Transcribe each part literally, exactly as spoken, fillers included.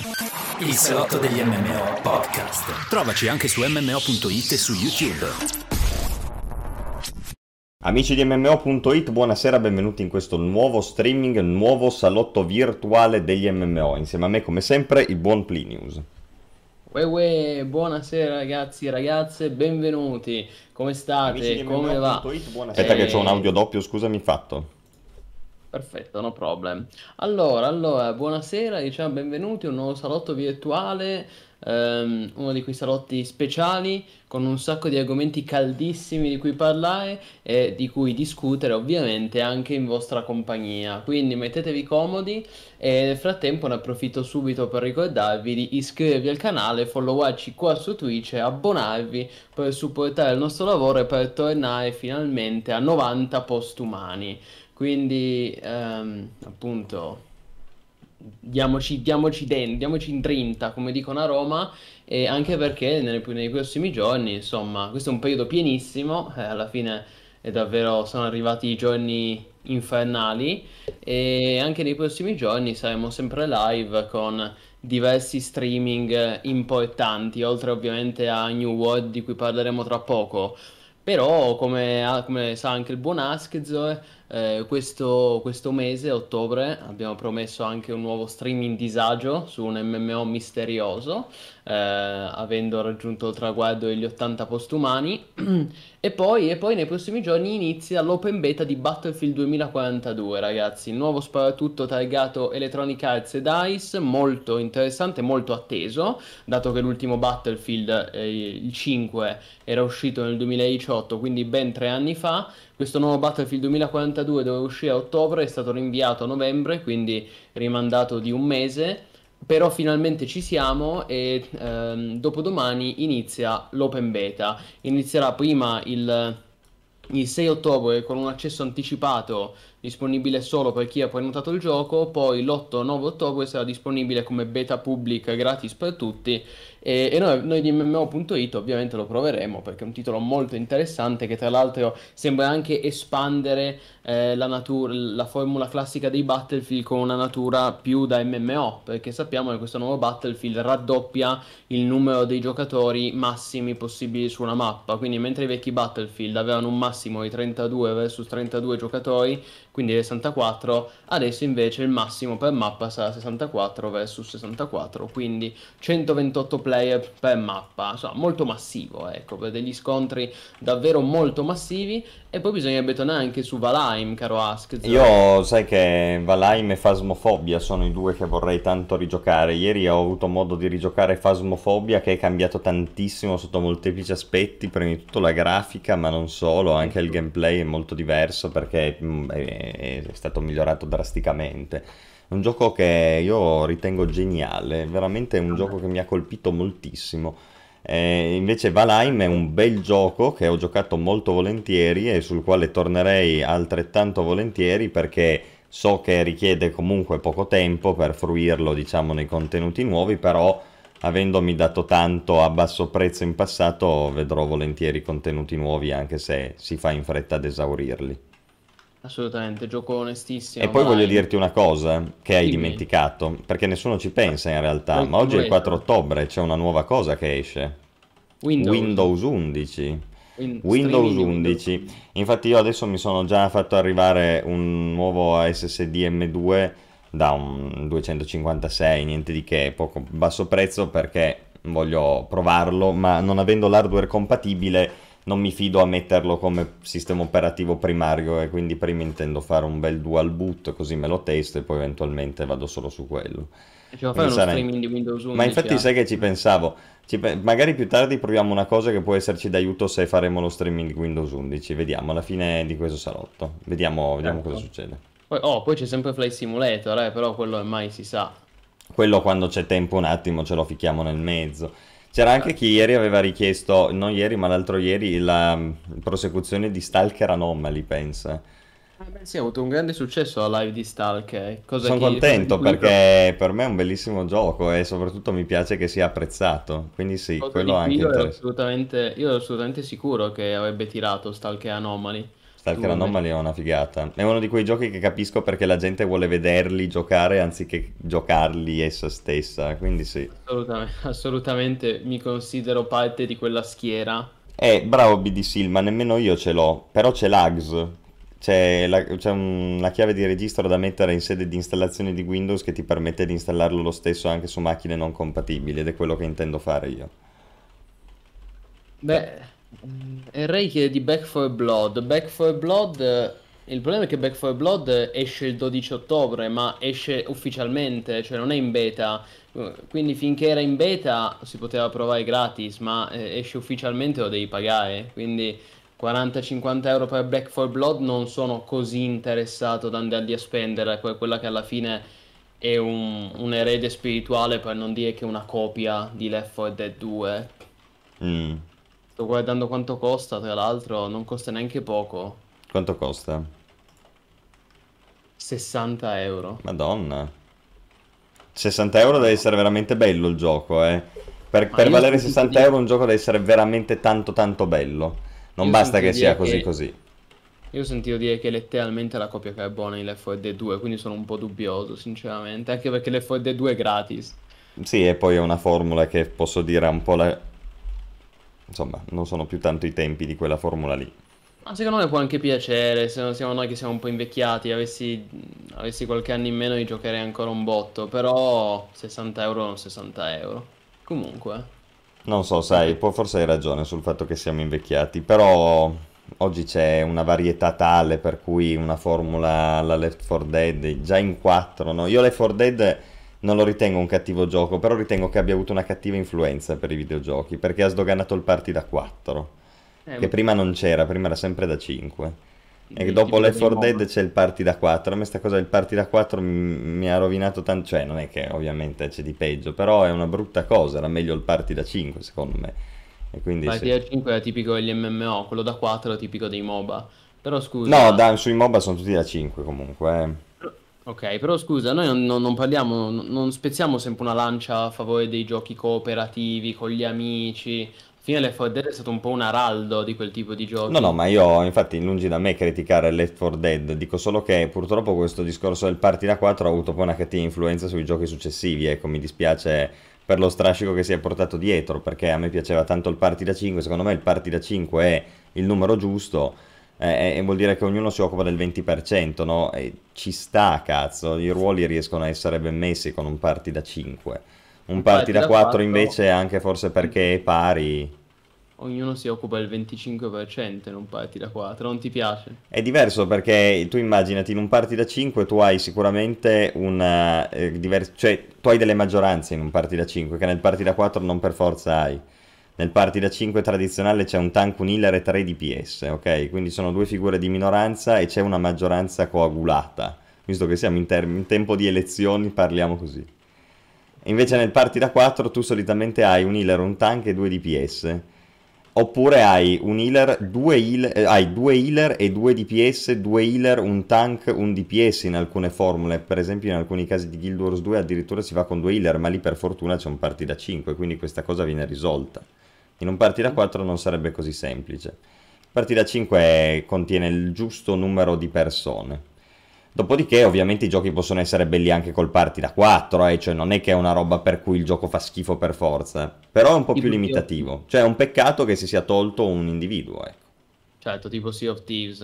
Il salotto degli M M O podcast. Trovaci anche su M M O punto it e su YouTube. Amici di M M O punto it, buonasera, benvenuti in questo nuovo streaming, nuovo salotto virtuale degli M M O. Insieme a me, come sempre, il buon Plinius. Uè, uè, buonasera ragazzi e ragazze, benvenuti. Come state? Come va? Aspetta Eh, che c'ho un audio doppio, scusami, fatto. Perfetto, no problem. Allora, allora, buonasera, diciamo benvenuti a un nuovo salotto virtuale, ehm, uno di quei salotti speciali con un sacco di argomenti caldissimi di cui parlare e di cui discutere ovviamente anche in vostra compagnia. Quindi mettetevi comodi e nel frattempo ne approfitto subito per ricordarvi di iscrivervi al canale, followarci qua su Twitch e abbonarvi per supportare il nostro lavoro e per tornare finalmente a novanta post umani. Quindi, ehm, appunto, diamoci, diamoci dentro, diamoci in trinta, come dicono a Roma, e anche perché nei, nei prossimi giorni, insomma, questo è un periodo pienissimo, eh, alla fine è davvero, sono arrivati i giorni infernali, e anche nei prossimi giorni saremo sempre live con diversi streaming importanti, oltre ovviamente a New World di cui parleremo tra poco. Però, come, ah, come sa anche il buon Askzor, eh, questo, questo mese, ottobre, abbiamo promesso anche un nuovo streaming disagio su un M M O misterioso, eh, avendo raggiunto il traguardo degli ottanta postumani. E poi, e poi nei prossimi giorni inizia l'open beta di Battlefield duemilaquarantadue, ragazzi. Il nuovo sparatutto targato Electronic Arts e DICE, molto interessante, molto atteso, dato che l'ultimo Battlefield, eh, il cinque, era uscito nel duemiladiciotto, quindi ben tre anni fa. Questo nuovo Battlefield duemilaquarantadue doveva uscire a ottobre, è stato rinviato a novembre, quindi rimandato di un mese. Però finalmente ci siamo e ehm, dopodomani inizia l'open beta. Inizierà prima il, il sei ottobre con un accesso anticipato disponibile solo per chi ha prenotato il gioco, poi l'otto nove ottobre sarà disponibile come beta pubblica gratis per tutti e, e noi, noi di M M O punto it ovviamente lo proveremo perché è un titolo molto interessante che tra l'altro sembra anche espandere eh, la, natura, la formula classica dei Battlefield con una natura più da M M O, perché sappiamo che questo nuovo Battlefield raddoppia il numero dei giocatori massimi possibili su una mappa, quindi mentre i vecchi Battlefield avevano un massimo di trentadue versus trentadue giocatori, quindi sessantaquattro, adesso invece il massimo per mappa sarà sessantaquattro versus sessantaquattro, quindi centoventotto player per mappa, insomma molto massivo, ecco, per degli scontri davvero molto massivi. E poi bisognerebbe tornare anche su Valheim, caro Ask. Io sai che Valheim e Phasmophobia sono i due che vorrei tanto rigiocare. Ieri ho avuto modo di rigiocare Phasmophobia, che è cambiato tantissimo sotto molteplici aspetti, prima di tutto la grafica ma non solo, anche il gameplay è molto diverso perché mh, è, è stato migliorato drasticamente. È un gioco che io ritengo geniale, veramente è un gioco che mi ha colpito moltissimo. Eh, invece Valheim è un bel gioco che ho giocato molto volentieri e sul quale tornerei altrettanto volentieri perché so che richiede comunque poco tempo per fruirlo, diciamo, nei contenuti nuovi, però avendomi dato tanto a basso prezzo in passato vedrò volentieri contenuti nuovi anche se si fa in fretta ad esaurirli. Assolutamente, gioco onestissimo. E poi Valheim. voglio dirti una cosa che hai Dimmi. dimenticato, perché nessuno ci pensa in realtà, Molto ma oggi è il molto. quattro ottobre, c'è una nuova cosa che esce. Windows. Windows undici. Win- Windows streaming di undici. Infatti io adesso mi sono già fatto arrivare un nuovo S S D M due da un duecentocinquantasei, niente di che, poco basso prezzo perché voglio provarlo, ma non avendo l'hardware compatibile non mi fido a metterlo come sistema operativo primario e quindi prima intendo fare un bel dual boot così me lo testo e poi eventualmente vado solo su quello. Ci fa fare Quindi uno sarà- streaming di Windows undici. Ma infatti ah. sai che ci pensavo, Ci pe- magari più tardi proviamo una cosa che può esserci d'aiuto se faremo lo streaming di Windows undici, vediamo alla fine di questo salotto, vediamo, vediamo Ecco. cosa succede. Poi, oh, poi c'è sempre Flight Simulator, eh, però quello ormai si sa. Quello quando c'è tempo un attimo ce lo fichiamo nel mezzo. C'era anche chi ieri aveva richiesto, non ieri ma l'altro ieri, la mm, prosecuzione di Stalker Anomaly, pensa. Ah, beh, sì, ha avuto un grande successo la live di Stalker. Cosa Sono chi- contento cosa di cui- perché per me è un bellissimo gioco e soprattutto mi piace che sia apprezzato, quindi sì, cosa quello di è cui anche io ero interessante. assolutamente, io ero assolutamente sicuro che avrebbe tirato Stalker Anomaly. Stalker Anomaly è una figata. È uno di quei giochi che capisco perché la gente vuole vederli giocare anziché giocarli essa stessa, quindi sì. Assolutamente, assolutamente mi considero parte di quella schiera. Eh, bravo B D Sil, ma nemmeno io ce l'ho, però c'è l'Ags. C'è, la- c'è un- una chiave di registro da mettere in sede di installazione di Windows che ti permette di installarlo lo stesso anche su macchine non compatibili ed è quello che intendo fare io. Cioè, Beh, mm, e Ray chiede di Back for Blood. Back for Blood, eh, il problema è che Back for Blood esce il dodici ottobre, ma esce ufficialmente, cioè non è in beta. Eh, Quindi finché era in beta si poteva provare gratis, ma eh, esce ufficialmente lo devi pagare. Quindi quaranta cinquanta euro per Back for Blood non sono così interessato da andarli a spendere, que- quella che alla fine è un, un erede spirituale, per non dire che è una copia di Left four Dead due. mm, Sto guardando quanto costa, tra l'altro, non costa neanche poco. quanto costa? sessanta euro. Madonna. sessanta euro deve essere veramente bello il gioco, eh. Per, Ma per io ho valere sentito sessanta dire, euro un gioco deve essere veramente tanto tanto bello. Non io ho basta sentito che sia dire così che, così. io ho sentito dire che è letteralmente la copia carbone di Left four Dead due, quindi sono un po' dubbioso, sinceramente, anche perché Left four Dead due è gratis. Sì, e poi è una formula che posso dire un po' la... Insomma, non sono più tanto i tempi di quella formula lì. Ma secondo me può anche piacere, se non siamo noi che siamo un po' invecchiati, avessi, avessi qualche anno in meno, io giocherei ancora un botto, però sessanta euro non sessanta euro. Comunque, Non so, sai, può- forse hai ragione sul fatto che siamo invecchiati, però oggi c'è una varietà tale per cui una formula alla Left four Dead, già in quattro, no? Io Left four Dead non lo ritengo un cattivo gioco, però ritengo che abbia avuto una cattiva influenza per i videogiochi, perché ha sdoganato il party da quattro, che eh, prima non c'era, prima era sempre da cinque. E il dopo tipico Left dei four Dead MOBA. c'è il party da quattro. A me sta cosa del party da quattro mi, mi ha rovinato tanto. Cioè, non è che ovviamente c'è di peggio, però è una brutta cosa. Era meglio il party da cinque, secondo me. E quindi sì. Partita cinque è tipico degli M M O, quello da quattro è tipico dei MOBA. Però No, scusa, da, sui MOBA sono tutti da cinque comunque. eh. ok, però scusa, noi non, non- non parliamo, non non spezziamo sempre una lancia a favore dei giochi cooperativi con gli amici. Alla fine Left four Dead è stato un po' un araldo di quel tipo di No, no, giochi. ma io, infatti, lungi da me criticare Left four Dead. Dico solo che purtroppo questo discorso del party da quattro ha avuto poi una cattiva influenza sui giochi successivi. Ecco, mi dispiace per lo strascico che si è portato dietro, perché a me piaceva tanto il party da cinque. Secondo me il party da cinque è il numero giusto. eh, E vuol dire che ognuno si occupa del venti per cento, no? E ci sta, cazzo. I ruoli riescono a essere ben messi con un party da cinque. Un Un party party da da quattro quattro, invece, anche forse perché è pari. ognuno si occupa del venticinque per cento in un party da quattro, non ti piace? È diverso perché tu immaginati in un party da cinque tu hai sicuramente un eh, divers- cioè tu hai delle maggioranze in un party da cinque che nel party da quattro non per forza hai. Nel party da cinque tradizionale c'è un tank, un healer e tre D P S, ok? Quindi sono due figure di minoranza e c'è una maggioranza coagulata. Visto che siamo in, term- in tempo di elezioni, parliamo così. Invece nel party da quattro tu solitamente hai un healer, un tank e due D P S. Oppure hai un healer, due healer, eh, hai due healer e due D P S, due healer, un tank, un D P S in alcune formule. Per esempio in alcuni casi di Guild Wars due addirittura si va con due healer, ma lì per fortuna c'è un party da cinque, quindi questa cosa viene risolta. In un party da quattro non sarebbe così semplice. Il party da cinque contiene il giusto numero di persone. Dopodiché, ovviamente, i giochi possono essere belli anche col party da quattro, eh, cioè non è che è una roba per cui il gioco fa schifo per forza, però è un po' più Tipo Sea of limitativo. Cioè è un peccato che si sia tolto un individuo, ecco. certo, tipo Sea of Thieves.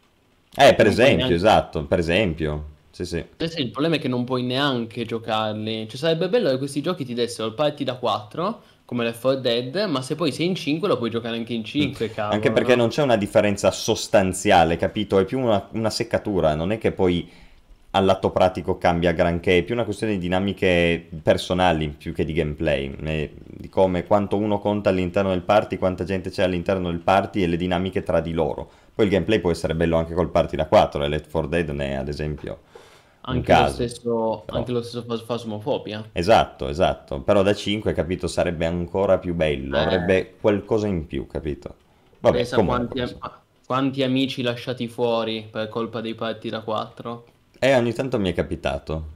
Eh, Che per non puoi esempio, neanche... esatto, per esempio. Sì, sì. Eh sì, il problema è che non puoi neanche giocarli. Cioè, sarebbe bello che questi giochi ti dessero il party da quattro, come Left four Dead, ma se poi sei in cinque lo puoi giocare anche in Mm. cinque, Anche cavolo, perché no? non c'è una differenza sostanziale, capito? È più una, una seccatura, non è che poi all'atto pratico cambia granché, è più una questione di dinamiche personali più che di gameplay, eh, di come quanto uno conta all'interno del party, quanta gente c'è all'interno del party e le dinamiche tra di loro. Poi il gameplay può essere bello anche col party da quattro, e Left four Dead ne è ad esempio un Anche lo caso. stesso, Però... anche lo stesso Phas- Phasmophobia. Esatto, esatto, però da cinque, capito, sarebbe ancora più bello, Eh, avrebbe qualcosa in più, capito? Vabbè, pensa comunque, quanti, am- insomma. quanti amici lasciati fuori per colpa dei party da quattro. E ogni tanto mi è capitato.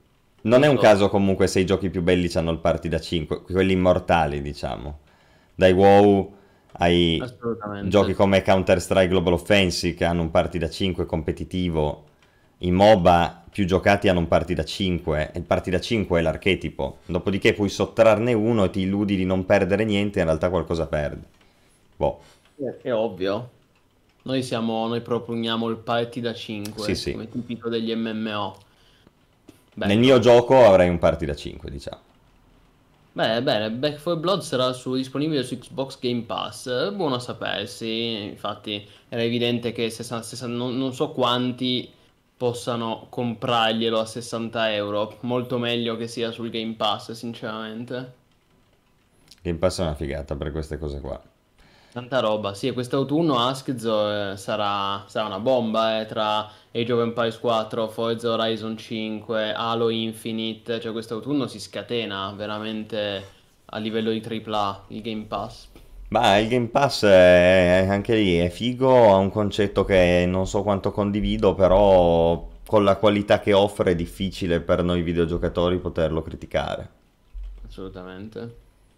Non Lo è un so. caso comunque se i giochi più belli hanno il party da cinque, quelli immortali, diciamo. Dai WoW Hai Assolutamente. giochi come Counter-Strike Global Offensive che hanno un party da cinque competitivo, i MOBA più giocati hanno un party da cinque, e il party da cinque è l'archetipo, dopodiché puoi sottrarne uno e ti illudi di non perdere niente, in realtà qualcosa perdi. Boh, È è ovvio. Noi siamo, noi propugniamo il party da sì cinque sì. come tipico degli M M O. Nel mio Bello. gioco avrei un party da cinque, diciamo. Beh, bene, Back four Blood sarà su- disponibile su Xbox Game Pass. Eh, Buono a sapersi. Infatti, era evidente che sessanta sessanta non, non so quanti possano comprarglielo a sessanta euro. Molto meglio che sia sul Game Pass, sinceramente. Game Pass è una figata per queste cose qua. Tanta roba, sì, e quest'autunno Askzo eh, sarà, sarà una bomba, eh, tra Age of Empires quattro, Forza Horizon cinque, Halo Infinite, cioè quest'autunno si scatena veramente a livello di tripla A il Game Pass. Ma il Game Pass è, anche lì è figo, ha un concetto che non so quanto condivido, però con la qualità che offre è difficile per noi videogiocatori poterlo criticare. Assolutamente.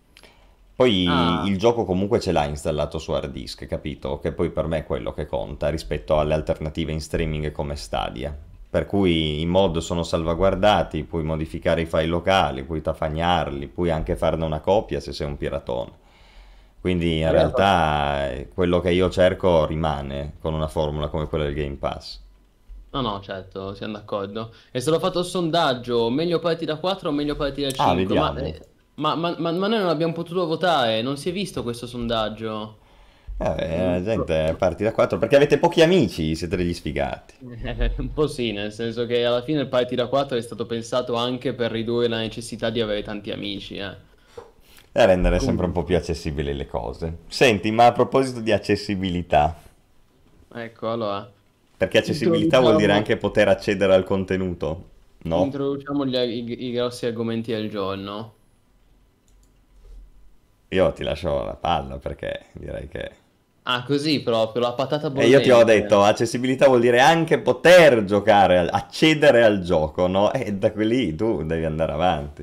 Poi Ah, il gioco comunque ce l'ha installato su hard disk, capito? Che poi per me è quello che conta rispetto alle alternative in streaming come Stadia. Per cui i mod sono salvaguardati, puoi modificare i file locali, puoi tafagnarli, puoi anche farne una copia se sei un piratone. Quindi in magari fa- realtà eh, quello che io cerco rimane con una formula come quella del Game Pass. no, no, certo, siamo d'accordo. È stato fatto il sondaggio, meglio parti da quattro o meglio parti da Ah, cinque, ma, vediamo. eh, ma, ma- ma- ma noi non abbiamo potuto votare, non si è visto questo sondaggio. Eh, Mm, la gente parti da quattro perché avete pochi amici, siete degli sfigati. Eh, un po' sì, nel senso che alla fine il Party da quattro è stato pensato anche per ridurre la necessità di avere tanti amici, eh. E rendere sempre un po' più Comunque, accessibili le cose. Senti, ma a proposito di accessibilità, ecco, allora, perché accessibilità vuol dire introduciamo, anche poter accedere al contenuto, no? introduciamo gli- i, i grossi argomenti del giorno. Io ti lascio la palla perché direi che... Ah, così proprio, la patata E io ti ho detto, bollente. accessibilità vuol dire anche poter giocare, al- accedere al gioco, no? E da qui tu devi andare avanti.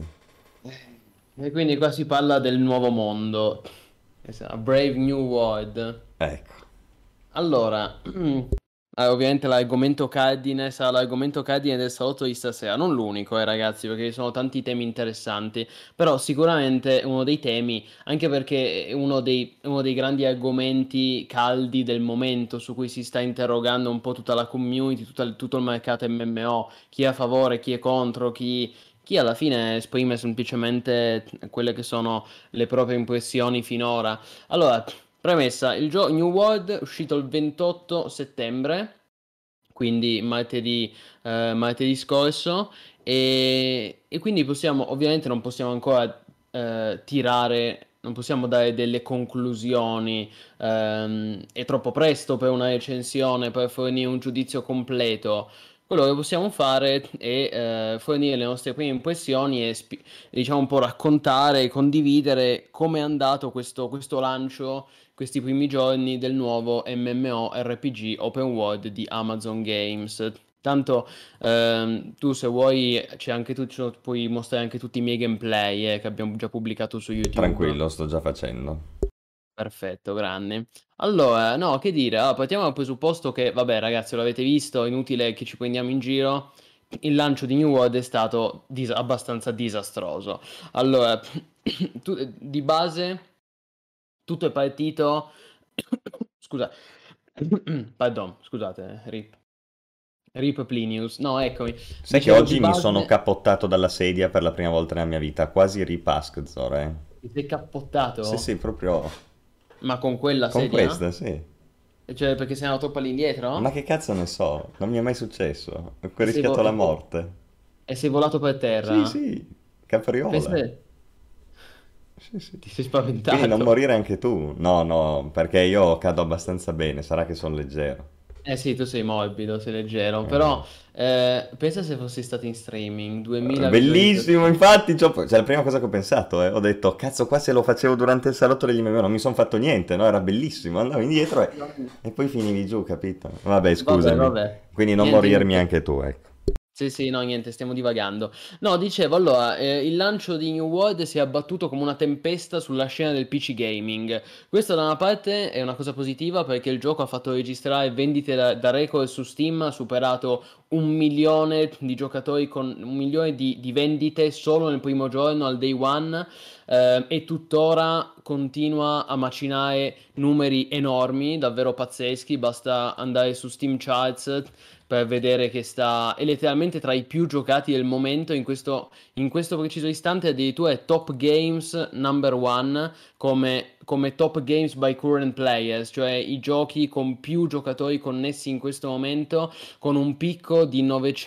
E quindi qua si parla del nuovo mondo. A Brave New World. Ecco. Allora, eh, ovviamente l'argomento cardine sarà l'argomento cardine del salotto di stasera, non l'unico, eh, ragazzi, perché ci sono tanti temi interessanti, però sicuramente è uno dei temi, anche perché è uno dei, uno dei grandi argomenti caldi del momento su cui si sta interrogando un po' tutta la community, tutta il- tutto il mercato M M O, chi è a favore, chi è contro, chi, chi alla fine esprime semplicemente quelle che sono le proprie impressioni finora. Allora, premessa, il gioco New World è uscito il ventotto settembre, quindi martedì, eh, martedì scorso, e, e quindi possiamo, ovviamente non possiamo ancora eh, tirare, non possiamo dare delle conclusioni, ehm, è troppo presto per una recensione, per fornire un giudizio completo. Quello che possiamo fare è eh, fornire le nostre prime impressioni e spi- diciamo un po' raccontare e condividere come è andato questo, questo lancio questi primi giorni del nuovo MMORPG Open World di Amazon Games. Tanto ehm, tu se vuoi c'è anche tu, ci puoi mostrare anche tutti i miei gameplay eh, che abbiamo già pubblicato su YouTube. Tranquillo, sto già facendo. Perfetto, grande. Allora, no, che dire, allora, partiamo dal presupposto che, vabbè ragazzi, l'avete visto, è inutile che ci prendiamo in giro. Il lancio di New World è stato dis- abbastanza disastroso. Allora, tu- di base tutto è partito. Scusa, pardon, scusate, rip. Rip Plinius. No, eccomi. Sai che Dicevo di oggi mi sono base. cappottato dalla sedia per la prima volta nella mia vita, quasi ripask, Zora, eh. Ti sei Sì, sì, cappottato? proprio Ma con quella con sedia? questa, sì. Cioè, perché sei andato troppo Ma all'indietro? che cazzo ne so, non mi è mai successo. Ho E sei, vo- rischiato la e sei- morte. e sei volato per Sì, terra? sì, Pensa capriola. te, Sì, sì. ti sei Quindi non spaventato. morire anche tu. No, no, perché io cado abbastanza bene, sarà che sono leggero. Eh sì, tu sei morbido, sei leggero, Eh, però eh, pensa se fossi stato in streaming, duemila Bellissimo, visualizzazioni. infatti, c'ho- cioè, la prima cosa che ho pensato, eh, ho detto, cazzo, qua se lo facevo durante il salotto degli M M O non mi sono fatto niente, no? Era bellissimo, andavo indietro e, e poi finivi giù, capito? Vabbè, Vabbè, scusami. vabbè. Quindi non Niente, morirmi niente. anche tu, ecco. Sì, sì, no, niente, stiamo divagando. No, dicevo, allora, eh, il lancio di New World si è abbattuto come una tempesta sulla scena del P C gaming. Questo da una parte è una cosa positiva perché il gioco ha fatto registrare vendite da, da record su Steam, ha superato un milione di giocatori con un milione di, di vendite solo nel primo giorno, al day one, eh, e tuttora continua a macinare numeri enormi, davvero pazzeschi. Basta andare su Steam Charts per vedere che sta è letteralmente tra i più giocati del momento. In questo, in questo preciso istante addirittura è top games number one come, come top games by current players, cioè i giochi con più giocatori connessi in questo momento, con un picco di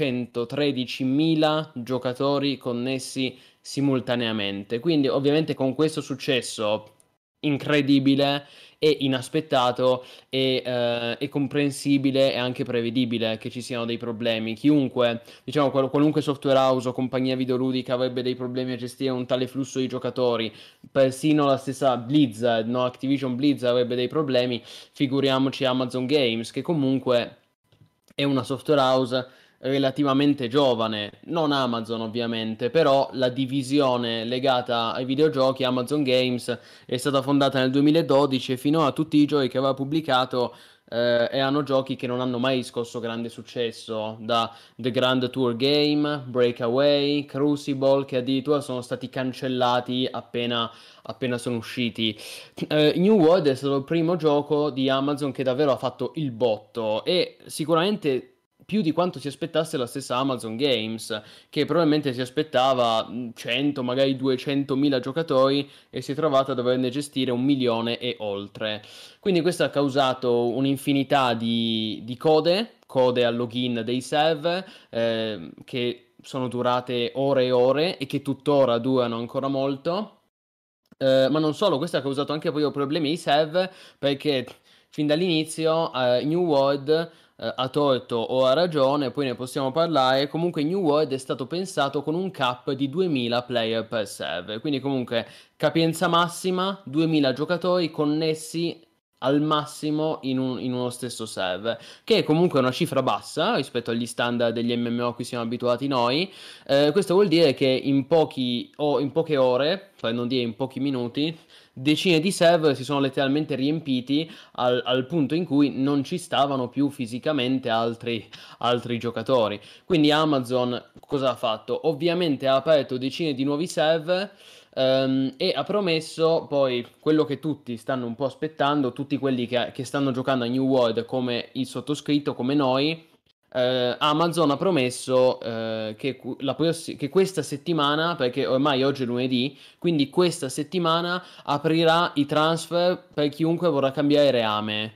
novecentotredicimila giocatori connessi simultaneamente. Quindi ovviamente con questo successo incredibile e inaspettato e eh, è comprensibile e anche prevedibile che ci siano dei problemi. Chiunque, diciamo, qual- qualunque software house o compagnia videoludica avrebbe dei problemi a gestire un tale flusso di giocatori, persino la stessa Blizzard, no? Activision Blizzard avrebbe dei problemi, figuriamoci Amazon Games, che comunque è una software house relativamente giovane, non Amazon ovviamente, però la divisione legata ai videogiochi Amazon Games è stata fondata nel duemiladodici e finora tutti i giochi che aveva pubblicato eh, erano giochi che non hanno mai riscosso grande successo, da The Grand Tour Game, Breakaway, Crucible, che addirittura sono stati cancellati appena, appena sono usciti. Eh, New World è stato il primo gioco di Amazon che davvero ha fatto il botto e sicuramente più di quanto si aspettasse la stessa Amazon Games, che probabilmente si aspettava mh, cento, magari duecentomila giocatori e si è trovata a doverne gestire un milione e oltre. Quindi questo ha causato un'infinità di, di code, code al login dei server, eh, che sono durate ore e ore e che tuttora durano ancora molto. Eh, ma non solo, questo ha causato anche poi problemi ai server perché fin dall'inizio eh, New World eh, ha torto o ha ragione, poi ne possiamo parlare. Comunque New World è stato pensato con un cap di duemila player per server, quindi comunque capienza massima, duemila giocatori connessi al massimo in, un- in uno stesso server, che è comunque una cifra bassa rispetto agli standard degli M M O a cui siamo abituati noi. Eh, questo vuol dire che in pochi o in poche ore, per non dire in pochi minuti, decine di server si sono letteralmente riempiti al, al punto in cui non ci stavano più fisicamente altri, altri giocatori. Quindi Amazon cosa ha fatto? Ovviamente ha aperto decine di nuovi server. Ehm, e ha promesso poi quello che tutti stanno un po' aspettando, tutti quelli che, che stanno giocando a New World come il sottoscritto, come noi. eh, Amazon ha promesso eh, che, cu- la prossi- che questa settimana, perché ormai oggi è lunedì, quindi questa settimana aprirà i transfer per chiunque vorrà cambiare reame.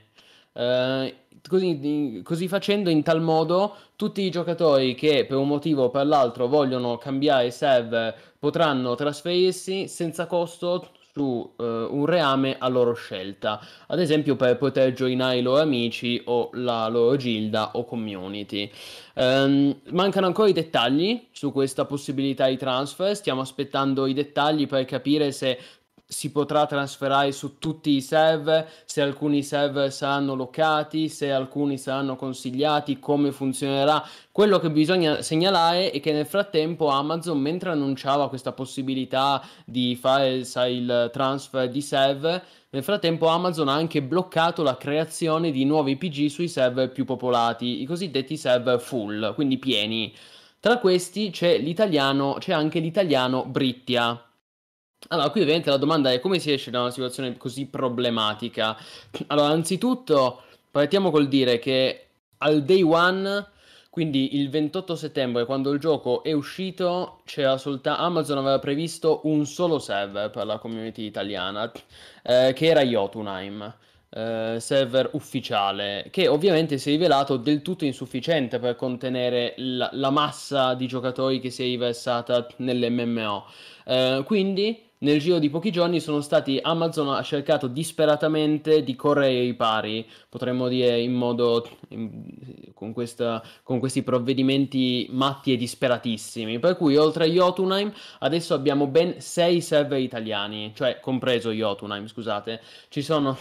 Eh, così, di- così facendo, in tal modo, tutti i giocatori che per un motivo o per l'altro vogliono cambiare server potranno trasferirsi senza costo su eh, un reame a loro scelta, ad esempio per poter joinare i loro amici o la loro gilda o community. Ehm, mancano ancora i dettagli su questa possibilità di transfer, stiamo aspettando i dettagli per capire se si potrà trasferire su tutti i server, se alcuni server saranno locati, se alcuni saranno consigliati, come funzionerà. Quello che bisogna segnalare è che nel frattempo Amazon, mentre annunciava questa possibilità di fare, sai, il transfer di server, nel frattempo Amazon ha anche bloccato la creazione di nuovi P G sui server più popolati, i cosiddetti server full, quindi pieni. Tra questi c'è l'italiano, c'è anche l'italiano Brittia. Allora, qui ovviamente la domanda è come si esce da una situazione così problematica? Allora, anzitutto partiamo col dire che al day one, quindi il ventotto settembre, quando il gioco è uscito, c'era soltanto Amazon aveva previsto un solo server per la community italiana, eh, che era Jotunheim. eh, server ufficiale, che ovviamente si è rivelato del tutto insufficiente per contenere la, la massa di giocatori che si è riversata nell'M M O. Eh, quindi nel giro di pochi giorni sono stati Amazon ha cercato disperatamente di correre ai ripari, potremmo dire in modo in- con, questa, con questi provvedimenti matti e disperatissimi. Per cui oltre a Jotunheim adesso abbiamo ben sei server italiani, cioè compreso Jotunheim, scusate. Ci sono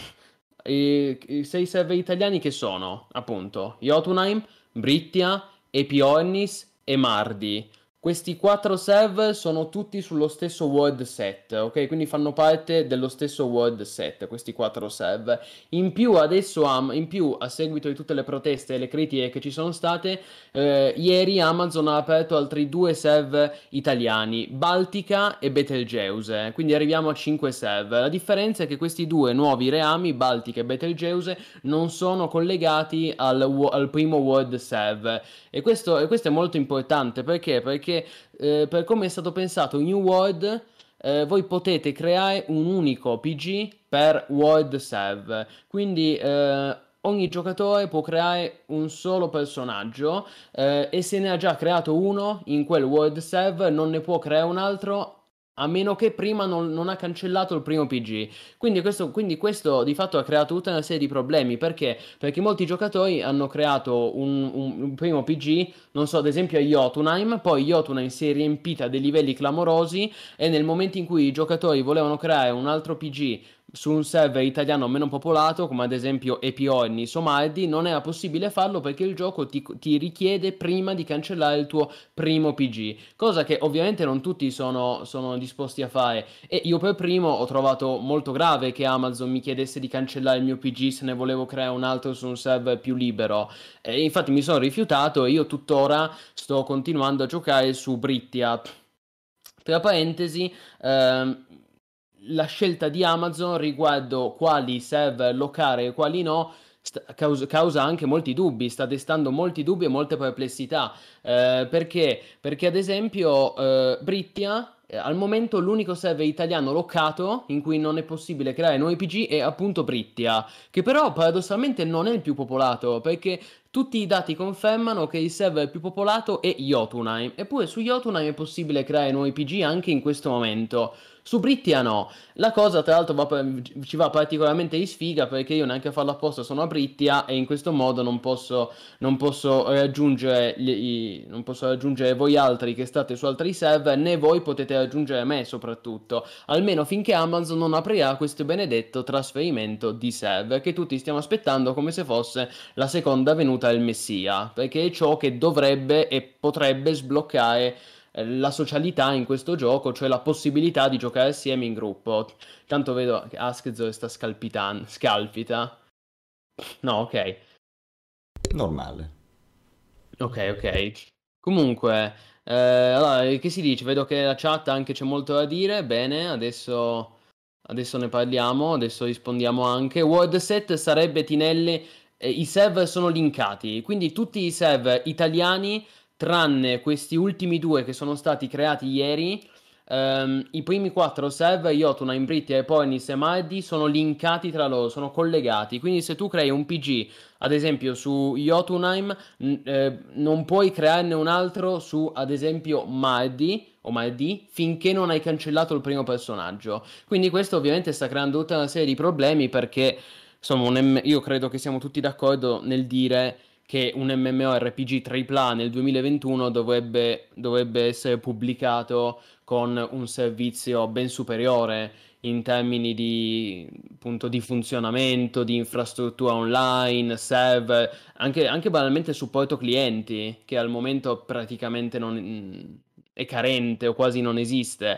i, i sei server italiani che sono appunto Jotunheim, Brittia, Epioennis, e Mardi. Questi quattro server sono tutti sullo stesso world set, ok? Quindi fanno parte dello stesso world set, questi quattro server. In più adesso, Am- in più a seguito di tutte le proteste e le critiche che ci sono state, eh, ieri Amazon ha aperto altri due server italiani, Baltica e Betelgeuse, quindi arriviamo a cinque server. La differenza è che questi due nuovi reami, Baltica e Betelgeuse, non sono collegati al, wo- al primo world server. E questo, e questo è molto importante perché? Perché eh, per come è stato pensato New World, eh, voi potete creare un unico P G per World Serve. Quindi eh, ogni giocatore può creare un solo personaggio eh, e se ne ha già creato uno in quel World Serve non ne può creare un altro a meno che prima non, non ha cancellato il primo P G. Quindi questo, quindi questo di fatto ha creato tutta una serie di problemi. Perché? Perché molti giocatori hanno creato un, un- un primo P G, non so, ad esempio a Jotunheim, poi Jotunheim si è riempita dei livelli clamorosi e nel momento in cui i giocatori volevano creare un altro P G su un server italiano meno popolato, come ad esempio E P O e Nisomaldi, non era possibile farlo perché il gioco ti, ti richiede prima di cancellare il tuo primo P G, cosa che ovviamente non tutti sono, sono disposti a fare. E io per primo ho trovato molto grave che Amazon mi chiedesse di cancellare il mio P G se ne volevo creare un altro su un server più libero. E infatti mi sono rifiutato e io tuttora sto continuando a giocare su Brittia. Tra parentesi, ehm, la scelta di Amazon riguardo quali server locare e quali no sta- causa, causa anche molti dubbi, sta destando molti dubbi e molte perplessità. Eh, perché? Perché ad esempio eh, Brittia, eh, al momento l'unico server italiano locato in cui non è possibile creare nuovi P G è appunto Brittia, che però paradossalmente non è il più popolato, perché tutti i dati confermano che il server più popolato è Jotunheim, eppure su Jotunheim è possibile creare nuovi P G anche in questo momento. Su Brittia no. La cosa tra l'altro va per- ci va particolarmente di sfiga perché io neanche a farlo apposta sono a Brittia e in questo modo non posso, non posso raggiungere, gli- i- non posso raggiungere voi altri che state su altri server, né voi potete raggiungere me soprattutto, almeno finché Amazon non aprirà questo benedetto trasferimento di server che tutti stiamo aspettando come se fosse la seconda venuta del Messia, perché è ciò che dovrebbe e potrebbe sbloccare eh, la socialità in questo gioco, cioè la possibilità di giocare assieme in gruppo. Tanto vedo che Askzor sta scalpitando, scalpita. No, ok. Normale. Ok, ok. Comunque, eh, allora, che si dice? Vedo che la chat anche c'è molto da dire. Bene, adesso, adesso ne parliamo, adesso rispondiamo anche. World set sarebbe Tinelli, eh, i server sono linkati, quindi tutti i server italiani, tranne questi ultimi due che sono stati creati ieri, ehm, i primi quattro server, Jotuna, Imbritia, Eponis e Maldi, sono linkati tra loro, sono collegati. Quindi se tu crei un P G, ad esempio su Jotunheim, n- eh, non puoi crearne un altro su, ad esempio, Maldi o Maldi finché non hai cancellato il primo personaggio. Quindi questo ovviamente sta creando tutta una serie di problemi perché, insomma, un M- io credo che siamo tutti d'accordo nel dire che un MMORPG tripla A nel duemilaventuno dovrebbe, dovrebbe essere pubblicato con un servizio ben superiore in termini di, appunto, di funzionamento, di infrastruttura online, server, anche, anche banalmente supporto clienti, che al momento praticamente non è carente o quasi non esiste.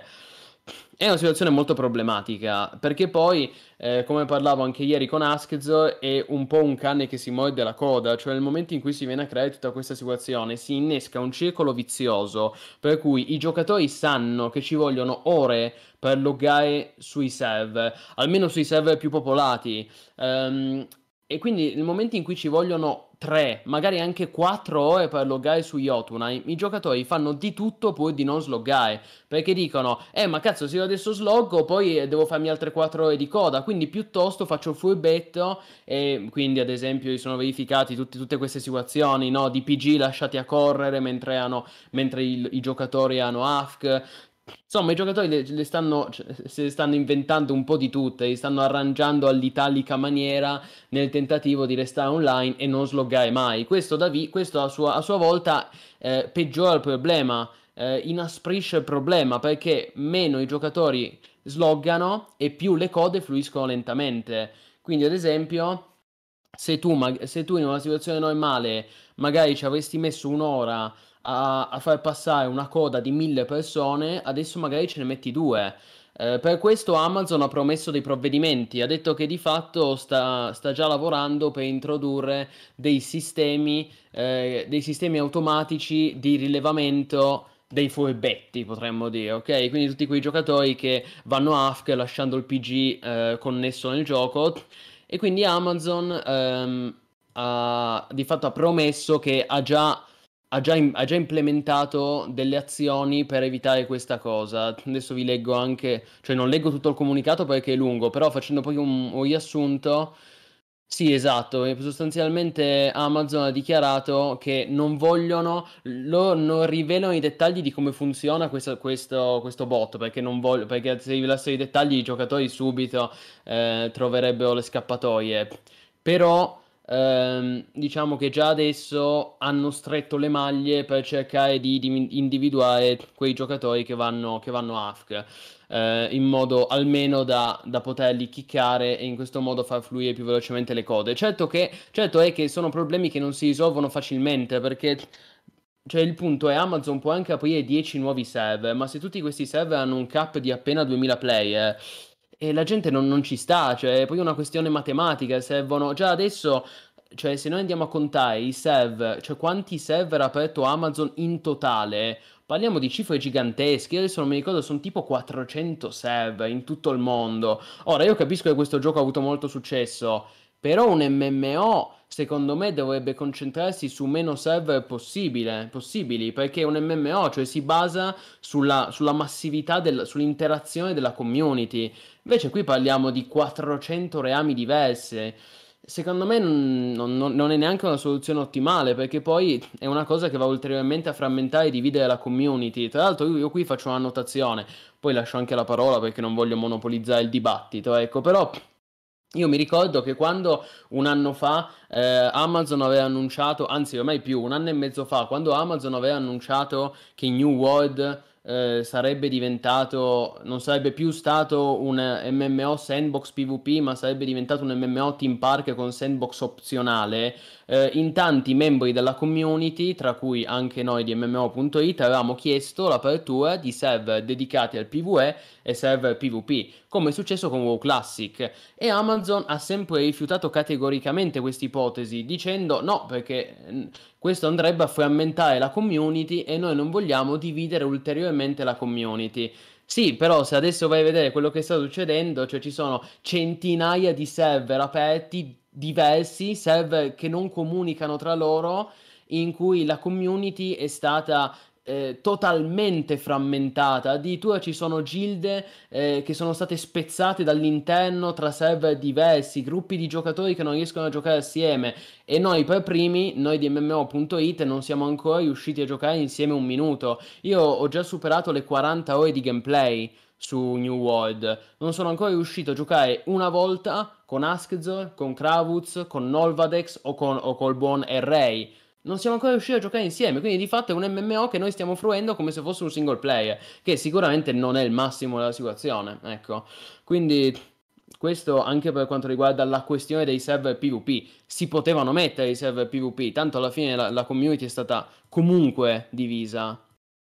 È una situazione molto problematica, perché poi, eh, come parlavo anche ieri con Askzor, è un po' un cane che si morde la coda, cioè nel momento in cui si viene a creare tutta questa situazione si innesca un circolo vizioso, per cui i giocatori sanno che ci vogliono ore per loggare sui server, almeno sui server più popolati. Ehm, e quindi nel momento in cui ci vogliono tre, magari anche quattro ore per loggare su Jotunheim, i giocatori fanno di tutto pur di non sloggare, perché dicono, eh ma cazzo se io adesso sloggo poi eh, devo farmi altre quattro ore di coda, quindi piuttosto faccio il furbetto e quindi ad esempio si sono verificati tutti- tutte queste situazioni, no, di P G lasciati a correre mentre, hanno, mentre il- i giocatori hanno A F K. Insomma, i giocatori le, le stanno, cioè, se le stanno inventando un po' di tutte, li stanno arrangiando all'italica maniera nel tentativo di restare online e non sloggare mai. Questo, da vi- questo a sua, a sua volta eh, peggiora il problema, eh, inasprisce il problema perché meno i giocatori sloggano e più le code fluiscono lentamente. Quindi, ad esempio, se tu, ma- se tu in una situazione normale magari ci avresti messo un'ora a, a far passare una coda di mille persone, adesso magari ce ne metti due. Eh, per questo Amazon ha promesso dei provvedimenti, ha detto che di fatto sta, sta già lavorando per introdurre dei sistemi, eh, dei sistemi automatici di rilevamento dei furbetti, potremmo dire, ok? Quindi tutti quei giocatori che vanno A F K lasciando il P G eh, connesso nel gioco, e quindi Amazon ehm, ha, di fatto ha promesso che ha già ha già, im- ha già implementato delle azioni per evitare questa cosa. Adesso vi leggo anche, cioè non leggo tutto il comunicato perché è lungo, però facendo poi un, un riassunto, sì, esatto, e sostanzialmente Amazon ha dichiarato che non vogliono, loro non rivelano i dettagli di come funziona questo, questo, questo bot, perché non voglio, perché se rivelassero i dettagli i giocatori subito eh, troverebbero le scappatoie. Però ehm, diciamo che già adesso hanno stretto le maglie per cercare di, di individuare quei giocatori che vanno, che vanno A F K, eh, in modo almeno da, da poterli kickare e in questo modo far fluire più velocemente le code. Certo che, certo è che sono problemi che non si risolvono facilmente, perché cioè il punto è Amazon può anche aprire dieci nuovi server, ma se tutti questi server hanno un cap di appena duemila player e la gente non, non ci sta, cioè è poi una questione matematica, servono già adesso, cioè se noi andiamo a contare i server, cioè quanti server ha aperto Amazon in totale, parliamo di cifre gigantesche. Io adesso non mi ricordo, sono tipo quattrocento server in tutto il mondo. Ora io capisco che questo gioco ha avuto molto successo, però un M M O secondo me dovrebbe concentrarsi su meno server possibile, possibili, perché un M M O, cioè si basa sulla, sulla massività, del, sull'interazione della community. Invece qui parliamo di quattrocento reami diverse. Secondo me non, non- non è neanche una soluzione ottimale, perché poi è una cosa che va ulteriormente a frammentare e dividere la community. Tra l'altro io, io qui faccio un'annotazione, poi lascio anche la parola perché non voglio monopolizzare il dibattito, ecco, però io mi ricordo che quando un anno fa eh, Amazon aveva annunciato, anzi ormai più, un anno e mezzo fa, quando Amazon aveva annunciato che New World eh, sarebbe diventato, non sarebbe più stato un M M O sandbox PvP, ma sarebbe diventato un M M O team park con sandbox opzionale, eh, in tanti membri della community, tra cui anche noi di M M O punto it, avevamo chiesto l'apertura di server dedicati al PvE e server PvP, come è successo con WoW Classic. E Amazon ha sempre rifiutato categoricamente questa ipotesi, dicendo no, perché mh, questo andrebbe a frammentare la community e noi non vogliamo dividere ulteriormente la community. Sì, però se adesso vai a vedere quello che sta succedendo, cioè ci sono centinaia di server aperti, diversi, server che non comunicano tra loro, in cui la community è stata eh, totalmente frammentata. Addirittura ci sono gilde eh, che sono state spezzate dall'interno tra server diversi, gruppi di giocatori che non riescono a giocare assieme. E noi per primi, noi di M M O punto it, non siamo ancora riusciti a giocare insieme un minuto. Io ho già superato le quaranta ore di gameplay su New World. Non sono ancora riuscito a giocare una volta con Askzor, con Kravuz, con Nolvadex o, con, o col buon Array. Non siamo ancora riusciti a giocare insieme, quindi di fatto è un M M O che noi stiamo fruendo come se fosse un single player, che sicuramente non è il massimo della situazione, ecco. Quindi questo anche per quanto riguarda la questione dei server PvP. Si potevano mettere i server PvP, tanto alla fine la, la community è stata comunque divisa.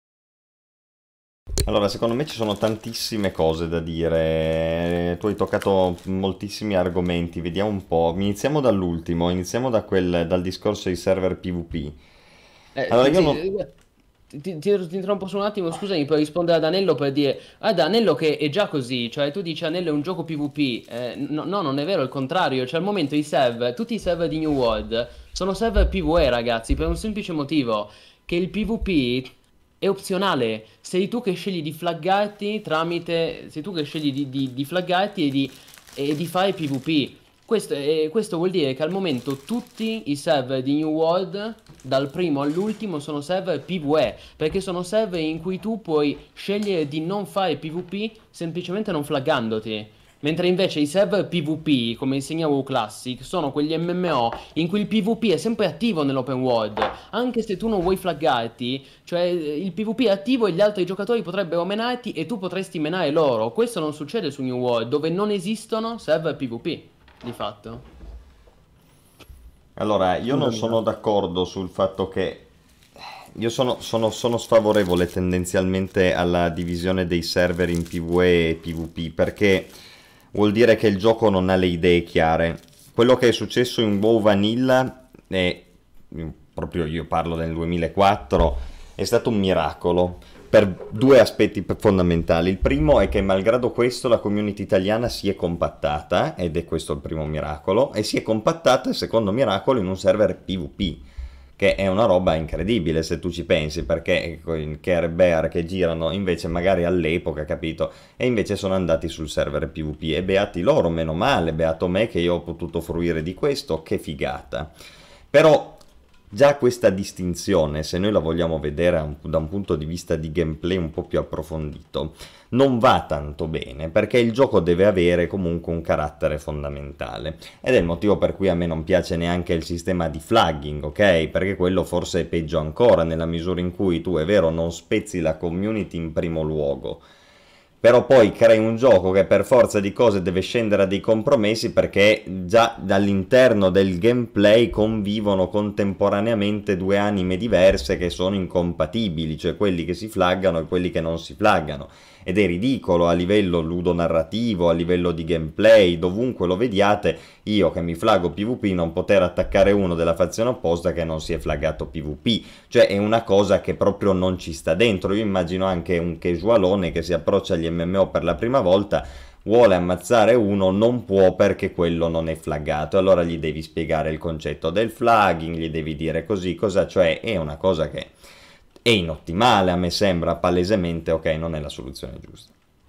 Allora, secondo me ci sono tantissime cose da dire. Tu hai toccato moltissimi argomenti, vediamo un po'. Iniziamo dall'ultimo, iniziamo da quel, dal discorso dei server PvP. Eh, Allora, sì, io sì, non... eh, ti, ti- ti interrompo su un attimo, scusami, per rispondere ad Anello per dire, ad Anello che è già così, cioè tu dici Anello è un gioco PvP, eh, no, no, non è vero, è il contrario, cioè al momento i server, tutti i server di New World sono server PvE ragazzi, per un semplice motivo, che il PvP è opzionale, sei tu che scegli di flaggarti tramite, sei tu che scegli di, di- di flaggarti e di, e di fare PvP. Questo, eh, questo vuol dire che al momento tutti i server di New World, dal primo all'ultimo, sono server PvE, perché sono server in cui tu puoi scegliere di non fare PvP semplicemente non flaggandoti. Mentre invece i server PvP, come insegna WoW Classic, sono quegli M M O in cui il PvP è sempre attivo nell'open world. Anche se tu non vuoi flaggarti, cioè eh, il PvP è attivo e gli altri giocatori potrebbero menarti e tu potresti menare loro. Questo non succede su New World, dove non esistono server PvP, di fatto. Allora, io non Scusami, sono no. d'accordo sul fatto che io sono, sono, sono sfavorevole tendenzialmente alla divisione dei server in PvE e PvP, perché vuol dire che il gioco non ha le idee chiare. Quello che è successo in WoW Vanilla, è, proprio io parlo del duemilaquattro, è stato un miracolo per due aspetti fondamentali. Il primo è che malgrado questo la community italiana si è compattata, ed è questo il primo miracolo, e si è compattata, il secondo miracolo, in un server PvP, che è una roba incredibile se tu ci pensi, perché i Care Bear che girano invece magari all'epoca, capito, e invece sono andati sul server PvP, e beati loro, meno male, beato me che io ho potuto fruire di questo, che figata. Però già questa distinzione, se noi la vogliamo vedere da un punto di vista di gameplay un po' più approfondito, non va tanto bene, perché il gioco deve avere comunque un carattere fondamentale, ed è il motivo per cui a me non piace neanche il sistema di flagging, ok? Perché quello forse è peggio ancora, nella misura in cui tu, è vero, non spezzi la community in primo luogo, però poi crei un gioco che per forza di cose deve scendere a dei compromessi, perché già dall'interno del gameplay convivono contemporaneamente due anime diverse che sono incompatibili, cioè quelli che si flaggano e quelli che non si flaggano. Ed è ridicolo a livello ludonarrativo, a livello di gameplay, dovunque lo vediate, io che mi flaggo PvP non poter attaccare uno della fazione opposta che non si è flaggato PvP, cioè è una cosa che proprio non ci sta dentro. Io immagino anche un casualone che si approccia agli M M O per la prima volta, vuole ammazzare uno, non può perché quello non è flaggato, allora gli devi spiegare il concetto del flagging, gli devi dire così, cosa, cioè è una cosa che è inottimale, a me sembra palesemente, ok, non è la soluzione giusta.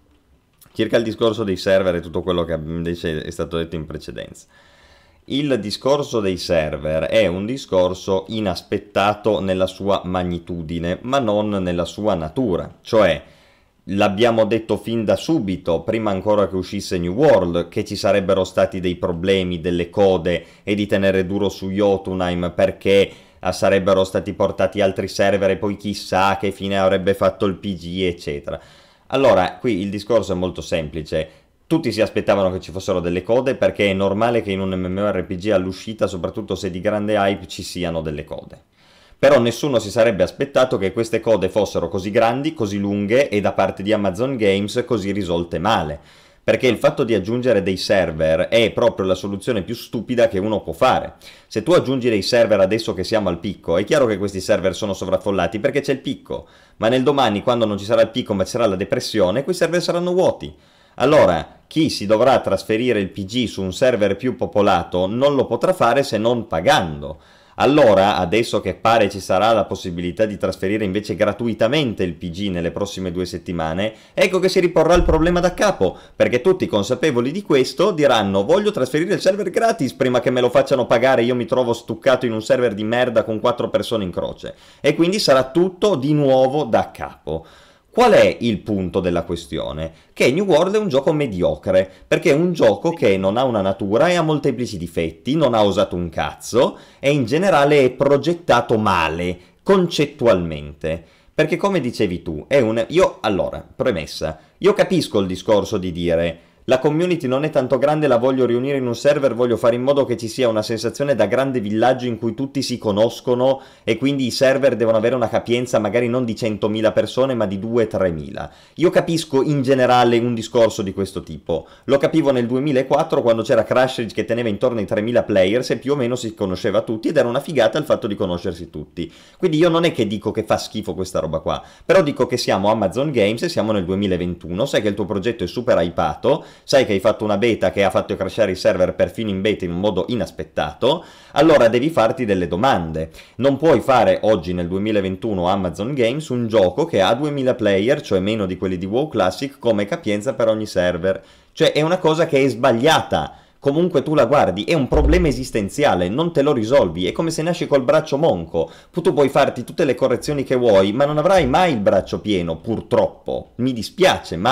Circa il discorso dei server e tutto quello che invece è stato detto in precedenza, il discorso dei server è un discorso inaspettato nella sua magnitudine, ma non nella sua natura, cioè l'abbiamo detto fin da subito, prima ancora che uscisse New World, che ci sarebbero stati dei problemi, delle code e di tenere duro su Jotunheim, perché sarebbero stati portati altri server e poi chissà che fine avrebbe fatto il P G, eccetera. Allora, qui il discorso è molto semplice. Tutti si aspettavano che ci fossero delle code, perché è normale che in un MMORPG all'uscita, soprattutto se di grande hype, ci siano delle code. Però nessuno si sarebbe aspettato che queste code fossero così grandi, così lunghe e da parte di Amazon Games così risolte male. Perché il fatto di aggiungere dei server è proprio la soluzione più stupida che uno può fare. Se tu aggiungi dei server adesso che siamo al picco, è chiaro che questi server sono sovraffollati perché c'è il picco, ma nel domani, quando non ci sarà il picco ma ci sarà la depressione, quei server saranno vuoti. Allora, chi si dovrà trasferire il P G su un server più popolato non lo potrà fare se non pagando. Allora, adesso che pare ci sarà la possibilità di trasferire invece gratuitamente il P G nelle prossime due settimane, ecco che si riporrà il problema da capo, perché tutti consapevoli di questo diranno: voglio trasferire il server gratis prima che me lo facciano pagare, io mi trovo stuccato in un server di merda con quattro persone in croce. E quindi sarà tutto di nuovo da capo. Qual è il punto della questione? Che New World è un gioco mediocre, perché è un gioco che non ha una natura e ha molteplici difetti, non ha usato un cazzo e in generale è progettato male, concettualmente. Perché come dicevi tu, è un... Io, allora, premessa, io capisco il discorso di dire: la community non è tanto grande, la voglio riunire in un server, voglio fare in modo che ci sia una sensazione da grande villaggio in cui tutti si conoscono e quindi i server devono avere una capienza magari non di centomila persone ma di due tremila. Io capisco in generale un discorso di questo tipo, lo capivo nel duemilaquattro quando c'era Crashridge che teneva intorno ai tremila players e più o meno si conosceva tutti ed era una figata il fatto di conoscersi tutti. Quindi io non è che dico che fa schifo questa roba qua, però dico che siamo Amazon Games e siamo nel duemilaventuno, sai che il tuo progetto è super hypato, sai che hai fatto una beta che ha fatto crashare i server perfino in beta in un modo inaspettato, allora devi farti delle domande. Non puoi fare oggi nel duemilaventuno Amazon Games un gioco che ha duemila player, cioè meno di quelli di WoW Classic, come capienza per ogni server. Cioè è una cosa che è sbagliata. Comunque tu la guardi, è un problema esistenziale, non te lo risolvi, è come se nasci col braccio monco. Tu puoi farti tutte le correzioni che vuoi, ma non avrai mai il braccio pieno, purtroppo. Mi dispiace, ma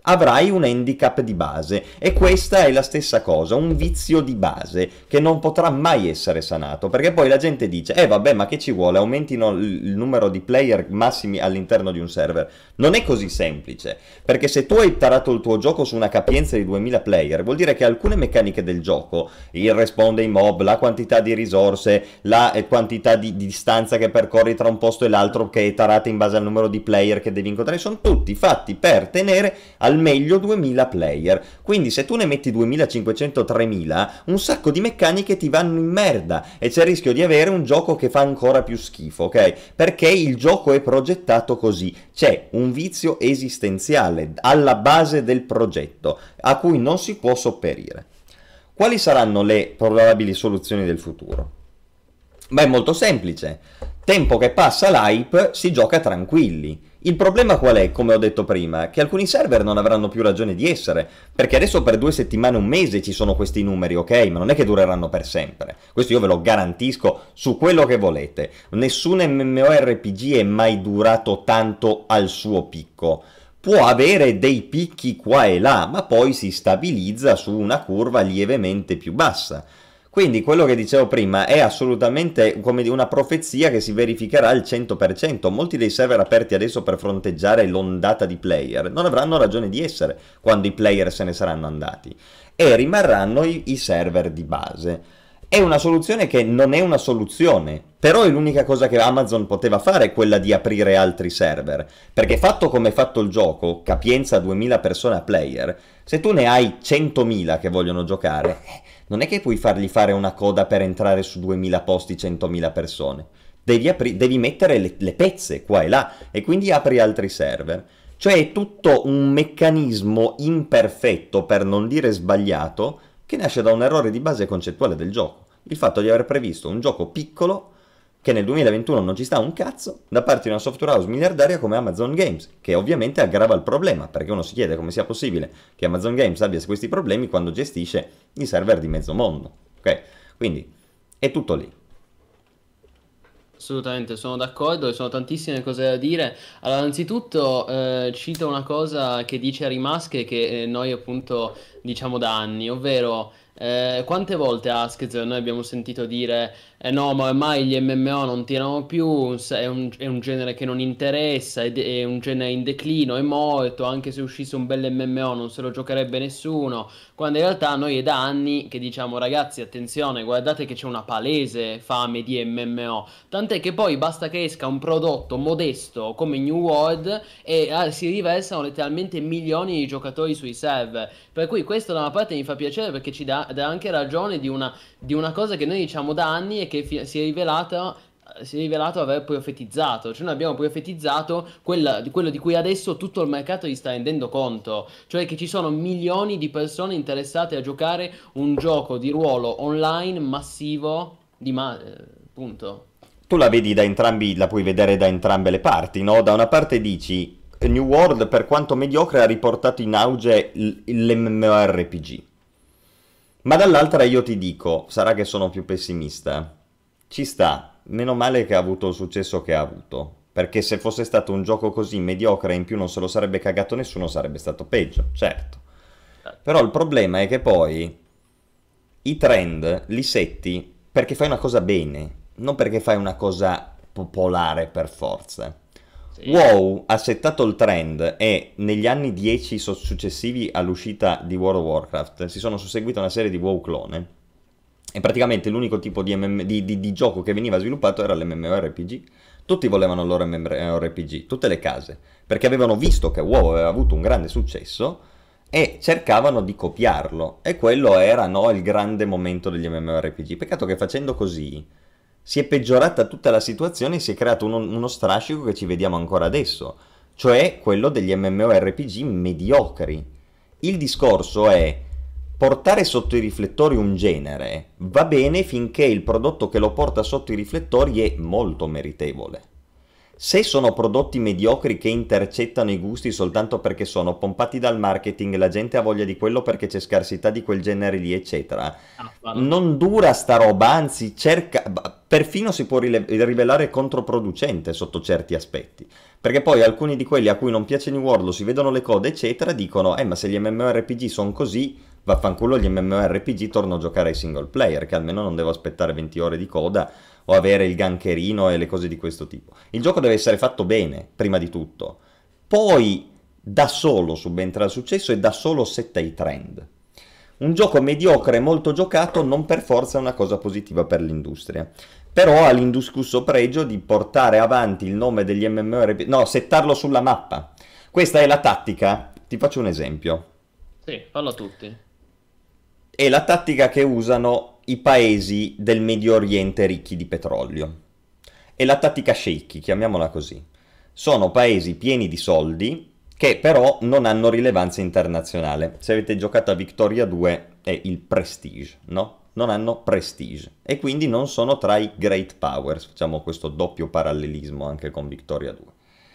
avrai un handicap di base, e questa è la stessa cosa, un vizio di base che non potrà mai essere sanato, perché poi la gente dice eh vabbè, ma che ci vuole, aumentino il numero di player massimi all'interno di un server. Non è così semplice, perché se tu hai tarato il tuo gioco su una capienza di duemila player, vuol dire che alcune meccaniche del gioco, il respawn dei mob, la quantità di risorse, la eh, quantità di, di distanza che percorri tra un posto e l'altro, che è tarata in base al numero di player che devi incontrare, sono tutti fatti per tenere al meglio duemila player. Quindi se tu ne metti duemilacinquecento tremila, un sacco di meccaniche ti vanno in merda e c'è il rischio di avere un gioco che fa ancora più schifo, ok? Perché il gioco è progettato così, c'è un vizio esistenziale alla base del progetto a cui non si può sopperire. Quali saranno le probabili soluzioni del futuro? Beh, è molto semplice. Tempo che passa l'hype, si gioca tranquilli. Il problema qual è, come ho detto prima? Che alcuni server non avranno più ragione di essere, perché adesso per due settimane, un mese ci sono questi numeri, ok? Ma non è che dureranno per sempre. Questo io ve lo garantisco su quello che volete. Nessun MMORPG è mai durato tanto al suo picco. Può avere dei picchi qua e là, ma poi si stabilizza su una curva lievemente più bassa. Quindi quello che dicevo prima è assolutamente come una profezia che si verificherà al cento per cento. Molti dei server aperti adesso per fronteggiare l'ondata di player non avranno ragione di essere quando i player se ne saranno andati, e rimarranno i, i server di base. È una soluzione che non è una soluzione, però è l'unica cosa che Amazon poteva fare, quella di aprire altri server, perché fatto come è fatto il gioco, capienza duemila persone a player, se tu ne hai centomila che vogliono giocare, non è che puoi fargli fare una coda per entrare su duemila posti, centomila persone. Devi, apri- devi mettere le, le pezze qua e là, e quindi apri altri server. Cioè è tutto un meccanismo imperfetto, per non dire sbagliato, che nasce da un errore di base concettuale del gioco. Il fatto di aver previsto un gioco piccolo che nel duemilaventuno non ci sta un cazzo da parte di una software house miliardaria come Amazon Games, che ovviamente aggrava il problema, perché uno si chiede come sia possibile che Amazon Games abbia questi problemi quando gestisce i server di mezzo mondo, ok? Quindi è tutto lì. Assolutamente, sono d'accordo, e sono tantissime cose da dire. Allora, anzitutto eh, cito una cosa che dice Rimask e che eh, noi appunto diciamo da anni, ovvero eh, quante volte a Askez noi abbiamo sentito dire eh no, ma ormai gli M M O non tirano più, è un, è un genere che non interessa, è, de- è un genere in declino, è morto, anche se uscisse un bel M M O non se lo giocherebbe nessuno, quando in realtà noi è da anni che diciamo ragazzi attenzione, guardate che c'è una palese fame di M M O, tant'è che poi basta che esca un prodotto modesto come New World e ah, si riversano letteralmente milioni di giocatori sui server, per cui questo da una parte mi fa piacere perché ci dà, dà anche ragione di una, di una cosa che noi diciamo da anni e che fi- si è rivelata si è rivelato aver profetizzato, cioè noi abbiamo profetizzato quella, di quello di cui adesso tutto il mercato gli sta rendendo conto, cioè che ci sono milioni di persone interessate a giocare un gioco di ruolo online massivo di ma- eh, punto. Tu la vedi da entrambi, la puoi vedere da entrambe le parti, no? Da una parte dici New World, per quanto mediocre, ha riportato in auge l- l'MMORPG. Ma dall'altra io ti dico, sarà che sono più pessimista, ci sta, meno male che ha avuto il successo che ha avuto, perché se fosse stato un gioco così mediocre e in più non se lo sarebbe cagato nessuno, sarebbe stato peggio, certo. Però il problema è che poi i trend li setti perché fai una cosa bene, non perché fai una cosa popolare per forza. Sì. WoW ha settato il trend e negli anni dieci so- successivi all'uscita di World of Warcraft si sono susseguite una serie di WoW clone e praticamente l'unico tipo di, M M di, di, di gioco che veniva sviluppato era l'MMORPG. Tutti volevano il loro MMORPG, tutte le case, perché avevano visto che WoW aveva avuto un grande successo e cercavano di copiarlo, e quello era, no, il grande momento degli MMORPG. Peccato che facendo così si è peggiorata tutta la situazione e si è creato uno, uno strascico che ci vediamo ancora adesso, cioè quello degli MMORPG mediocri. Il discorso è portare sotto i riflettori un genere va bene finché il prodotto che lo porta sotto i riflettori è molto meritevole. Se sono prodotti mediocri che intercettano i gusti soltanto perché sono pompati dal marketing, la gente ha voglia di quello perché c'è scarsità di quel genere lì, eccetera, Affano. non dura sta roba, anzi cerca, perfino si può rile- rivelare controproducente sotto certi aspetti. Perché poi alcuni di quelli a cui non piace New World, lo si vedono le code, eccetera, dicono, eh ma se gli MMORPG sono così, vaffanculo gli MMORPG, torno a giocare ai single player, che almeno non devo aspettare venti ore di coda o avere il gancherino e le cose di questo tipo. Il gioco deve essere fatto bene, prima di tutto. Poi da solo subentra il successo e da solo setta i trend. Un gioco mediocre e molto giocato non per forza è una cosa positiva per l'industria. Però ha l'indiscusso pregio di portare avanti il nome degli MMORPG, no, settarlo sulla mappa. Questa è la tattica, ti faccio un esempio. Sì, fallo a tutti. È la tattica che usano i paesi del Medio Oriente ricchi di petrolio. È la tattica shaky, chiamiamola così. Sono paesi pieni di soldi che però non hanno rilevanza internazionale. Se avete giocato a Victoria due è il prestige, no? Non hanno prestige e quindi non sono tra i great powers. Facciamo questo doppio parallelismo anche con Victoria due.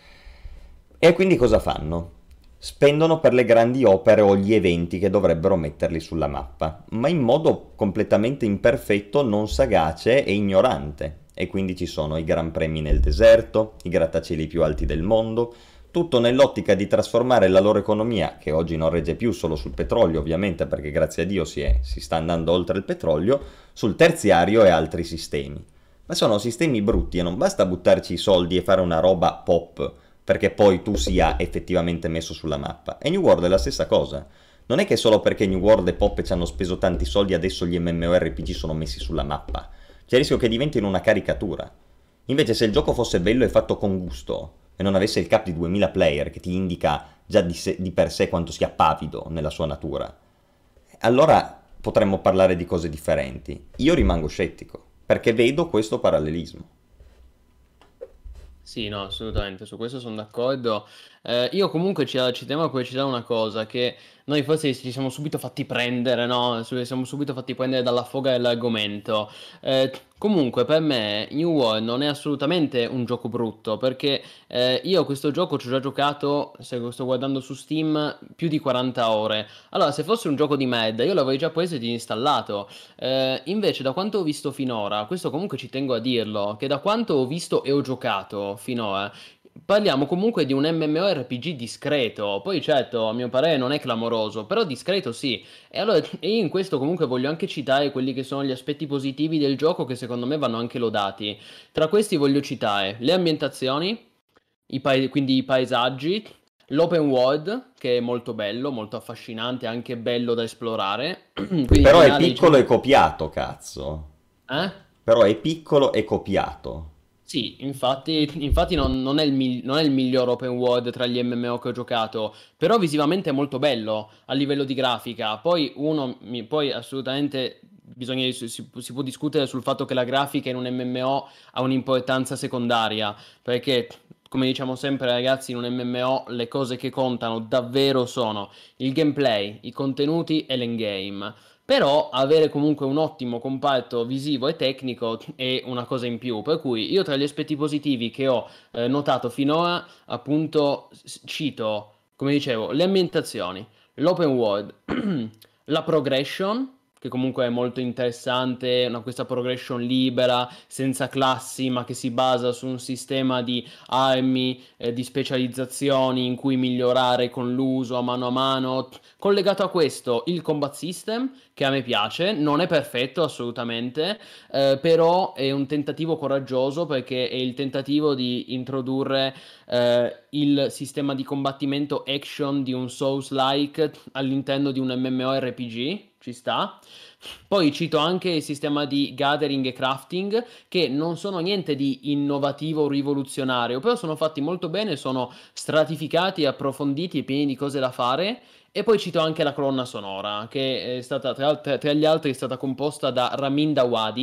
E quindi cosa fanno? Spendono per le grandi opere o gli eventi che dovrebbero metterli sulla mappa, ma in modo completamente imperfetto, non sagace e ignorante. E quindi ci sono i gran premi nel deserto, i grattacieli più alti del mondo, tutto nell'ottica di trasformare la loro economia, che oggi non regge più solo sul petrolio ovviamente, perché grazie a Dio si, è, si sta andando oltre il petrolio, sul terziario e altri sistemi. Ma sono sistemi brutti e non basta buttarci i soldi e fare una roba pop, perché poi tu sia effettivamente messo sulla mappa. E New World è la stessa cosa. Non è che solo perché New World e Pop ci hanno speso tanti soldi adesso gli MMORPG sono messi sulla mappa. C'è il rischio che diventino una caricatura. Invece se il gioco fosse bello e fatto con gusto e non avesse il cap di duemila player che ti indica già di, se, di per sé quanto sia pavido nella sua natura, allora potremmo parlare di cose differenti. Io rimango scettico, perché vedo questo parallelismo. Sì, no, assolutamente, su questo sono d'accordo. Eh, io comunque ci, ci tengo a precisare una cosa, che noi forse ci siamo subito fatti prendere, no? Ci siamo subito fatti prendere dalla foga dell'argomento. Eh, comunque, per me, New World non è assolutamente un gioco brutto, perché eh, io questo gioco ci ho già giocato, se lo sto guardando su Steam, più di quaranta ore. Allora, se fosse un gioco di merda, io l'avrei già preso e disinstallato. Eh, invece, da quanto ho visto finora, questo comunque ci tengo a dirlo, che da quanto ho visto e ho giocato finora, parliamo comunque di un MMORPG discreto. Poi certo, a mio parere non è clamoroso, però discreto sì. E allora, e io in questo comunque voglio anche citare quelli che sono gli aspetti positivi del gioco che secondo me vanno anche lodati. Tra questi voglio citare le ambientazioni, i pa- quindi i paesaggi, l'open world, che è molto bello, molto affascinante, anche bello da esplorare. Quindi in Però è generale, piccolo diciamo... e copiato, cazzo. Eh? Però è piccolo e copiato. Sì, infatti, infatti non, non è il, mi- non è il miglior open world tra gli M M O che ho giocato, però visivamente è molto bello a livello di grafica. Poi uno, mi- poi assolutamente bisogna, si, si si può discutere sul fatto che la grafica in un M M O ha un'importanza secondaria, perché come diciamo sempre ragazzi, in un M M O le cose che contano davvero sono il gameplay, i contenuti e l'endgame. Però avere comunque un ottimo comparto visivo e tecnico è una cosa in più, per cui io tra gli aspetti positivi che ho eh, notato finora, appunto, s- cito, come dicevo, le ambientazioni, l'open world, la progression, che comunque è molto interessante, una, questa progression libera, senza classi, ma che si basa su un sistema di armi, eh, di specializzazioni in cui migliorare con l'uso a mano a mano. Collegato a questo, il combat system, che a me piace, non è perfetto assolutamente, eh, però è un tentativo coraggioso perché è il tentativo di introdurre eh, il sistema di combattimento action di un Souls-like all'interno di un MMORPG, ci sta. Poi cito anche il sistema di gathering e crafting, che non sono niente di innovativo o rivoluzionario, però sono fatti molto bene, sono stratificati, approfonditi e pieni di cose da fare. E poi cito anche la colonna sonora, che è stata, tra, tra- tra gli altri, è stata composta da Ramin Dawadi,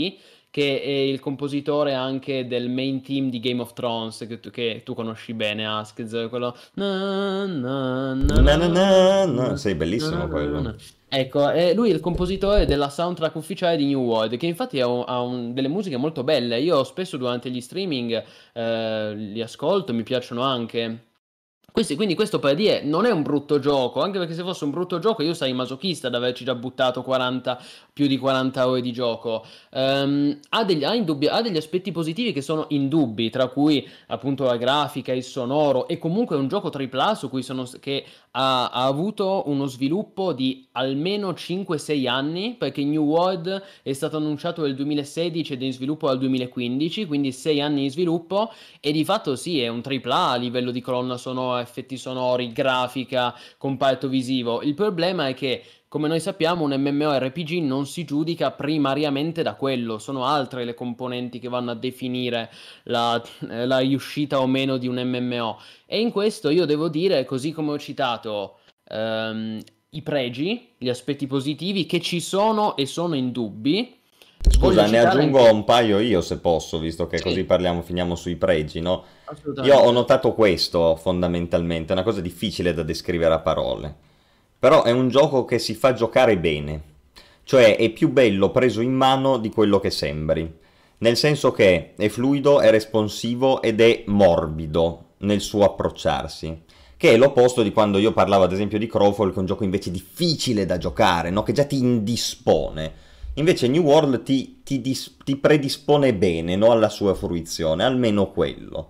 che è il compositore anche del main team di Game of Thrones, che tu, che tu conosci bene, Askez, quello... na, na, na, Na na na, na na. na, Sì, bellissimo na, na, quello. na. Ecco, e lui è il compositore della soundtrack ufficiale di New World, che infatti ha, un- ha un- delle musiche molto belle. Io spesso durante gli streaming eh, li ascolto, mi piacciono anche. Questi- quindi questo per dire non è un brutto gioco, anche perché se fosse un brutto gioco io sarei masochista ad averci già buttato quaranta, più di quaranta ore di gioco. Ehm, ha degli, ha indubbi- ha degli aspetti positivi che sono indubbi, tra cui appunto la grafica, il sonoro e comunque è un gioco tripla A su cui sono, che ha, ha avuto uno sviluppo di almeno cinque sei anni, perché New World è stato annunciato nel duemilasedici ed è in sviluppo dal duemilaquindici, quindi sei anni in sviluppo e di fatto sì, è un tripla A a livello di colonna sonora, effetti sonori, grafica, comparto visivo. Il problema è che, come noi sappiamo, un MMORPG non si giudica primariamente da quello, sono altre le componenti che vanno a definire la, la riuscita o meno di un M M O. E in questo io devo dire, così come ho citato ehm, i pregi, gli aspetti positivi che ci sono e sono indubbi, voglio Scusa, ne citare aggiungo anche... un paio io se posso, visto che così Sì, parliamo, finiamo sui pregi, no? Io ho assolutamente. notato questo fondamentalmente, è una cosa difficile da descrivere a parole, però è un gioco che si fa giocare bene, cioè è più bello preso in mano di quello che sembri, nel senso che è fluido, è responsivo ed è morbido nel suo approcciarsi, che è l'opposto di quando io parlavo ad esempio di Crowfall, che è un gioco invece difficile da giocare, no? Che già ti indispone. Invece New World ti, ti dis- ti predispone bene, no? Alla sua fruizione, almeno quello.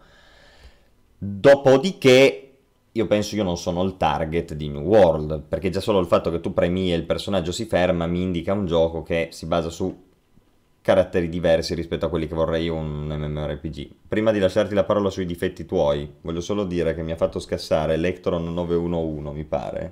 Dopodiché, io penso io non sono il target di New World, perché già solo il fatto che tu premi e il personaggio si ferma mi indica un gioco che si basa su caratteri diversi rispetto a quelli che vorrei io un MMORPG. Prima di lasciarti la parola sui difetti tuoi, voglio solo dire che mi ha fatto scassare Electron nove uno uno, mi pare,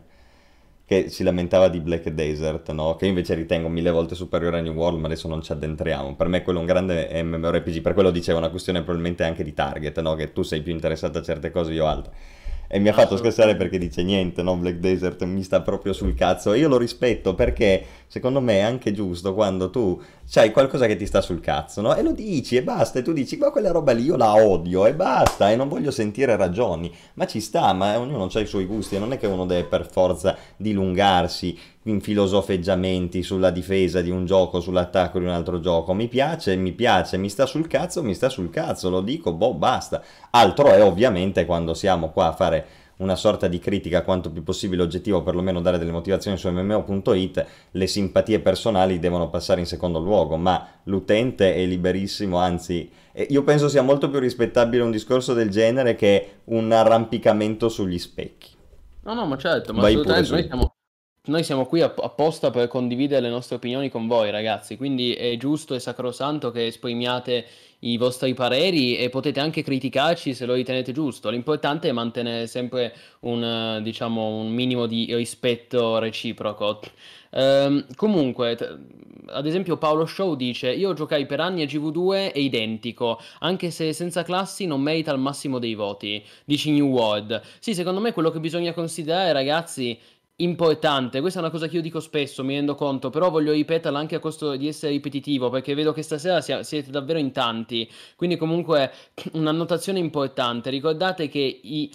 che si lamentava di Black Desert, no? Che io invece ritengo mille volte superiore a New World, ma adesso non ci addentriamo. Per me quello è un grande MMORPG, per quello dicevo, è una questione probabilmente anche di target, no? Che tu sei più interessato a certe cose, io altre. E mi ha fatto scassare Assolutamente. perché dice niente, no? Black Desert mi sta proprio sul cazzo. E io lo rispetto perché secondo me è anche giusto quando tu c'hai qualcosa che ti sta sul cazzo, no? E lo dici e basta, e tu dici, ma quella roba lì io la odio e basta, e non voglio sentire ragioni. Ma ci sta, ma ognuno ha i suoi gusti, e non è che uno deve per forza dilungarsi in filosofeggiamenti sulla difesa di un gioco, sull'attacco di un altro gioco. Mi piace, mi piace, mi sta sul cazzo, mi sta sul cazzo, lo dico, boh, basta. Altro è ovviamente quando siamo qua a fare una sorta di critica quanto più possibile oggettiva, o perlomeno dare delle motivazioni su M M O punto it, le simpatie personali devono passare in secondo luogo, ma l'utente è liberissimo, anzi, eh, io penso sia molto più rispettabile un discorso del genere che un arrampicamento sugli specchi. No, no, ma certo, ma Vai pure assolutamente, noi su. siamo, noi siamo qui app- apposta per condividere le nostre opinioni con voi, ragazzi, quindi è giusto e sacrosanto che esprimiate i vostri pareri e potete anche criticarci se lo ritenete giusto. L'importante è mantenere sempre un, eh, diciamo, un minimo di rispetto reciproco. Ehm, comunque, t- ad esempio Paolo Show dice: Io giocai per anni a G V due, è identico, anche se senza classi non merita il massimo dei voti. Dici New World. Sì, secondo me quello che bisogna considerare, ragazzi, importante, questa è una cosa che io dico spesso, mi rendo conto, però voglio ripeterla anche a costo di essere ripetitivo, perché vedo che stasera sia- siete davvero in tanti, quindi comunque un'annotazione importante, ricordate che i,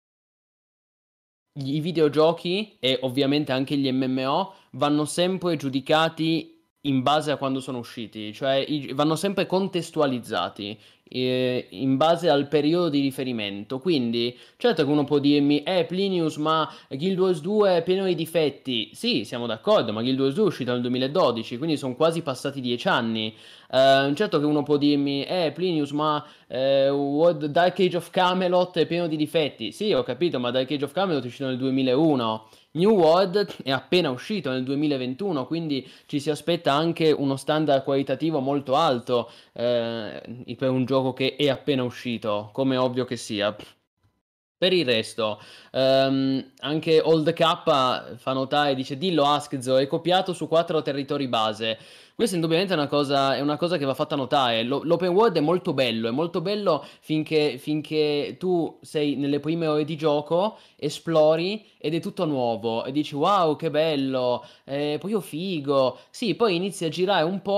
i videogiochi e ovviamente anche gli M M O vanno sempre giudicati in base a quando sono usciti, cioè i- vanno sempre contestualizzati eh, in base al periodo di riferimento. Quindi, certo che uno può dirmi, eh, Plinius, ma Guild Wars due è pieno di difetti. Sì, siamo d'accordo, ma Guild Wars due è uscito nel duemiladodici, quindi sono quasi passati dieci anni. Eh, certo che uno può dirmi, eh, Plinius, ma eh, World- Dark Age of Camelot è pieno di difetti. Sì, ho capito, ma Dark Age of Camelot è uscito nel duemilauno. New World è appena uscito nel duemilaventuno, quindi ci si aspetta anche uno standard qualitativo molto alto eh, per un gioco che è appena uscito, come è ovvio che sia. Per il resto, ehm, anche Old K fa notare, dice Dillo Askzo è copiato su quattro territori base. Questa indubbiamente è una cosa, è una cosa che va fatta notare. Lo- L'open world è molto bello, è molto bello finché, finché tu sei nelle prime ore di gioco, esplori ed è tutto nuovo e dici wow che bello, eh, poi io figo. Sì, poi inizi a girare un po'.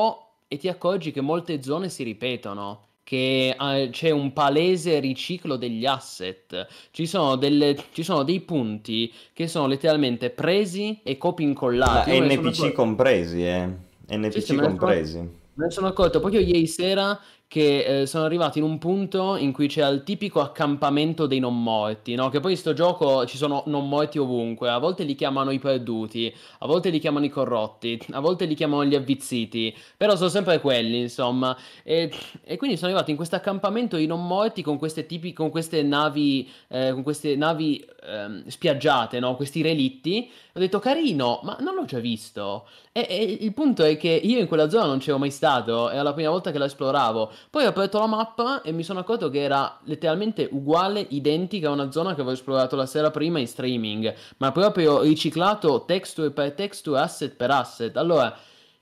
e ti accorgi che molte zone si ripetono, che eh, c'è un palese riciclo degli asset. Ci sono, delle, ci sono dei punti che sono letteralmente presi e copia Ma incollati. Io me ne sono N P C accorto. compresi, eh. Sì, sì, N P C me ne sono, compresi. me ne sono accorto proprio ieri sera che eh, sono arrivato in un punto in cui c'è il tipico accampamento dei non morti, no? Che poi in sto gioco ci sono non morti ovunque, a volte li chiamano i perduti, a volte li chiamano i corrotti, a volte li chiamano gli avvizziti, però sono sempre quelli, insomma. E, e quindi sono arrivato in questo accampamento di non morti con queste tipi, con queste navi, eh, con queste navi ehm, spiaggiate, no? Questi relitti. Ho detto carino, ma non l'ho già visto. E, e il punto è che io in quella zona non c'ero mai stato, era la prima volta che la esploravo. Poi ho aperto la mappa e mi sono accorto che era letteralmente uguale, identica a una zona che avevo esplorato la sera prima in streaming, ma proprio riciclato texture per texture, asset per asset. Allora,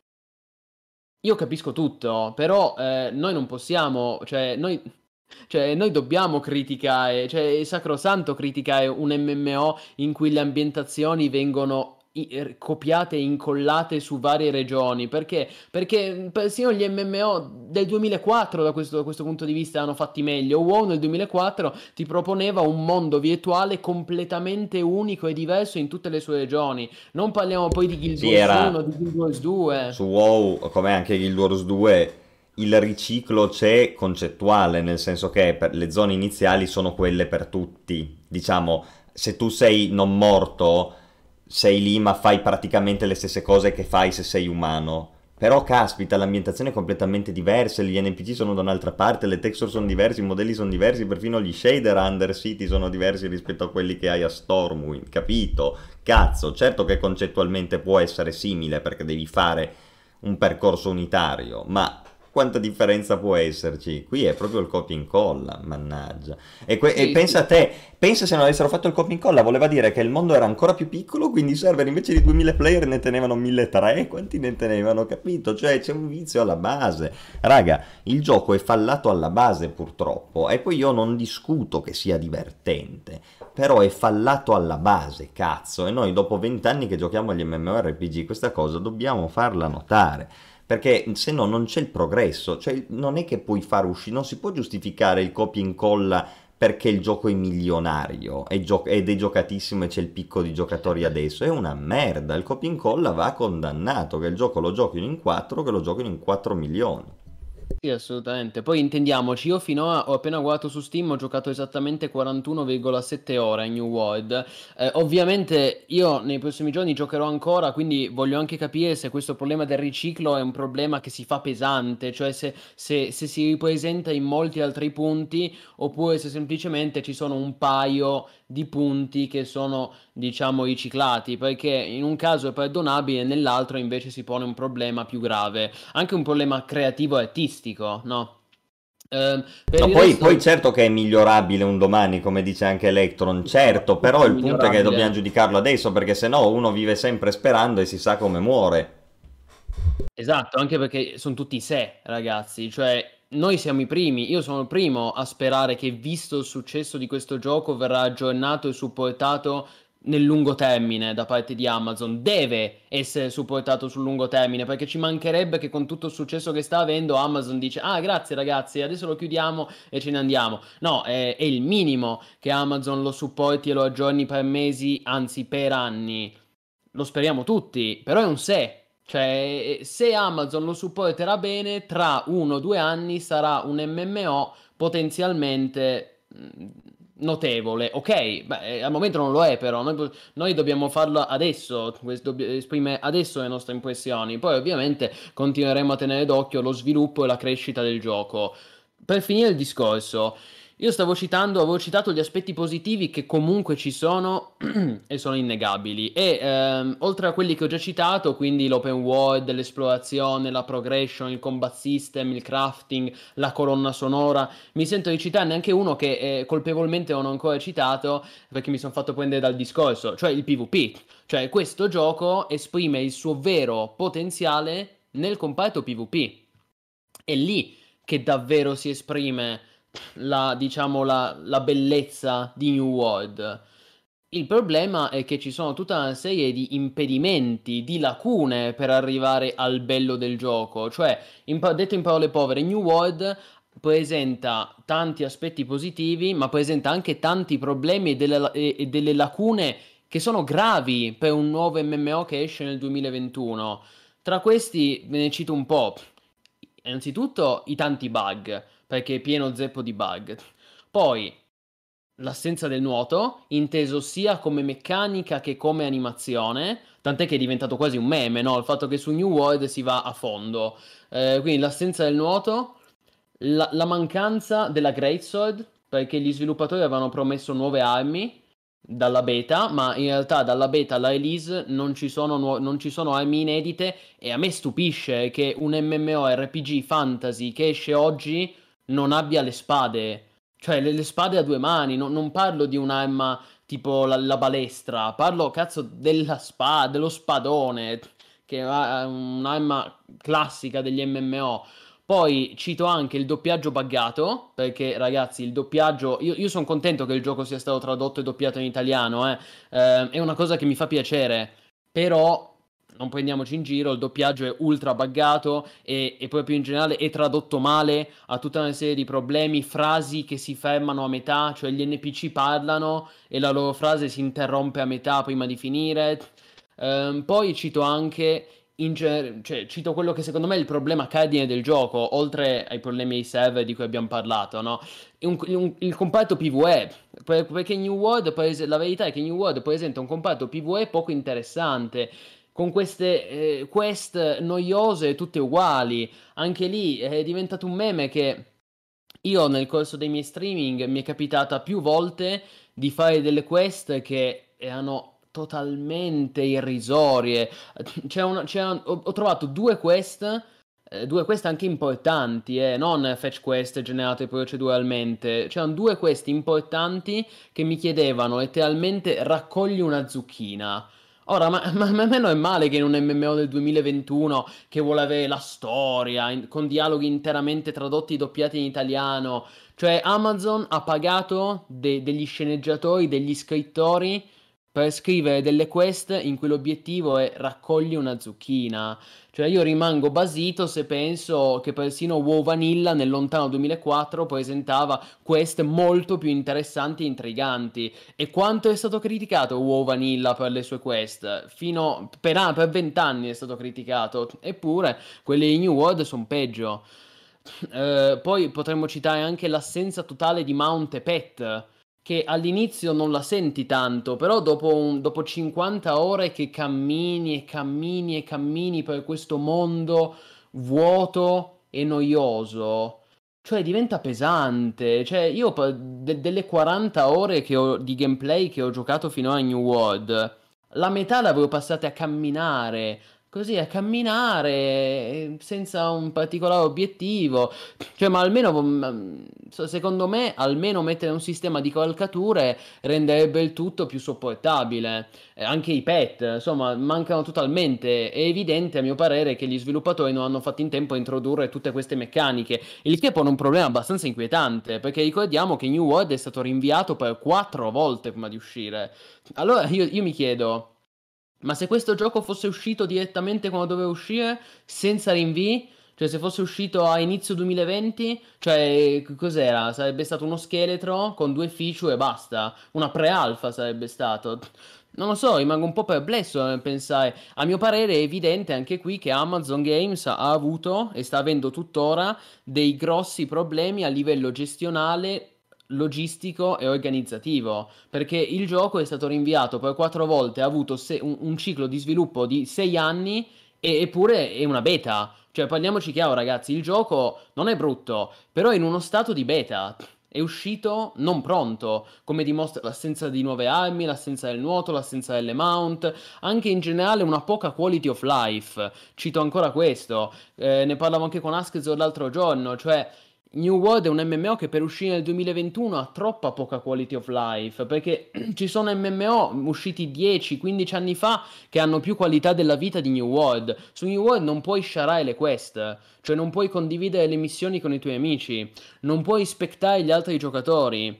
io capisco tutto, però eh, noi non possiamo, cioè noi, cioè, noi dobbiamo criticare, cioè è sacrosanto criticare un M M O in cui le ambientazioni vengono i- er- copiate e incollate su varie regioni, perché? Perché persino gli M M O del duemilaquattro da questo, da questo punto di vista hanno fatti meglio. WoW nel duemilaquattro ti proponeva un mondo virtuale completamente unico e diverso in tutte le sue regioni. Non parliamo poi di Guild Sì, Wars uno, era di Guild Wars due. su WoW, come anche Guild Wars due, il riciclo c'è concettuale, nel senso che per le zone iniziali sono quelle per tutti. Diciamo, se tu sei non morto, sei lì ma fai praticamente le stesse cose che fai se sei umano. Però caspita, l'ambientazione è completamente diversa, gli N P C sono da un'altra parte, le texture sono diverse, i modelli sono diversi, perfino gli shader a Undercity sono diversi rispetto a quelli che hai a Stormwind, capito? Cazzo, certo che concettualmente può essere simile perché devi fare un percorso unitario, ma quanta differenza può esserci? Qui è proprio il copia e incolla, mannaggia. E, que- e Sì, pensa sì. a te, pensa se non avessero fatto il copia e incolla, voleva dire che il mondo era ancora più piccolo, quindi i server invece di duemila player ne tenevano milletrecento, quanti ne tenevano, capito? Cioè c'è un vizio alla base. Raga, il gioco è fallato alla base purtroppo, e poi io non discuto che sia divertente, però è fallato alla base, cazzo, e noi dopo vent'anni che giochiamo agli MMORPG questa cosa dobbiamo farla notare. Perché se no non c'è il progresso, cioè non è che puoi far uscire, non si può giustificare il copia e incolla perché il gioco è milionario è gio- ed è giocatissimo e c'è il picco di giocatori adesso, è una merda, il copia e incolla va condannato, che il gioco lo giochino in quattro, che lo giochino in quattro milioni. Sì, assolutamente. Poi intendiamoci, io finora ho appena guardato su Steam, ho giocato esattamente quarantuno virgola sette ore a New World. Eh, ovviamente io nei prossimi giorni giocherò ancora, quindi voglio anche capire se questo problema del riciclo è un problema che si fa pesante, cioè se, se- se si ripresenta in molti altri punti, oppure se semplicemente ci sono un paio di punti che sono, diciamo, riciclati, perché in un caso è perdonabile, nell'altro invece si pone un problema più grave, anche un problema creativo e artistico, no? Ehm, per No, il poi, resto poi certo che è migliorabile un domani, come dice anche Electron, tutto, certo, però tutto è il punto è che dobbiamo migliorabile. giudicarlo adesso, perché se no uno vive sempre sperando e si sa come muore. Esatto, anche perché sono tutti sé, ragazzi, cioè noi siamo i primi, io sono il primo a sperare che visto il successo di questo gioco verrà aggiornato e supportato nel lungo termine da parte di Amazon, deve essere supportato sul lungo termine perché ci mancherebbe che con tutto il successo che sta avendo Amazon dice ah grazie ragazzi adesso lo chiudiamo e ce ne andiamo, no è, è il minimo che Amazon lo supporti e lo aggiorni per mesi, anzi per anni. Lo speriamo tutti, però è un se. Cioè, eh, se Amazon lo supporterà bene, tra uno o due anni sarà un M M O potenzialmente mh, notevole. Ok, beh, eh, al momento non lo è, però noi, po- noi dobbiamo farlo adesso, quest- dobb- esprimere adesso le nostre impressioni. Poi, ovviamente, continueremo a tenere d'occhio lo sviluppo e la crescita del gioco. Per finire il discorso. Io stavo citando, avevo citato gli aspetti positivi che comunque ci sono e sono innegabili. E ehm, oltre a quelli che ho già citato, quindi l'open world, l'esplorazione, la progression, il combat system, il crafting, la colonna sonora, mi sento di citarne anche uno che eh, colpevolmente non ho ancora citato perché mi sono fatto prendere dal discorso, cioè il PvP. Cioè questo gioco esprime il suo vero potenziale nel comparto PvP. È lì che davvero si esprime la, diciamo, la, la bellezza di New World. Il problema è che ci sono tutta una serie di impedimenti, di lacune per arrivare al bello del gioco. Cioè, in pa- detto in parole povere, New World presenta tanti aspetti positivi, ma presenta anche tanti problemi e delle, la- e- e delle lacune che sono gravi per un nuovo M M O che esce nel duemilaventuno. Tra questi ve ne cito un po'. Innanzitutto i tanti bug, perché è pieno zeppo di bug. Poi l'assenza del nuoto, inteso sia come meccanica che come animazione, tant'è che è diventato quasi un meme, no? Il fatto che su New World si va a fondo. Eh, quindi l'assenza del nuoto, la, la mancanza della Greatsword, perché gli sviluppatori avevano promesso nuove armi dalla beta, ma in realtà dalla beta alla release non ci sono, nuo- non ci sono armi inedite e a me stupisce che un MMORPG fantasy che esce oggi non abbia le spade. Cioè, le, le spade a due mani, no- non parlo di un'arma tipo la, la balestra, parlo, cazzo, della spada, dello spadone, che è un'arma classica degli M M O. Poi cito anche il doppiaggio buggato, perché ragazzi, il doppiaggio, io, io sono contento che il gioco sia stato tradotto e doppiato in italiano, eh. Eh, è una cosa che mi fa piacere, però non prendiamoci in giro, il doppiaggio è ultra buggato e, e poi più in generale è tradotto male, ha tutta una serie di problemi, frasi che si fermano a metà, cioè gli N P C parlano e la loro frase si interrompe a metà prima di finire. Ehm, poi cito anche, in gener- cioè, cito quello che secondo me è il problema cardine del gioco, oltre ai problemi ai server di cui abbiamo parlato, no? È un- un- il comparto PvE, per- perché New World, prese- la verità è che New World presenta un comparto PvE poco interessante, con queste eh, quest noiose tutte uguali. Anche lì è diventato un meme che io nel corso dei miei streaming mi è capitata più volte di fare delle quest che erano totalmente irrisorie. C'è una- c'è un- ho, ho trovato due quest, eh, due quest anche importanti, eh, non fetch quest generate proceduralmente. C'erano due quest importanti che mi chiedevano letteralmente raccogli una zucchina. Ora, ma, ma, ma a me non è male che in un M M O del duemilaventuno che vuole avere la storia, in- con dialoghi interamente tradotti e doppiati in italiano. Cioè, Amazon ha pagato de- degli sceneggiatori, degli scrittori per scrivere delle quest in cui l'obiettivo è raccogli una zucchina. Cioè, io rimango basito se penso che persino WoW Vanilla nel lontano duemilaquattro presentava quest molto più interessanti e intriganti. E quanto è stato criticato WoW Vanilla per le sue quest? Fino per, ah, per vent'anni è stato criticato. Eppure quelle di New World sono peggio. Eh, poi potremmo citare anche l'assenza totale di mount e pet, che all'inizio non la senti tanto, però dopo, un- dopo cinquanta ore che cammini e cammini e cammini per questo mondo vuoto e noioso, cioè diventa pesante. Cioè io per- de- delle quaranta ore che ho- di gameplay che ho giocato finora in New World, la metà l'avevo passata a camminare. Così a camminare eh, senza un particolare obiettivo. Cioè, ma almeno, mm, so- secondo me, almeno mettere un sistema di cavalcature renderebbe il tutto più sopportabile. Eh, anche i pet, insomma, mancano totalmente. È evidente, a mio parere, che gli sviluppatori non hanno fatto in tempo a introdurre tutte queste meccaniche. Il che pone un problema abbastanza inquietante, perché ricordiamo che New World è stato rinviato per quattro volte prima di uscire. Allora io, io mi chiedo. Ma se questo gioco fosse uscito direttamente quando doveva uscire, senza rinvii, cioè se fosse uscito a inizio duemilaventi, cioè c- cos'era? Sarebbe stato uno scheletro con due feature e basta. Una pre-alpha sarebbe stato. Non lo so, rimango un po' perplesso nel pensare. A mio parere è evidente anche qui che Amazon Games ha avuto e sta avendo tuttora dei grossi problemi a livello gestionale, logistico e organizzativo, perché il gioco è stato rinviato per quattro volte, ha avuto se- un, un ciclo di sviluppo di sei anni e eppure è una beta. Cioè, parliamoci chiaro, ragazzi, il gioco non è brutto, però è in uno stato di beta. È uscito non pronto, come dimostra l'assenza di nuove armi, l'assenza del nuoto, l'assenza delle mount, anche in generale una poca quality of life. Cito ancora questo, eh, ne parlavo anche con Askzor l'altro giorno, cioè New World è un M M O che per uscire nel duemilaventuno ha troppa poca quality of life, perché ci sono M M O usciti dieci quindici anni fa che hanno più qualità della vita di New World. Su New World non puoi sciarare le quest, cioè non puoi condividere le missioni con i tuoi amici, non puoi spectare gli altri giocatori.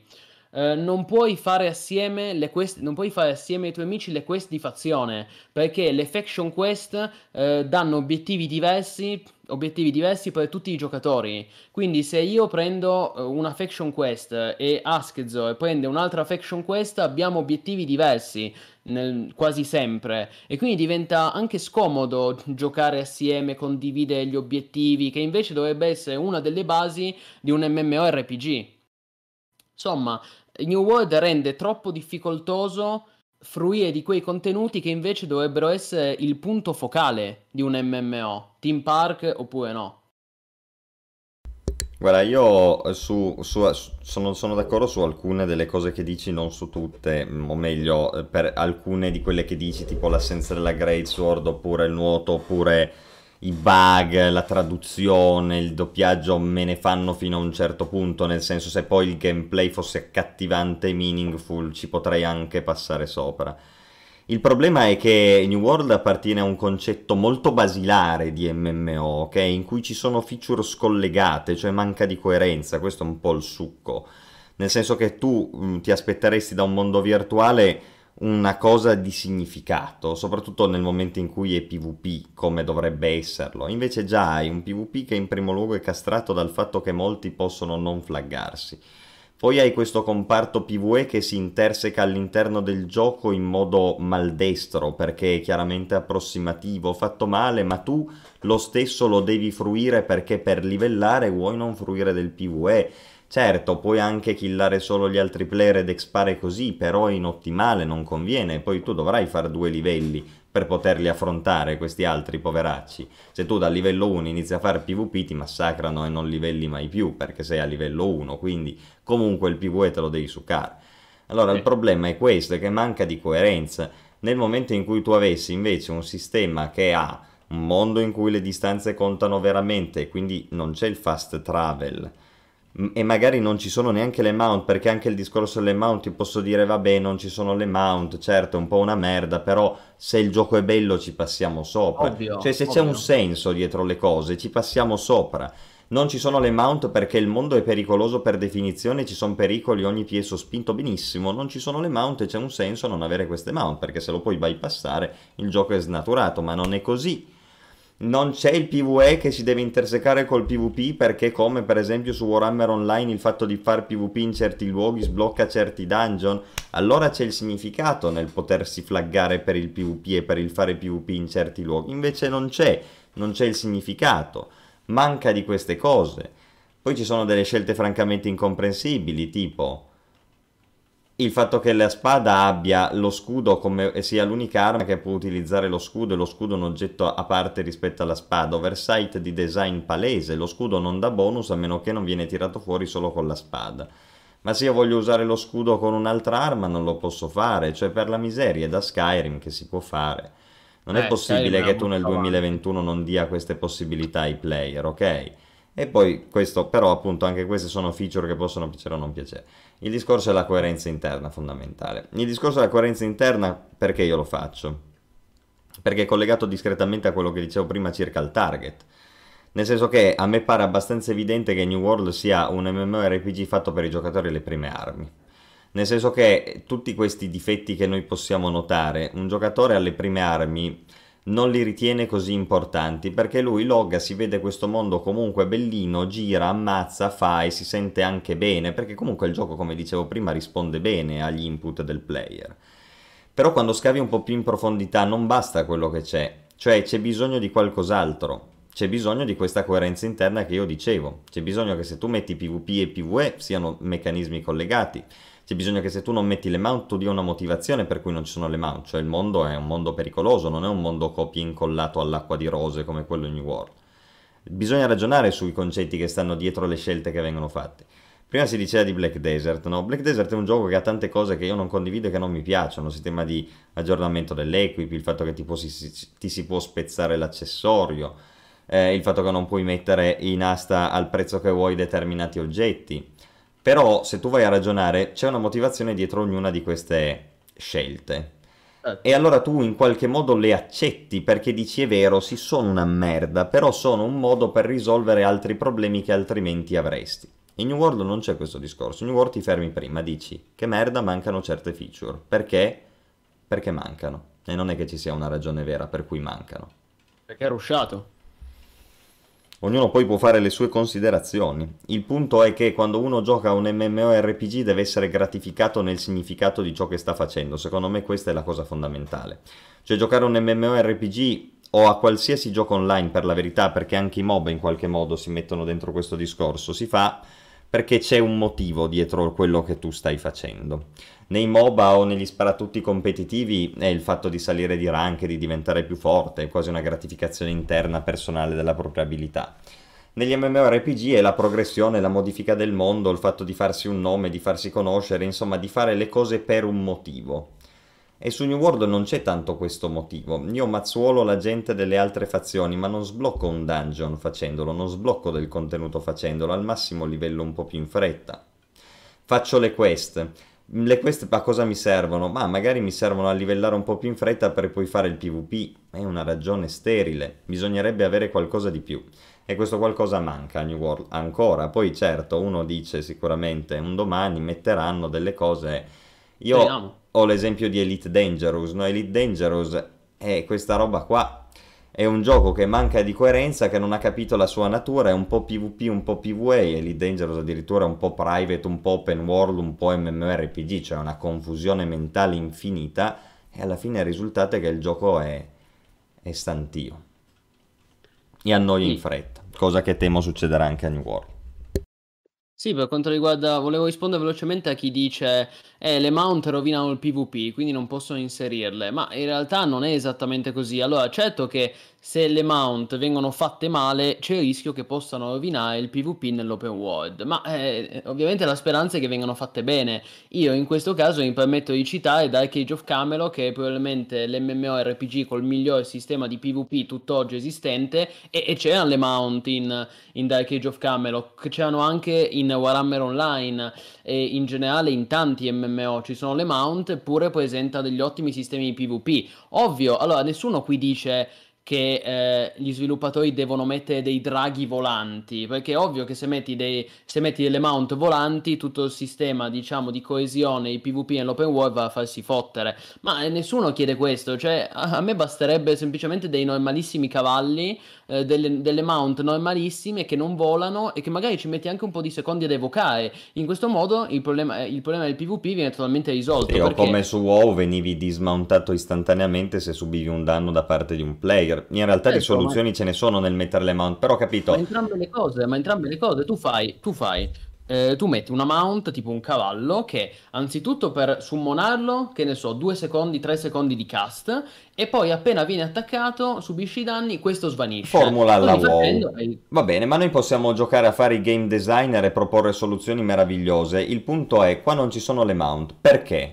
eh, non puoi fare assieme le quest, non puoi fare assieme ai tuoi amici le quest di fazione, perché le faction quest eh, danno obiettivi diversi, obiettivi diversi per tutti i giocatori. Quindi se io prendo eh, una faction quest e Askezo prende un'altra faction quest, abbiamo obiettivi diversi nel- quasi sempre. E quindi diventa anche scomodo giocare assieme, condividere gli obiettivi, che invece dovrebbe essere una delle basi di un MMORPG. Insomma, New World rende troppo difficoltoso fruire di quei contenuti che invece dovrebbero essere il punto focale di un M M O, Team Park oppure no. Guarda, io eh, su, su- su- sono, sono d'accordo su alcune delle cose che dici, non su tutte, mm, o meglio, eh, per alcune di quelle che dici, tipo l'assenza della Greatsword, oppure il nuoto, oppure i bug, la traduzione, il doppiaggio me ne fanno fino a un certo punto, nel senso se poi il gameplay fosse accattivante e meaningful ci potrei anche passare sopra. Il problema è che New World appartiene a un concetto molto basilare di M M O, ok? In cui ci sono feature scollegate, cioè manca di coerenza, questo è un po' il succo. Nel senso che tu mh, ti aspetteresti da un mondo virtuale una cosa di significato, soprattutto nel momento in cui è PvP, come dovrebbe esserlo. Invece già hai un PvP che in primo luogo è castrato dal fatto che molti possono non flaggarsi. Poi hai questo comparto PvE che si interseca all'interno del gioco in modo maldestro, perché è chiaramente approssimativo, fatto male, ma tu lo stesso lo devi fruire perché per livellare vuoi non fruire del PvE. Certo, puoi anche killare solo gli altri player ed expare così, però è inottimale, non conviene, poi tu dovrai fare due livelli per poterli affrontare questi altri poveracci. Se tu dal livello uno inizi a fare PvP ti massacrano e non livelli mai più perché sei a livello uno, quindi comunque il PvE te lo devi succare. Allora il Sì. problema è questo, è che manca di coerenza. Nel momento in cui tu avessi invece un sistema che ha un mondo in cui le distanze contano veramente e quindi non c'è il fast travel, e magari non ci sono neanche le mount, perché anche il discorso delle mount ti posso dire vabbè non ci sono le mount, certo è un po' una merda, però se il gioco è bello ci passiamo sopra, cioè Ovvio, se c'è un ovvio. senso dietro le cose ci passiamo sopra. Non ci sono le mount perché il mondo è pericoloso per definizione, ci sono pericoli ogni piede sospinto, benissimo, non ci sono le mount e c'è un senso non avere queste mount, perché se lo puoi bypassare il gioco è snaturato, ma non è così. Non c'è il PvE che si deve intersecare col PvP perché come per esempio su Warhammer Online il fatto di fare PvP in certi luoghi sblocca certi dungeon, allora c'è il significato nel potersi flaggare per il PvP e per il fare PvP in certi luoghi, invece non c'è, non c'è il significato, manca di queste cose. Poi ci sono delle scelte francamente incomprensibili, tipo il fatto che la spada abbia lo scudo come e sia l'unica arma che può utilizzare lo scudo e lo scudo è un oggetto a parte rispetto alla spada, oversight di design palese, lo scudo non dà bonus a meno che non viene tirato fuori solo con la spada. Ma se io voglio usare lo scudo con un'altra arma non lo posso fare, cioè per la miseria è da Skyrim che si può fare. Non è Eh, Skyrim possibile era che tu molto nel più avanti. duemilaventuno non dia queste possibilità ai player, ok? E poi questo, però appunto anche queste sono feature che possono piacere o non piacere. Il discorso è la coerenza interna fondamentale. Il discorso della coerenza interna perché io lo faccio? Perché è collegato discretamente a quello che dicevo prima circa il target. Nel senso che a me pare abbastanza evidente che New World sia un MMORPG fatto per i giocatori alle prime armi. Nel senso che tutti questi difetti che noi possiamo notare, un giocatore alle prime armi non li ritiene così importanti perché lui logga, si vede questo mondo comunque bellino, gira, ammazza, fa e si sente anche bene perché comunque il gioco, come dicevo prima, risponde bene agli input del player. Però quando scavi un po' più in profondità non basta quello che c'è, cioè c'è bisogno di qualcos'altro. C'è bisogno di questa coerenza interna che io dicevo. C'è bisogno che se tu metti PvP e PvE siano meccanismi collegati. C'è bisogno che se tu non metti le mount tu dia una motivazione per cui non ci sono le mount. Cioè il mondo è un mondo pericoloso, non è un mondo copia incollato all'acqua di rose come quello in New World. Bisogna ragionare sui concetti che stanno dietro le scelte che vengono fatte. Prima si diceva di Black Desert, no? Black Desert è un gioco che ha tante cose che io non condivido e che non mi piacciono, il sistema di aggiornamento dell'equip, il fatto che ti, si, ti si può spezzare l'accessorio, eh, il fatto che non puoi mettere in asta al prezzo che vuoi determinati oggetti. Però se tu vai a ragionare c'è una motivazione dietro ognuna di queste scelte. E Certo. allora tu in qualche modo le accetti perché dici è vero, sì sono una merda, però sono un modo per risolvere altri problemi che altrimenti avresti. In New World non c'è questo discorso. In New World ti fermi prima, dici che merda, mancano certe feature. Perché? Perché mancano. E non è che ci sia una ragione vera per cui mancano. Perché è rushato. Ognuno poi può fare le sue considerazioni. Il punto è che quando uno gioca a un MMORPG deve essere gratificato nel significato di ciò che sta facendo. Secondo me questa è la cosa fondamentale. Cioè giocare a un MMORPG o a qualsiasi gioco online, per la verità, perché anche i MOBA in qualche modo si mettono dentro questo discorso, si fa perché c'è un motivo dietro quello che tu stai facendo. Nei MOBA o negli sparatutti competitivi è il fatto di salire di rank, di diventare più forte, è quasi una gratificazione interna personale della propria abilità. Negli MMORPG è la progressione, la modifica del mondo, il fatto di farsi un nome, di farsi conoscere, insomma di fare le cose per un motivo. E su New World non c'è tanto questo motivo. Io mazzuolo la gente delle altre fazioni, ma non sblocco un dungeon facendolo, non sblocco del contenuto facendolo, al massimo livello un po' più in fretta. Faccio le quest. Le quest a cosa mi servono? Ma magari mi servono a livellare un po' più in fretta per poi fare il PvP. È una ragione sterile. Bisognerebbe avere qualcosa di più. E questo qualcosa manca a New World ancora. Poi certo, uno dice sicuramente un domani metteranno delle cose. Io Speriamo. ho l'esempio di Elite Dangerous, no? Elite Dangerous è questa roba qua. È un gioco che manca di coerenza, che non ha capito la sua natura, è un po' PvP, un po' PvE, Elite Dangerous addirittura è un po' private, un po' open world, un po' MMORPG, cioè una confusione mentale infinita, e alla fine il risultato è che il gioco è, è stantio. E annoia in Sì. fretta, cosa che temo succederà anche a New World. Sì, per quanto riguarda, volevo rispondere velocemente a chi dice eh, le mount rovinano il PvP, quindi non possono inserirle, ma in realtà non è esattamente così. Allora, certo che se le mount vengono fatte male, c'è il rischio che possano rovinare il PvP nell'open world, ma eh, ovviamente la speranza è che vengano fatte bene. Io in questo caso mi permetto di citare Dark Age of Camelot, che è probabilmente l'MMORPG col miglior sistema di PvP tutt'oggi esistente, e, e c'erano le mount in, in Dark Age of Camelot, che c'erano anche in Warhammer Online e in generale in tanti M M O ci sono le mount, eppure presenta degli ottimi sistemi di PvP. Ovvio, allora nessuno qui dice che eh, gli sviluppatori devono mettere dei draghi volanti, perché è ovvio che se metti, dei, se metti delle mount volanti tutto il sistema, diciamo, di coesione di PvP nell'open world va a farsi fottere, ma eh, nessuno chiede questo, cioè a, a me basterebbe semplicemente dei normalissimi cavalli, eh, delle, delle mount normalissime che non volano e che magari ci metti anche un po' di secondi ad evocare. In questo modo il problema, il problema del PvP viene totalmente risolto. Sì, o perché... come su WoW venivi dismountato istantaneamente se subivi un danno da parte di un player. In realtà di Certo, ma... soluzioni ce ne sono nel mettere le mount, però ho Ma capito. entrambe le cose, ma entrambe le cose, tu fai, tu fai, eh, tu metti una mount tipo un cavallo che anzitutto per summonarlo, che ne so, due secondi, tre secondi di cast, e poi appena viene attaccato, subisci i danni, questo svanisce. Formula alla Così facendo, WoW. hai- Va bene, ma noi possiamo giocare a fare i game designer e proporre soluzioni meravigliose. Il punto è, qua non ci sono le mount. Perché?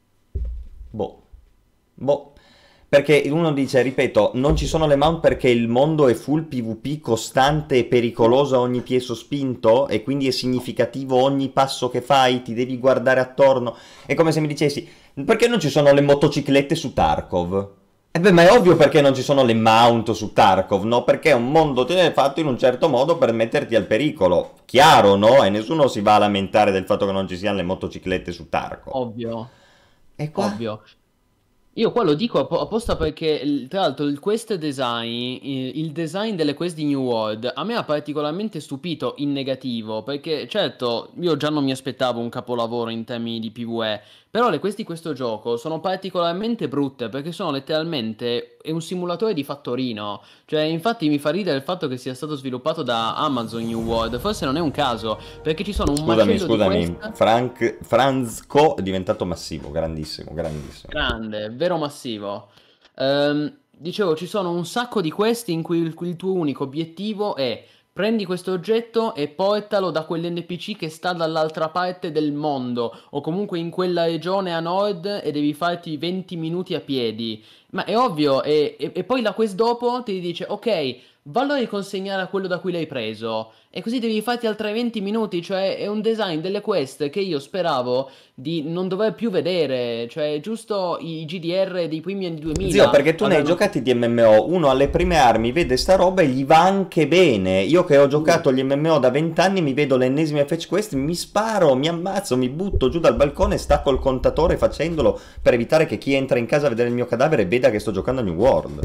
Boh. Boh. Perché uno dice, ripeto, non ci sono le mount perché il mondo è full PvP costante e pericoloso a ogni piede sospinto e quindi è significativo ogni passo che fai, ti devi guardare attorno. È come se mi dicessi, perché non ci sono le motociclette su Tarkov? E beh, ma è ovvio perché non ci sono le mount su Tarkov, no? Perché è un mondo fatto in un certo modo per metterti al pericolo. Chiaro, no? E nessuno si va a lamentare del fatto che non ci siano le motociclette su Tarkov. ovvio, E qua? ovvio. Io qua lo dico app- apposta perché, il- tra l'altro, il quest design, il il design delle quest di New World, a me ha particolarmente stupito in negativo, perché certo, io già non mi aspettavo un capolavoro in termini di PvE, però le quest di questo gioco sono particolarmente brutte, perché sono letteralmente, è un simulatore di fattorino, cioè infatti mi fa ridere il fatto che sia stato sviluppato da Amazon New World, forse non è un caso, perché ci sono un Scusami, macello di scusami, quest. Frank, Franzco è diventato massivo, grandissimo, grandissimo. Grande, vero massivo. Ehm, dicevo, ci sono un sacco di questi in cui il, il tuo unico obiettivo è prendi questo oggetto e portalo da quell'N P C che sta dall'altra parte del mondo o comunque in quella regione a nord e devi farti venti minuti a piedi. Ma è ovvio, e, e- e poi la quest dopo ti dice, ok, vallo a riconsegnare a quello da cui l'hai preso. E così devi farti altri venti minuti, cioè è un design delle quest che io speravo di non dover più vedere. Cioè, giusto i G D R dei primi anni Zio, duemila perché tu ne hai avevano... giocati di M M O, uno alle prime armi vede sta roba e gli va anche bene. Io che ho giocato gli M M O da vent'anni mi vedo l'ennesima fetch quest, mi sparo, mi ammazzo, mi butto giù dal balcone e stacco il contatore facendolo per evitare che chi entra in casa a vedere il mio cadavere veda che sto giocando a New World.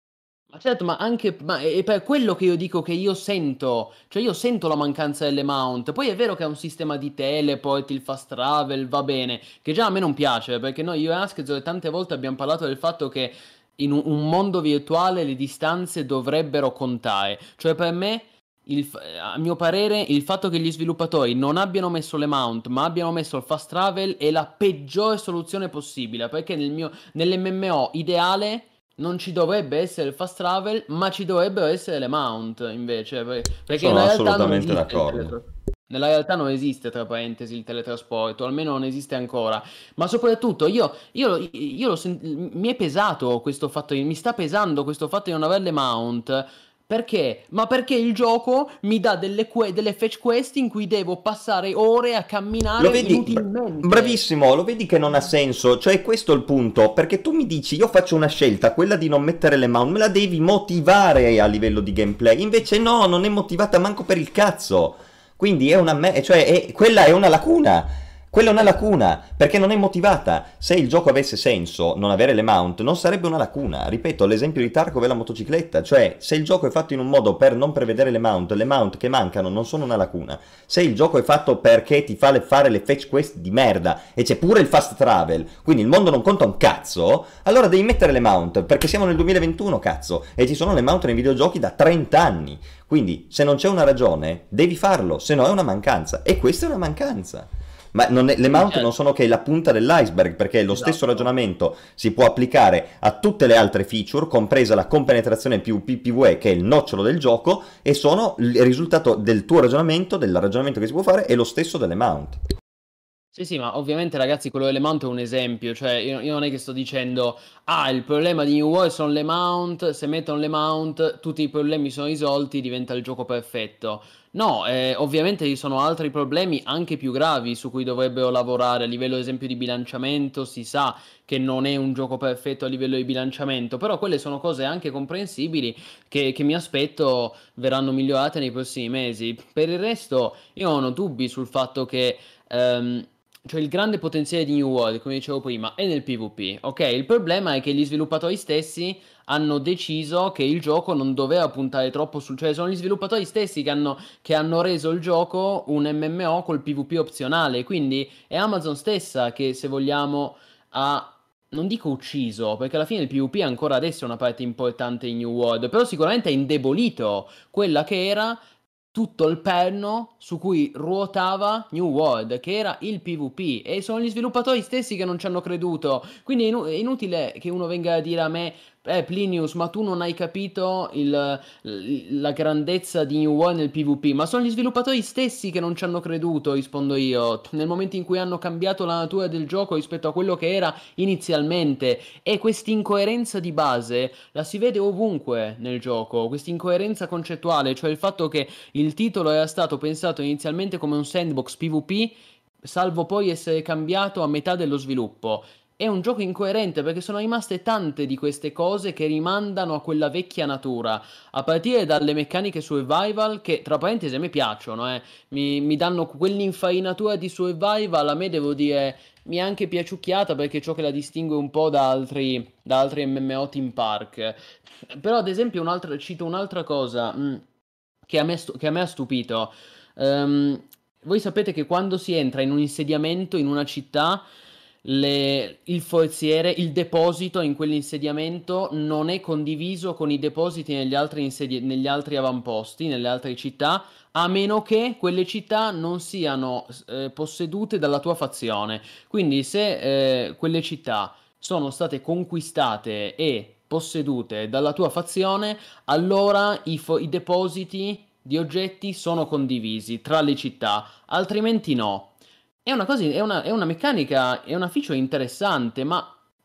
Ma certo, ma anche ma è per quello che io dico che io sento, cioè io sento la mancanza delle mount. Poi è vero che è un sistema di teleport, il fast travel, va bene, che già a me non piace, perché noi io e Askezzo tante volte abbiamo parlato del fatto che in un, un mondo virtuale le distanze dovrebbero contare. Cioè per me, il f- a mio parere, il fatto che gli sviluppatori non abbiano messo le mount, ma abbiano messo il fast travel è la peggiore soluzione possibile, perché nel mio, nell'M M O ideale non ci dovrebbe essere il fast travel, ma ci dovrebbero essere le mount invece, per- perché Sono nella realtà non assolutamente esiste il d'accordo. teletrasporto. Nella realtà non esiste, tra parentesi, il teletrasporto, almeno non esiste ancora. Ma soprattutto io, io, io l'ho sen- mi è pesato questo fatto, mi sta pesando questo fatto di non avere le mount. Perché? Ma perché il gioco mi dà delle, que- delle fetch quest in cui devo passare ore a Lo camminare vedi, bra- inutilmente. bravissimo, lo vedi che non ha senso, cioè questo è il punto, perché tu mi dici io faccio una scelta, quella di non mettere le mount, me la devi motivare a livello di gameplay, invece no, non è motivata manco per il cazzo, quindi è una me- cioè è- quella è una lacuna. Quella è una Eh, lacuna, perché non è motivata. Se il gioco avesse senso, non avere le mount non sarebbe una lacuna. Ripeto, l'esempio di Tarkov è la motocicletta, cioè se il gioco è fatto in un modo per non prevedere le mount, le mount che mancano non sono una lacuna. Se il gioco è fatto perché ti fa le- fare le fetch quest di merda e c'è pure il fast travel, quindi il mondo non conta un cazzo, allora devi mettere le mount, perché siamo nel duemilaventuno, cazzo, e ci sono le mount nei videogiochi da trenta anni. Quindi se non c'è una ragione, devi farlo, se no è una mancanza. E questa è una mancanza. Ma non è- le sì, mount non certo, sono che la punta dell'iceberg, perché lo stesso esatto. ragionamento si può applicare a tutte le altre feature, compresa la compenetrazione più P P V E, che è il nocciolo del gioco, e sono il risultato del tuo ragionamento, del ragionamento che si può fare, è lo stesso delle mount. Sì, sì, ma ovviamente ragazzi quello delle mount è un esempio, cioè io, io non è che sto dicendo ah il problema di New World sono le mount, se mettono le mount tutti i problemi sono risolti, diventa il gioco perfetto. No, eh, ovviamente ci sono altri problemi anche più gravi su cui dovrebbero lavorare a livello ad esempio di bilanciamento, si sa che non è un gioco perfetto a livello di bilanciamento, però quelle sono cose anche comprensibili che, che mi aspetto verranno migliorate nei prossimi mesi. Per il resto io non ho dubbi sul fatto che... ehm, cioè il grande potenziale di New World, come dicevo prima, è nel PvP, ok? Il problema è che gli sviluppatori stessi hanno deciso che il gioco non doveva puntare troppo sul... Cioè sono gli sviluppatori stessi che hanno, che hanno reso il gioco un M M O col PvP opzionale, quindi è Amazon stessa che, se vogliamo, ha... Non dico ucciso, perché alla fine il PvP ancora adesso è una parte importante in New World, però sicuramente ha indebolito quella che era tutto il perno su cui ruotava New World, che era il PvP, e sono gli sviluppatori stessi che non ci hanno creduto. Quindi è, inu- è inutile che uno venga a dire a me, eh, Plinius, ma tu non hai capito il- l- la grandezza di New World nel PvP, ma sono gli sviluppatori stessi che non ci hanno creduto, rispondo io, nel momento in cui hanno cambiato la natura del gioco rispetto a quello che era inizialmente, e questa incoerenza di base la si vede ovunque nel gioco, questa incoerenza concettuale, cioè il fatto che il titolo era stato pensato inizialmente come un sandbox PvP, salvo poi essere cambiato a metà dello sviluppo. È un gioco incoerente perché sono rimaste tante di queste cose che rimandano a quella vecchia natura, a partire dalle meccaniche survival che, tra parentesi, a me piacciono, eh. Mi, mi danno quell'infarinatura di survival, a me devo dire, mi è anche piaciucchiata perché è ciò che la distingue un po' da altri, da altri M M O Team Park. Però, ad esempio, un'altra, cito un'altra cosa. mh, che a me, stu- che a me ha stupito. Ehm, Voi sapete che quando si entra in un insediamento in una città, le- il forziere, il deposito in quell'insediamento non è condiviso con i depositi negli altri, insedi- negli altri avamposti, nelle altre città, a meno che quelle città non siano eh, possedute dalla tua fazione. Quindi se eh, quelle città sono state conquistate e possedute dalla tua fazione, allora i, fo- i depositi di oggetti sono condivisi tra le città, altrimenti no. È una cosa, è una, è una meccanica, è una feature interessante, ma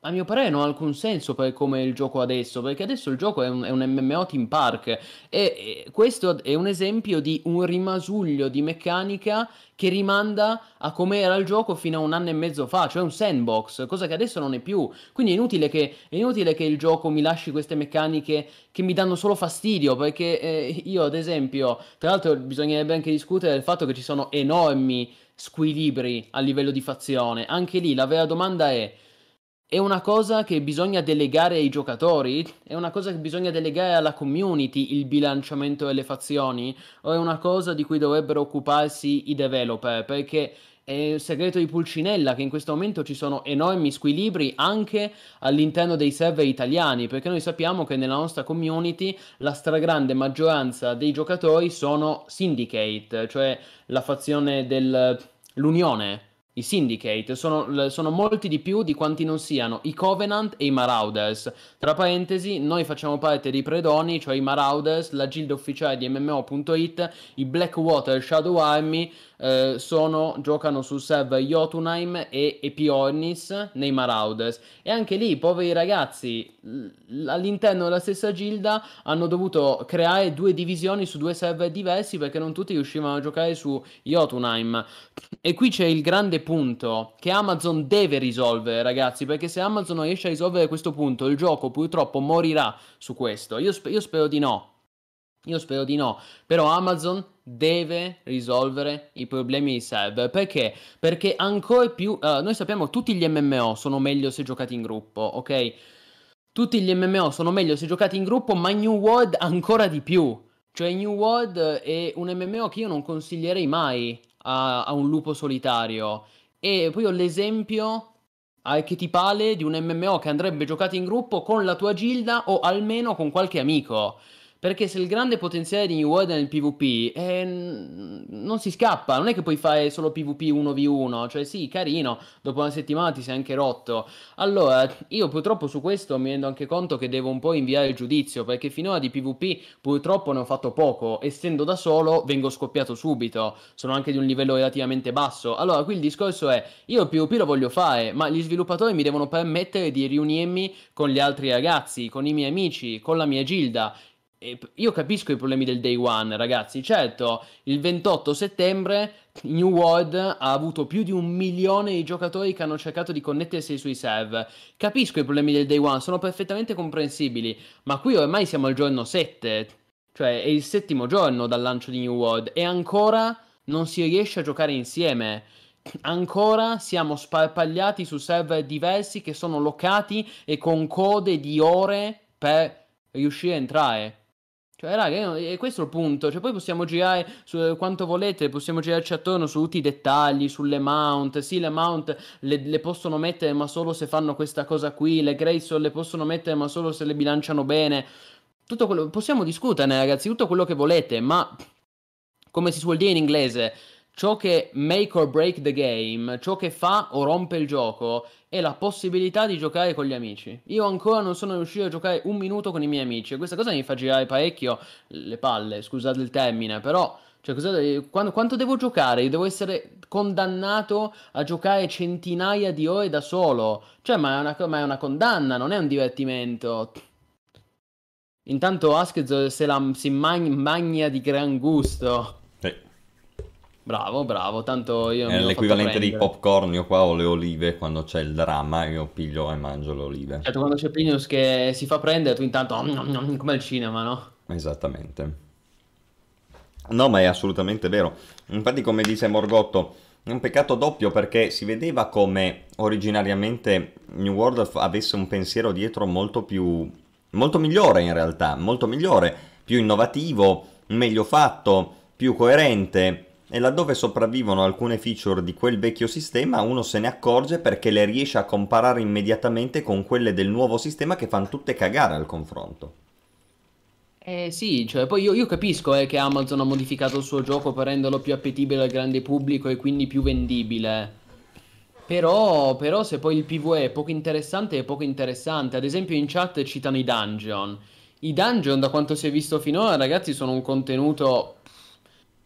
a mio parere non ha alcun senso per come è il gioco adesso, perché adesso il gioco è un, è un M M O Team Park e, e questo è un esempio di un rimasuglio di meccanica che rimanda a come era il gioco fino a un anno e mezzo fa, cioè un sandbox, cosa che adesso non è più. Quindi è inutile che, è inutile che il gioco mi lasci queste meccaniche che mi danno solo fastidio, perché eh, io ad esempio, tra l'altro bisognerebbe anche discutere del fatto che ci sono enormi squilibri a livello di fazione. Anche lì la vera domanda è: è una cosa che bisogna delegare ai giocatori? È una cosa che bisogna delegare alla community, il bilanciamento delle fazioni? O è una cosa di cui dovrebbero occuparsi i developer? Perché è il segreto di Pulcinella che in questo momento ci sono enormi squilibri anche all'interno dei server italiani, perché noi sappiamo che nella nostra community la stragrande maggioranza dei giocatori sono Syndicate, cioè la fazione del... l'Unione. I Syndicate sono, sono molti di più di quanti non siano i Covenant e i Marauders. Tra parentesi, noi facciamo parte dei predoni, cioè i Marauders, la guilda ufficiale di M M O punto it, i Blackwater Shadow Army, eh, sono, giocano sul server Jotunheim e Epiornis nei Marauders. E anche lì, i poveri ragazzi, l- all'interno della stessa gilda, hanno dovuto creare due divisioni su due server diversi perché non tutti riuscivano a giocare su Jotunheim. E qui c'è il grande punto che Amazon deve risolvere, ragazzi, perché se Amazon non riesce a risolvere questo punto, il gioco purtroppo morirà su questo. Io, sp- io spero di no. Io spero di no. Però Amazon deve risolvere i problemi di server. Perché? Perché ancora più... Uh, noi sappiamo che tutti gli M M O sono meglio se giocati in gruppo, ok? Tutti gli M M O sono meglio se giocati in gruppo, ma New World ancora di più. Cioè New World è un M M O che io non consiglierei mai a, a un lupo solitario. E poi ho l'esempio archetipale di un M M O che andrebbe giocato in gruppo con la tua gilda o almeno con qualche amico. Perché se il grande potenziale di New World è nel PvP, eh, n- non si scappa, non è che puoi fare solo PvP uno vu uno, cioè sì, carino, dopo una settimana ti sei anche rotto. Allora, io purtroppo su questo mi rendo anche conto che devo un po' inviare il giudizio, perché finora di PvP purtroppo ne ho fatto poco, essendo da solo vengo scoppiato subito, sono anche di un livello relativamente basso. Allora, qui il discorso è, io il PvP lo voglio fare, ma gli sviluppatori mi devono permettere di riunirmi con gli altri ragazzi, con i miei amici, con la mia gilda. E p- io capisco i problemi del day one, ragazzi. Certo, il ventotto settembre New World ha avuto più di un milione di giocatori che hanno cercato di connettersi sui server. Capisco i problemi del day one, sono perfettamente comprensibili. Ma qui ormai siamo al giorno sette, cioè è il settimo giorno dal lancio di New World e ancora non si riesce a giocare insieme. Ancora siamo sparpagliati su server diversi che sono locati e con code di ore per riuscire a entrare. Cioè, raga, io- e questo è il punto. Cioè, poi possiamo girare su quanto volete, possiamo girarci attorno su tutti i dettagli, sulle mount. Sì, le mount le, le possono mettere, ma solo se fanno questa cosa qui. Le Grayson le possono mettere, ma solo se le bilanciano bene. Tutto quello. Possiamo discuterne, ragazzi, tutto quello che volete, ma come si suol dire in inglese, ciò che make or break the game, ciò che fa o rompe il gioco, è la possibilità di giocare con gli amici. Io ancora non sono riuscito a giocare un minuto con i miei amici e questa cosa mi fa girare parecchio le palle, scusate il termine, però... Cioè, cosa, quando- quanto devo giocare? Io devo essere condannato a giocare centinaia di ore da solo. Cioè, ma è una, co- ma è una condanna, non è un divertimento. Intanto Askez se la si mag- magna di gran gusto. Sì. Bravo, bravo, tanto io mi È ero fatto l'equivalente di prendere. popcorn, io qua ho le olive, quando c'è il dramma io piglio e mangio le olive. Certo, quando c'è Plinius che si fa prendere, tu intanto om, nom, nom, come al cinema, no? Esattamente. No, ma è assolutamente vero. Infatti, come dice Morgotto, è un peccato doppio perché si vedeva come originariamente New World f- avesse un pensiero dietro molto più... molto migliore in realtà, molto migliore, più innovativo, meglio fatto, più coerente. E laddove sopravvivono alcune feature di quel vecchio sistema, uno se ne accorge perché le riesce a comparare immediatamente con quelle del nuovo sistema che fanno tutte cagare al confronto. Eh sì, cioè poi io, io capisco eh, che Amazon ha modificato il suo gioco per renderlo più appetibile al grande pubblico e quindi più vendibile. Però, però se poi il PvE è poco interessante, è poco interessante. Ad esempio in chat citano i dungeon. I dungeon, da quanto si è visto finora, ragazzi, sono un contenuto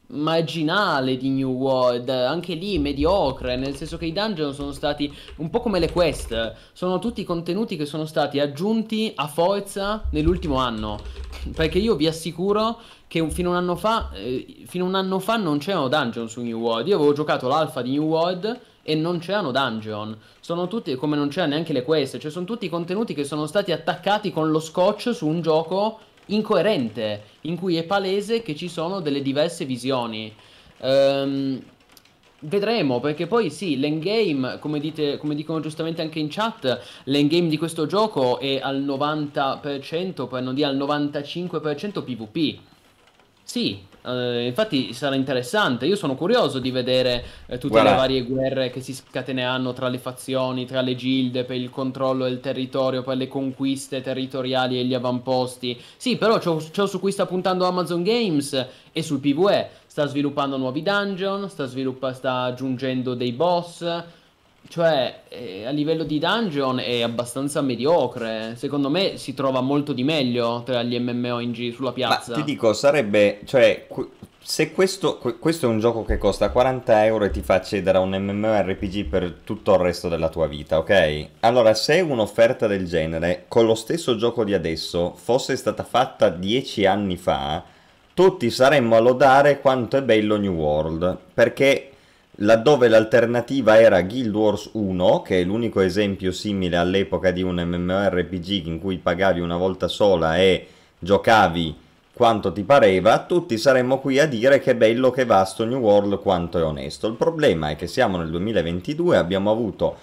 marginale di New World, anche lì mediocre, nel senso che i dungeon sono stati un po' come le quest, sono tutti contenuti che sono stati aggiunti a forza nell'ultimo anno, perché io vi assicuro che un- fino a un anno fa, eh, fino a un anno fa non c'erano dungeon su New World. Io avevo giocato l'alfa di New World e non c'erano dungeon, sono tutti come non c'erano neanche le quest, cioè sono tutti contenuti che sono stati attaccati con lo scotch su un gioco incoerente, in cui è palese che ci sono delle diverse visioni. Ehm, Vedremo, perché poi sì, l'endgame, come dite, come dicono giustamente anche in chat, l'endgame di questo gioco è al novanta per cento, per non dire al novantacinque per cento PvP. Sì, eh, infatti sarà interessante. Io sono curioso di vedere eh, tutte le Guarda, varie guerre che si scateneranno tra le fazioni, tra le gilde, per il controllo del territorio, per le conquiste territoriali e gli avamposti. Sì, però ciò, ciò su cui sta puntando Amazon Games è sul PvE. Sta sviluppando nuovi dungeon, sta, sviluppa- sta aggiungendo dei boss. Cioè, eh, a livello di dungeon è abbastanza mediocre. Secondo me si trova molto di meglio tra gli M M O in giro sulla ma ti piazza. dico, sarebbe, cioè, que- se questo, que- questo è un gioco che costa quaranta euro e ti fa accedere a un MMORPG per tutto il resto della tua vita, ok? Allora, se un'offerta del genere, con lo stesso gioco di adesso, fosse stata fatta dieci anni fa, tutti saremmo a lodare quanto è bello New World, perché laddove l'alternativa era Guild Wars uno, che è l'unico esempio simile all'epoca di un MMORPG in cui pagavi una volta sola e giocavi quanto ti pareva, tutti saremmo qui a dire che bello, che vasto New World, quanto è onesto. Il problema è che siamo nel duemilaventidue, abbiamo avuto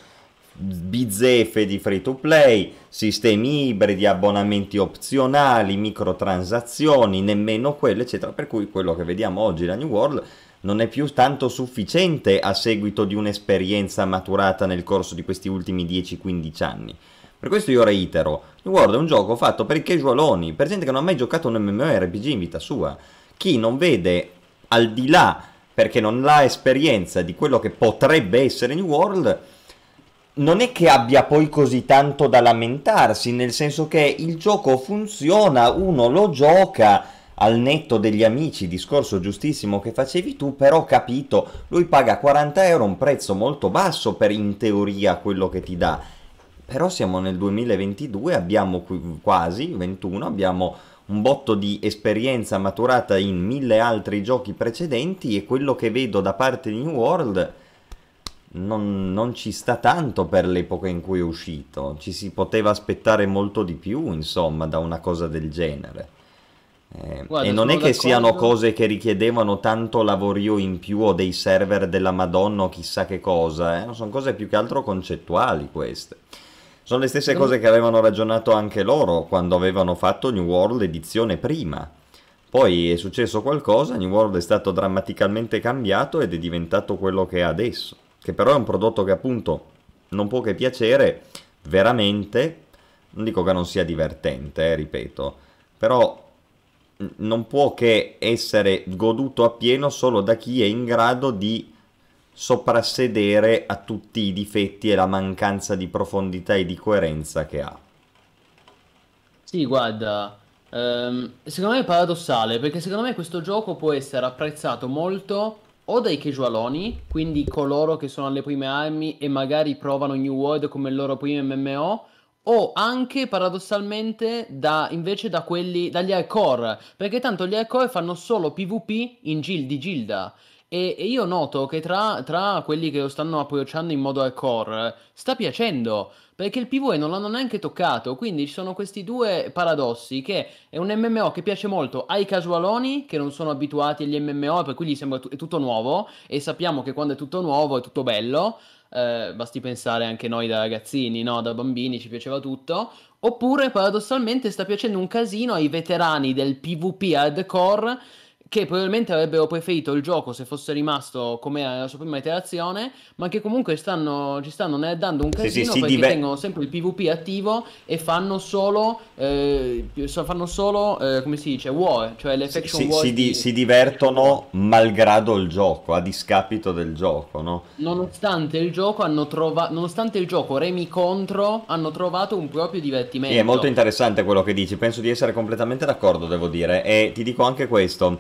bizzeffe di free to play, sistemi ibridi, abbonamenti opzionali, microtransazioni, nemmeno quelle, eccetera. Per cui quello che vediamo oggi da New World non è più tanto sufficiente a seguito di un'esperienza maturata nel corso di questi ultimi dieci quindici anni. Per questo io reitero, New World è un gioco fatto per i casualoni, per gente che non ha mai giocato un MMORPG in vita sua. Chi non vede al di là, perché non ha esperienza di quello che potrebbe essere New World, non è che abbia poi così tanto da lamentarsi, nel senso che il gioco funziona, uno lo gioca al netto degli amici, discorso giustissimo che facevi tu, però capito, lui paga quaranta euro, un prezzo molto basso per in teoria quello che ti dà. Però siamo nel duemilaventidue, abbiamo qui- quasi ventuno, abbiamo un botto di esperienza maturata in mille altri giochi precedenti e quello che vedo da parte di New World non, non ci sta tanto per l'epoca in cui è uscito. Ci si poteva aspettare molto di più, insomma, da una cosa del genere. Eh, e Guarda, non è sono che siano d'accordo. cose che richiedevano tanto lavorio in più o dei server della Madonna o chissà che cosa, eh. Sono cose più che altro concettuali queste. Sono le stesse Secondo cose che avevano ragionato anche loro quando avevano fatto New World edizione prima. Poi è successo qualcosa, New World è stato drammaticamente cambiato ed è diventato quello che è adesso. Che però è un prodotto che appunto non può che piacere veramente, non dico che non sia divertente, eh, ripeto, però n- non può che essere goduto appieno solo da chi è in grado di soprassedere a tutti i difetti e la mancanza di profondità e di coerenza che ha. Sì, guarda, ehm, secondo me è paradossale perché secondo me questo gioco può essere apprezzato molto o dai casualoni, quindi coloro che sono alle prime armi e magari provano New World come il loro primo M M O, o anche paradossalmente da, invece da quelli, dagli hardcore, perché tanto gli hardcore fanno solo PvP in guild di Gilda. E, e io noto che tra, tra quelli che lo stanno approcciando in modo hardcore sta piacendo. Perché il PvE non l'hanno neanche toccato, quindi ci sono questi due paradossi, che è un M M O che piace molto ai casualoni, che non sono abituati agli M M O, per cui gli sembra tu- è tutto nuovo, e sappiamo che quando è tutto nuovo è tutto bello, eh, basti pensare anche noi da ragazzini, no? Da bambini ci piaceva tutto, oppure paradossalmente sta piacendo un casino ai veterani del PvP hardcore, che probabilmente avrebbero preferito il gioco se fosse rimasto come era la sua prima iterazione, ma che comunque stanno, ci stanno ne- dando un Sì, sì, casino si perché dive- tengono sempre il PvP attivo e fanno solo, eh, so- fanno solo, eh, come si dice, war, cioè le si, faction si- wars si di- di... si divertono malgrado il gioco, a discapito del gioco, no? Nonostante il gioco hanno trovato, nonostante il gioco remi contro, hanno trovato un proprio Sì, è molto divertimento. interessante quello che dici, penso di essere completamente d'accordo, devo dire, e ti dico anche questo.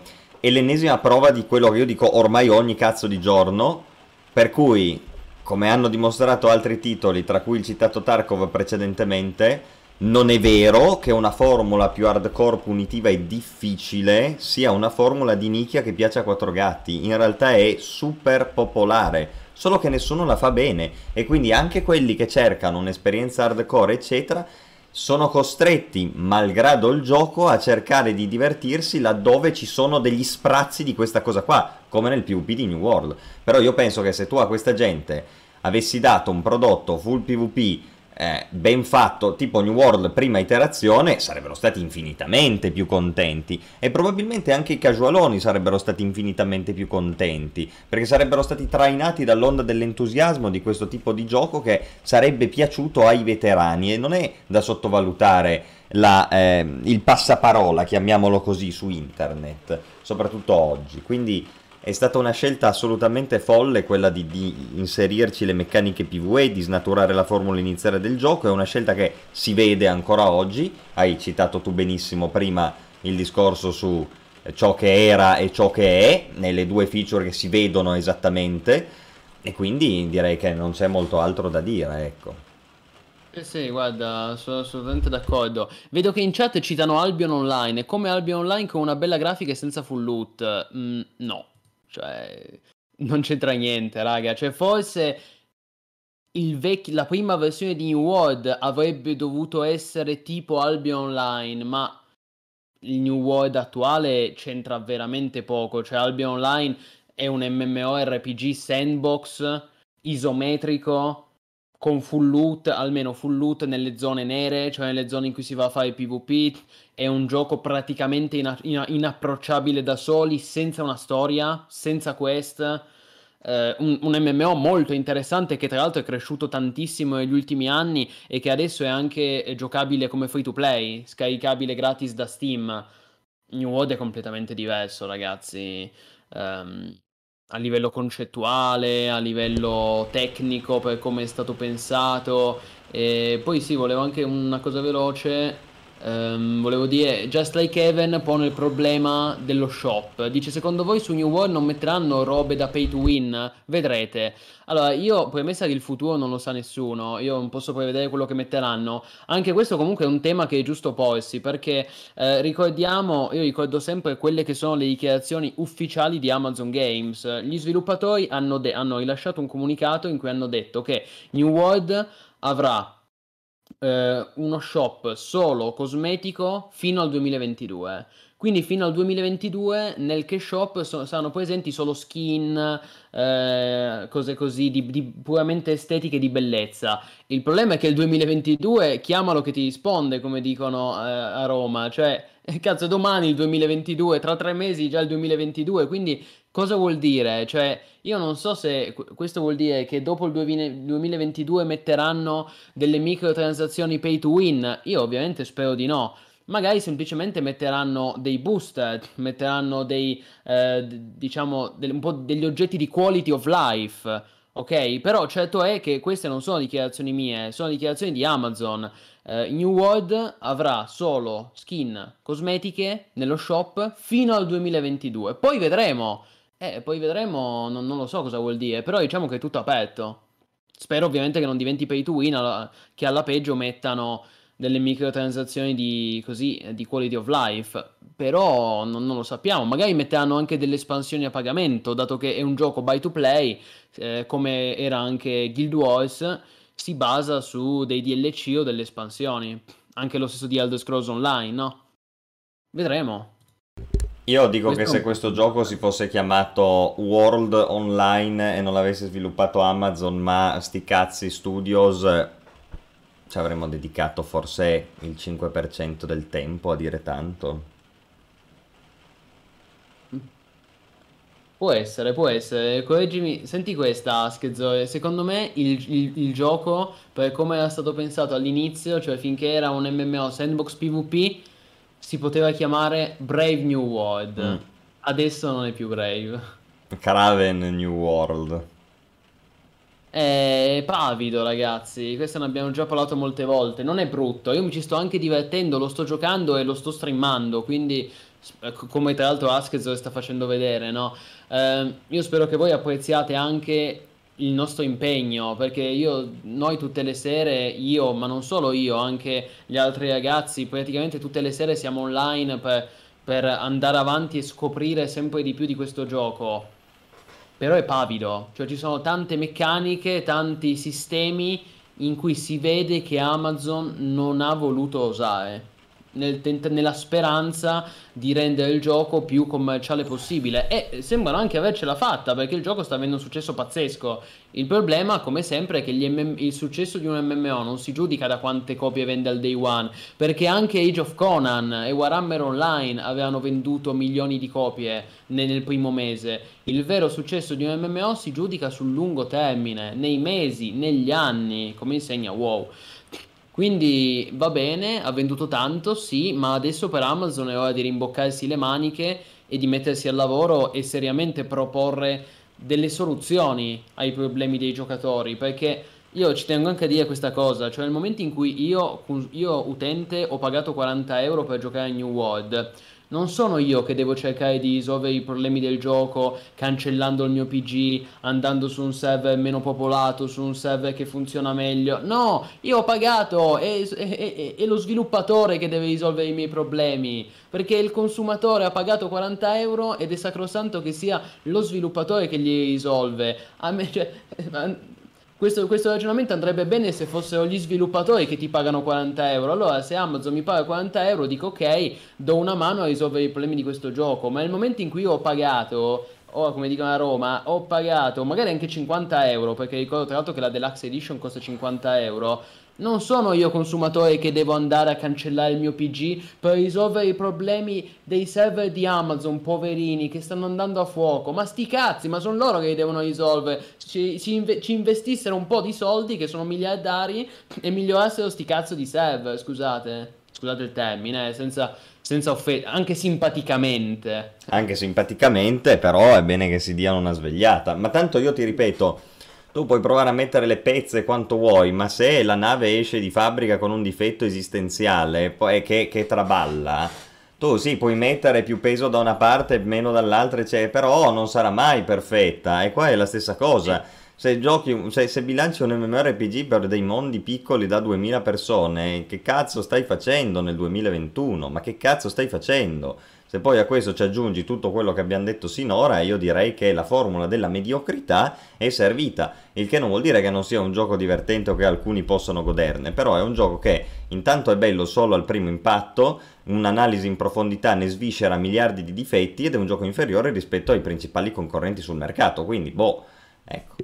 è l'ennesima prova di quello che io dico ormai ogni cazzo di giorno, per cui, come hanno dimostrato altri titoli, tra cui il citato Tarkov precedentemente, non è vero che una formula più hardcore, punitiva e difficile sia una formula di nicchia che piace a quattro gatti. In realtà è super popolare, solo che nessuno la fa bene, e quindi anche quelli che cercano un'esperienza hardcore eccetera sono costretti, malgrado il gioco, a cercare di divertirsi laddove ci sono degli sprazzi di questa cosa qua, come nel PvP di New World. Però io penso che se tu a questa gente avessi dato un prodotto full PvP eh, ben fatto, tipo New World prima iterazione, sarebbero stati infinitamente più contenti, e probabilmente anche i casualoni sarebbero stati infinitamente più contenti, perché sarebbero stati trainati dall'onda dell'entusiasmo di questo tipo di gioco che sarebbe piaciuto ai veterani. E non è da sottovalutare la, eh, il passaparola, chiamiamolo così, su internet, soprattutto oggi. Quindi è stata una scelta assolutamente folle quella di, di inserirci le meccaniche PvE, di snaturare la formula iniziale del gioco. È una scelta che si vede ancora oggi. Hai citato tu benissimo prima il discorso su ciò che era e ciò che è, nelle due feature che si vedono esattamente, e quindi direi che non c'è molto altro da dire, ecco. Eh sì, guarda, sono assolutamente d'accordo. Vedo che in chat citano Albion Online. È come Albion Online con una bella grafica e senza full loot. Mm, no, cioè, non c'entra niente, raga. Cioè, forse il vec- la prima versione di New World avrebbe dovuto essere tipo Albion Online, ma il New World attuale c'entra veramente poco. Cioè, Albion Online è un MMORPG sandbox isometrico con full loot, almeno full loot nelle zone nere, cioè nelle zone in cui si va a fare PvP. È un gioco praticamente ina- ina- inapprocciabile da soli, senza una storia, senza quest. Eh, un, un M M O molto interessante che tra l'altro è cresciuto tantissimo negli ultimi anni e che adesso è anche eh, giocabile come free to play, scaricabile gratis da Steam. New World è completamente diverso, ragazzi. Ehm, a livello concettuale, a livello tecnico, per come è stato pensato. E poi sì, volevo anche una cosa veloce. Ehm, volevo dire, Just Like Heaven pone il problema dello shop. Dice, secondo voi su New World non metteranno robe da pay to win? Vedrete. Allora, io, premessa che il futuro non lo sa nessuno, io non posso prevedere quello che metteranno. Anche questo comunque è un tema che è giusto porsi, perché eh, ricordiamo, io ricordo sempre quelle che sono le dichiarazioni ufficiali di Amazon Games. Gli sviluppatori hanno, de- hanno rilasciato un comunicato in cui hanno detto che New World avrà eh, uno shop solo cosmetico fino al duemilaventidue. Quindi fino al duemilaventidue nel che shop so- saranno presenti solo skin, eh, cose così di, di puramente estetiche di bellezza. Il problema è che il duemilaventidue chiamalo che ti risponde, come dicono eh, a Roma. Cioè, eh, cazzo, domani il duemilaventidue, tra tre mesi già il duemilaventidue, quindi cosa vuol dire? Cioè, io non so se qu- questo vuol dire che dopo il duemilaventidue metteranno delle microtransazioni pay to win. Io ovviamente spero di no. Magari semplicemente metteranno dei booster, metteranno dei, eh, d- diciamo, del- un po' degli oggetti di quality of life, ok? Però certo è che queste non sono dichiarazioni mie, sono dichiarazioni di Amazon. Eh, New World avrà solo skin cosmetiche nello shop fino al duemilaventidue. Poi vedremo. Eh, poi vedremo, non, non lo so cosa vuol dire, però diciamo che è tutto aperto. Spero ovviamente che non diventi pay to win, alla- che alla peggio mettano delle microtransazioni di, così, eh, di quality of life, però non, non lo sappiamo. Magari metteranno anche delle espansioni a pagamento, dato che è un gioco buy to play, eh, come era anche Guild Wars, si basa su dei D L C o delle espansioni. Anche lo stesso di Elder Scrolls Online, no? Vedremo. Io dico Questo che è se un po' questo gioco si fosse chiamato World Online e non l'avesse sviluppato Amazon ma sti cazzi Studios, eh, ci avremmo dedicato forse il cinque per cento del tempo a dire tanto. Può essere, può essere. Correggimi, senti questa, Schezzo. Secondo me il, il- il gioco, per come era stato pensato all'inizio, cioè finché era un M M O sandbox PvP, si poteva chiamare Brave New Mm. World. Adesso non è più Brave. Craven New World. È pavido, ragazzi. Questo ne abbiamo già parlato molte volte. Non è brutto. Io mi ci sto anche divertendo, lo sto giocando e lo sto streamando. Quindi come tra l'altro Askez sta facendo vedere, no? Eh, io spero che voi apprezziate anche il nostro impegno, perché io, noi tutte le sere, io, ma non solo io, anche gli altri ragazzi, praticamente tutte le sere siamo online per, per andare avanti e scoprire sempre di più di questo gioco. Però è pavido, cioè ci sono tante meccaniche, tanti sistemi in cui si vede che Amazon non ha voluto osare, nel tent- nella speranza di rendere il gioco più commerciale possibile. E sembrano anche avercela fatta, perché il gioco sta avendo un successo pazzesco. Il problema, come sempre, è che gli M M il successo di un M M O non si giudica da quante copie vende al day one, perché anche Age of Conan e Warhammer Online avevano venduto milioni di copie ne- nel primo mese. Il vero successo di un M M O si giudica sul lungo termine, nei mesi, negli anni, come insegna WoW. Quindi va bene, ha venduto tanto, sì, ma adesso per Amazon è ora di rimboccarsi le maniche e di mettersi al lavoro e seriamente proporre delle soluzioni ai problemi dei giocatori, perché io ci tengo anche a dire questa cosa, cioè nel momento in cui io, io utente, ho pagato quaranta euro per giocare a New World, non sono io che devo cercare di risolvere i problemi del gioco cancellando il mio P G, andando su un server meno popolato, su un server che funziona meglio. No, io ho pagato, è, è- è- è lo sviluppatore che deve risolvere i miei problemi, perché il consumatore ha pagato quaranta euro ed è sacrosanto che sia lo sviluppatore che gli risolve. A me, cioè, questo, questo ragionamento andrebbe bene se fossero gli sviluppatori che ti pagano quaranta euro. Allora, se Amazon mi paga quaranta euro, dico ok, do una mano a risolvere i problemi di questo gioco. Ma nel momento in cui io ho pagato, o come dicono a Roma, ho pagato magari anche cinquanta euro, perché ricordo tra l'altro che la Deluxe Edition costa cinquanta euro. Non sono io consumatore che devo andare a cancellare il mio P G per risolvere i problemi dei server di Amazon, poverini, che stanno andando a fuoco. Ma sti cazzi, ma sono loro che li devono risolvere. Ci, ci inve- ci investissero un po' di soldi, che sono miliardari, e migliorassero sti cazzo di server, scusate. Scusate il termine, eh, senza, senza offesa, anche simpaticamente. Anche simpaticamente, però è bene che si diano una svegliata. Ma tanto io ti ripeto, tu puoi provare a mettere le pezze quanto vuoi, ma se la nave esce di fabbrica con un difetto esistenziale poi che, che traballa, tu sì, puoi mettere più peso da una parte e meno dall'altra, cioè, però non sarà mai perfetta. E qua è la stessa cosa. Se giochi, se, se bilanci un MMORPG per dei mondi piccoli da duemila persone, che cazzo stai facendo nel duemilaventuno? Ma che cazzo stai facendo? Se poi a questo ci aggiungi tutto quello che abbiamo detto sinora, io direi che la formula della mediocrità è servita, il che non vuol dire che non sia un gioco divertente o che alcuni possano goderne, però è un gioco che intanto è bello solo al primo impatto, un'analisi in profondità ne sviscera miliardi di difetti ed è un gioco inferiore rispetto ai principali concorrenti sul mercato, quindi boh, ecco.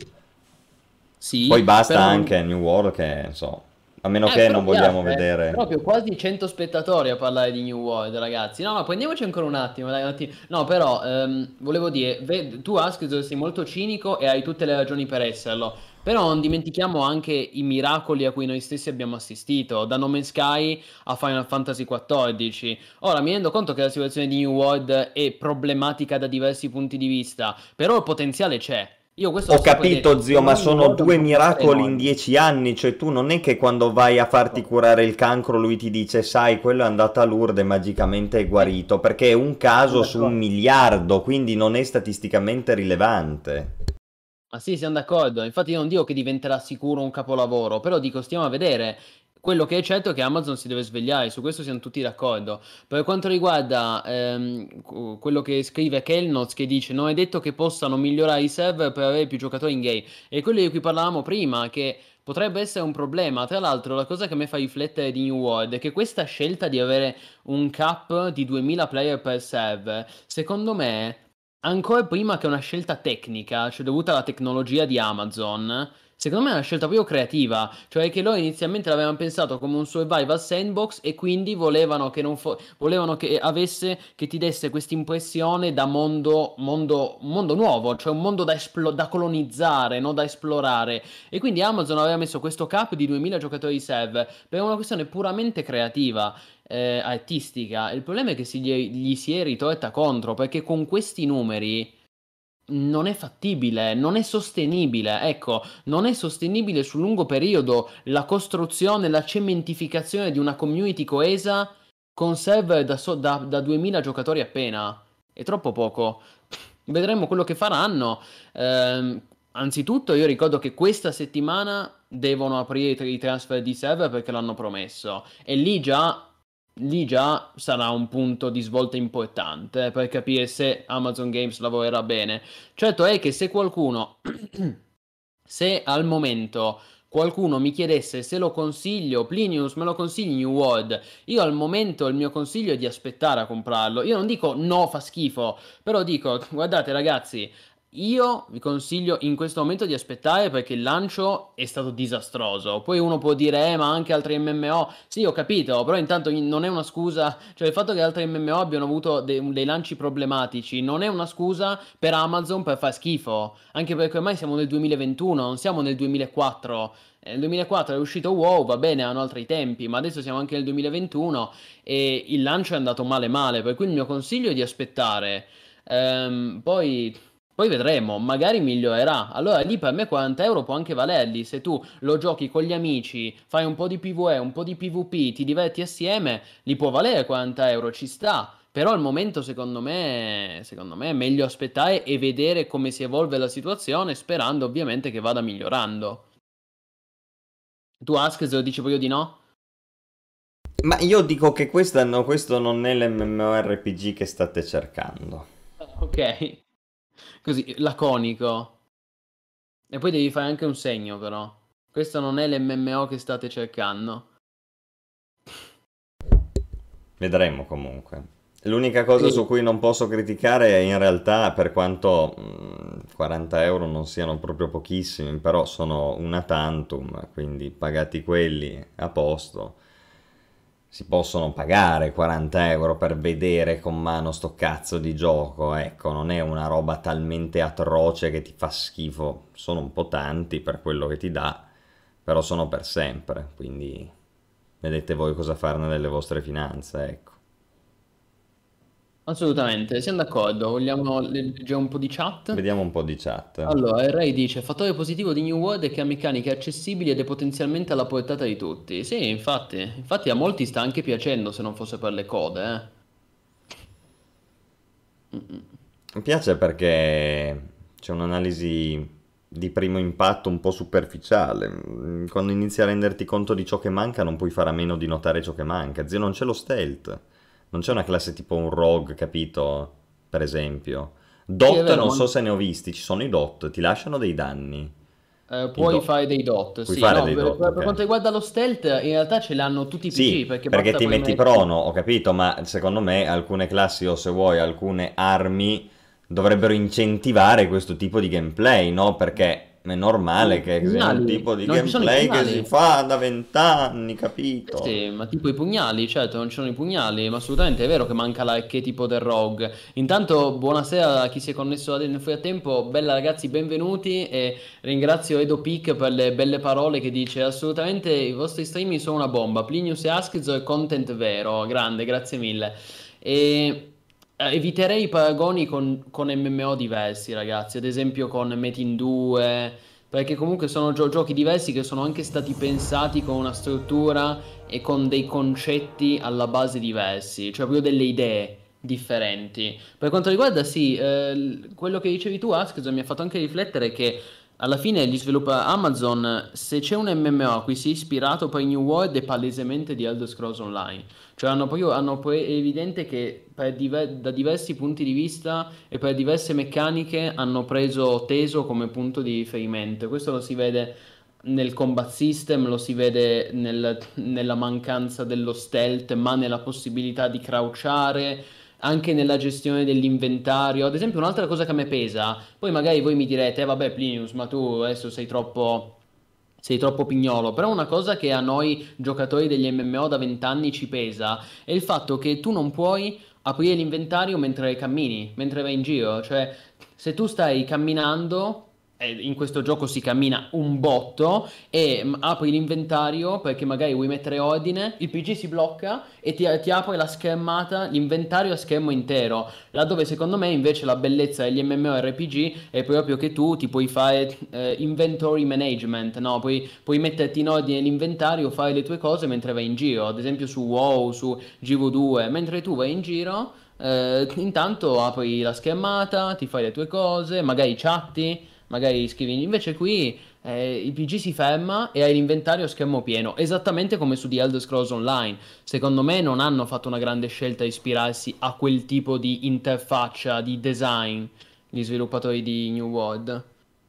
Sì, Poi basta però non- anche a New World che, insomma, a meno Eh, che però non vogliamo piace, eh. vedere... Proprio quasi cento spettatori a parlare di New World, ragazzi. No, no, prendiamoci ancora un attimo, dai, un attimo. No, però, ehm, volevo dire, ve- tu Asked sei molto cinico e hai tutte le ragioni per esserlo, però non dimentichiamo anche i miracoli a cui noi stessi abbiamo assistito, da No Man's Sky a Final Fantasy quattordici. Ora, mi rendo conto che la situazione di New World è problematica da diversi punti di vista, però il potenziale c'è. Io questo l'ho Ho sempre detto. capito, zio, Secondo ma me New sono World ha un due potenziale miracoli in enorme. dieci anni, cioè tu non è che quando vai a farti curare il cancro lui ti dice, sai, quello è andato a Lourdes e magicamente è Eh, guarito, perché è un sono caso su un d'accordo. miliardo, quindi non è statisticamente rilevante. Ma sì, siamo d'accordo. Infatti io non dico che diventerà sicuro un capolavoro, però dico stiamo a vedere. Quello che è certo è che Amazon si deve svegliare, su questo siamo tutti d'accordo. Per quanto riguarda ehm, cu- quello che scrive Kelnoz, che dice non è detto che possano migliorare i server per avere più giocatori in game. E quello di cui parlavamo prima, che potrebbe essere un problema. Tra l'altro, la cosa che a me fa riflettere di New World è che questa scelta di avere un cap di duemila player per server, secondo me ancora prima che una scelta tecnica, cioè dovuta alla tecnologia di Amazon, secondo me è una scelta proprio creativa, cioè che loro inizialmente l'avevano pensato come un survival sandbox e quindi volevano che non fo- volevano che avesse, che ti desse questa impressione da mondo, mondo, mondo nuovo, cioè un mondo da, esplo- da colonizzare, non da esplorare. E quindi Amazon aveva messo questo cap di duemila giocatori server per una questione puramente creativa, eh, artistica. Il problema è che si gli, gli si è ritorta contro, perché con questi numeri non è fattibile, non è sostenibile. Ecco, non è sostenibile sul lungo periodo la costruzione, la cementificazione di una community coesa con server da, so- da, da duemila giocatori appena. È troppo poco. Vedremo quello che faranno. Ehm, anzitutto io ricordo che questa settimana devono aprire i transfer di server perché l'hanno promesso. E lì già, lì già sarà un punto di svolta importante eh, per capire se Amazon Games lavorerà bene. Certo è che se qualcuno, se al momento qualcuno mi chiedesse se lo consiglio, Plinius me lo consigli New World, io al momento il mio consiglio è di aspettare a comprarlo. Io non dico no, fa schifo, però dico, guardate ragazzi, io vi consiglio in questo momento di aspettare perché il lancio è stato disastroso. Poi uno può dire, eh, ma anche altri M M O. Sì, ho capito, però intanto non è una scusa. Cioè, il fatto che altri M M O abbiano avuto de- dei lanci problematici non è una scusa per Amazon per far schifo. Anche perché ormai siamo nel duemilaventuno, non siamo nel duemilaquattro. Nel duemilaquattro è uscito WoW, va bene, hanno altri tempi, ma adesso siamo anche nel duemilaventuno e il lancio è andato male male, per cui il mio consiglio è di aspettare. Ehm, poi, poi vedremo, magari migliorerà. Allora lì per me quaranta euro può anche valerli, se tu lo giochi con gli amici, fai un po' di PvE, un po' di PvP, ti diverti assieme, li può valere quaranta euro, ci sta. Però al momento secondo me, secondo me è meglio aspettare e vedere come si evolve la situazione, sperando ovviamente che vada migliorando. Tu Ask, se lo dici poi io di no? Ma io dico che questa no, questo non è l'MMORPG che state cercando. Ok, così, laconico. E poi devi fare anche un segno però. Questo non è l'M M O che state cercando. Vedremo comunque. L'unica cosa Sì. su cui non posso criticare è in realtà, per quanto mh, quaranta euro non siano proprio pochissimi, però sono una tantum, quindi pagati quelli a posto. Si possono pagare quaranta euro per vedere con mano sto cazzo di gioco, ecco, non è una roba talmente atroce che ti fa schifo. Sono un po' tanti per quello che ti dà, però sono per sempre, quindi vedete voi cosa farne delle vostre finanze, ecco. Assolutamente, siamo d'accordo. Vogliamo leggere un po' di chat? Vediamo un po' di chat. Allora, il Ray dice: fattore positivo di New World è che ha meccaniche accessibili ed è potenzialmente alla portata di tutti. Sì, infatti, infatti a molti sta anche piacendo se non fosse per le code, eh. Mm-mm. Mi piace perché c'è un'analisi di primo impatto un po' superficiale. Mm, Quando inizi a renderti conto di ciò che manca, non puoi fare a meno di notare ciò che manca. Zio, non c'è lo stealth. Non c'è una classe tipo un rogue, capito? Per esempio. Sì, è Dot, vero, non so ma se ne ho visti. Ci sono i dot, ti lasciano dei danni. eh, I puoi dot. fare dei dot, Puoi sì. fare No, dei per, dot, per quanto ok. riguarda lo stealth, in realtà ce l'hanno tutti i P G, Sì, perché perché basta ti metti premerci. prono, ho capito, ma secondo me alcune classi o se vuoi alcune armi dovrebbero incentivare questo tipo di gameplay, no? Perché è normale I che sia un pugnali, tipo di non ci sono i gameplay che si pugnali. fa da vent'anni, Eh capito? sì, ma tipo i pugnali, certo, non ci sono i pugnali, ma assolutamente è vero che manca l'archetipo del rogue. Intanto, buonasera a chi si è connesso nel frattempo, bella ragazzi, benvenuti e ringrazio Edo Pic per le belle parole che dice assolutamente i vostri streaming sono una bomba, Plinius e Askizo è content vero, grande, grazie mille. E eh, eviterei i paragoni con, con M M O diversi, ragazzi, ad esempio con Metin due, perché comunque sono gio- giochi diversi che sono anche stati pensati con una struttura e con dei concetti alla base diversi, cioè proprio delle idee differenti. Per quanto riguarda, sì, eh, l- quello che dicevi tu, Ask, mi ha fatto anche riflettere che alla fine gli sviluppa Amazon, se c'è un M M O a cui si è ispirato per New World è palesemente di Elder Scrolls Online. Cioè hanno proprio, hanno poi- è evidente che per diver- da diversi punti di vista e per diverse meccaniche hanno preso Teso come punto di riferimento. Questo lo si vede nel combat system, lo si vede nel- nella mancanza dello stealth, ma nella possibilità di crouchare, anche nella gestione dell'inventario. Ad esempio, un'altra cosa che a me pesa, poi magari voi mi direte, eh, vabbè, Plinius, ma tu adesso sei troppo. Sei troppo pignolo, però una cosa che a noi giocatori degli M M O da venti anni ci pesa è il fatto che tu non puoi aprire l'inventario mentre cammini, mentre vai in giro, cioè se tu stai camminando eh, in questo gioco si cammina un botto e mm, apri l'inventario perché magari vuoi mettere ordine, il P C si blocca e ti, ti apre la schermata, l'inventario a schermo intero, laddove secondo me invece la bellezza degli MMORPG è proprio che tu ti puoi fare eh, inventory management, no? Puoi, puoi metterti in ordine l'inventario, fare le tue cose mentre vai in giro, ad esempio su WoW, su G V due, mentre tu vai in giro, eh, intanto apri la schermata, ti fai le tue cose, magari chatti, magari scrivi. Invece qui eh, il P G si ferma e hai l'inventario a schermo pieno, esattamente come su The Elder Scrolls Online. Secondo me non hanno fatto una grande scelta a ispirarsi a quel tipo di interfaccia, di design, gli sviluppatori di New World.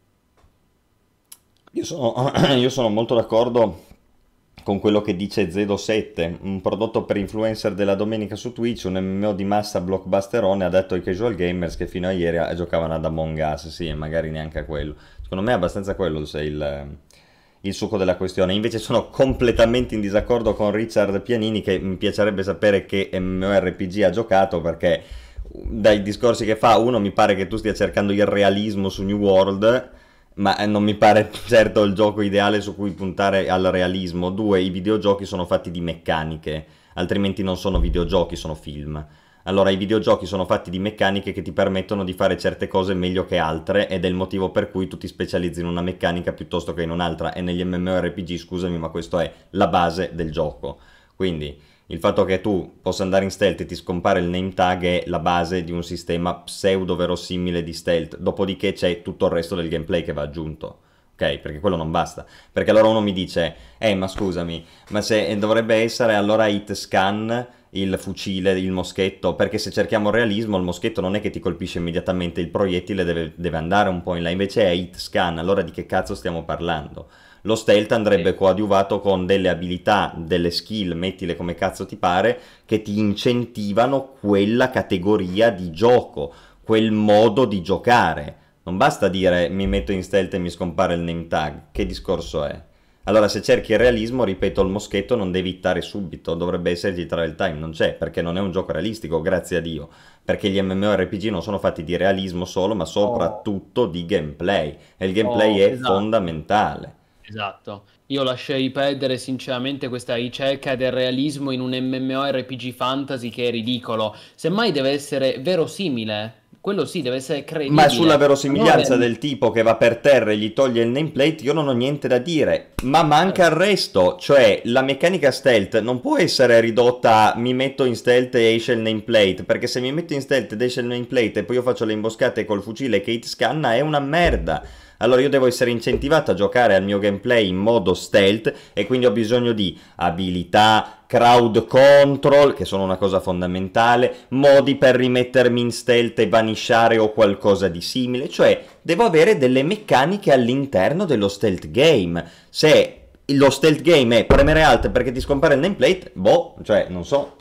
Io sono, io sono molto d'accordo con quello che dice Zedo sette, un prodotto per influencer della domenica su Twitch, un M M O di massa blockbusterone, ha detto ai casual gamers che fino a ieri a- giocavano ad Among Us, sì, e magari neanche a quello. Secondo me è abbastanza quello se il, il succo della questione. Invece sono completamente in disaccordo con Richard Pianini, che mi piacerebbe sapere che MMORPG ha giocato, perché dai discorsi che fa, uno, mi pare che tu stia cercando il realismo su New World, ma eh, non mi pare certo il gioco ideale su cui puntare al realismo. Due, i videogiochi sono fatti di meccaniche, altrimenti non sono videogiochi, sono film. Allora, i videogiochi sono fatti di meccaniche che ti permettono di fare certe cose meglio che altre, ed è il motivo per cui tu ti specializzi in una meccanica piuttosto che in un'altra, e negli MMORPG, scusami, ma questo è la base del gioco. Quindi il fatto che tu possa andare in stealth e ti scompare il name tag è la base di un sistema pseudo verosimile di stealth, dopodiché c'è tutto il resto del gameplay che va aggiunto. Ok, perché quello non basta. Perché allora uno mi dice, eh ma scusami, ma se dovrebbe essere allora hit scan il fucile, il moschetto, perché se cerchiamo il realismo il moschetto non è che ti colpisce immediatamente, il proiettile deve, deve andare un po' in là, invece è hit scan, allora di che cazzo stiamo parlando? Lo stealth andrebbe Sì. coadiuvato con delle abilità, delle skill, mettile come cazzo ti pare, che ti incentivano quella categoria di gioco, quel modo di giocare. Non basta dire mi metto in stealth e mi scompare il name tag, che discorso è? Allora se cerchi il realismo, ripeto, il moschetto non devi hittare subito, dovrebbe esserci travel time, non c'è, perché non è un gioco realistico, grazie a Dio, perché gli MMORPG non sono fatti di realismo solo, ma Oh, soprattutto di gameplay, e il gameplay oh, è esatto. fondamentale. Esatto, io lascerei perdere sinceramente questa ricerca del realismo in un MMORPG fantasy che è ridicolo. Semmai deve essere verosimile, quello sì, deve essere Ma sulla credibile. Ma non verosimiglianza re- del tipo che va per terra e gli toglie il nameplate, io non ho niente da dire. Ma manca il resto, cioè la meccanica stealth non può essere ridotta a mi metto in stealth e esce il nameplate, perché se mi metto in stealth ed esce il nameplate e poi io faccio le imboscate col fucile che hit scanna è una merda. Allora io devo essere incentivato a giocare al mio gameplay in modo stealth, e quindi ho bisogno di abilità, crowd control, che sono una cosa fondamentale, modi per rimettermi in stealth e vanishare o qualcosa di simile, cioè devo avere delle meccaniche all'interno dello stealth game. Se lo stealth game è premere alt perché ti scompare il nameplate, boh, cioè non so,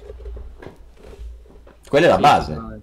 quella è la Sì, base. sicuramente.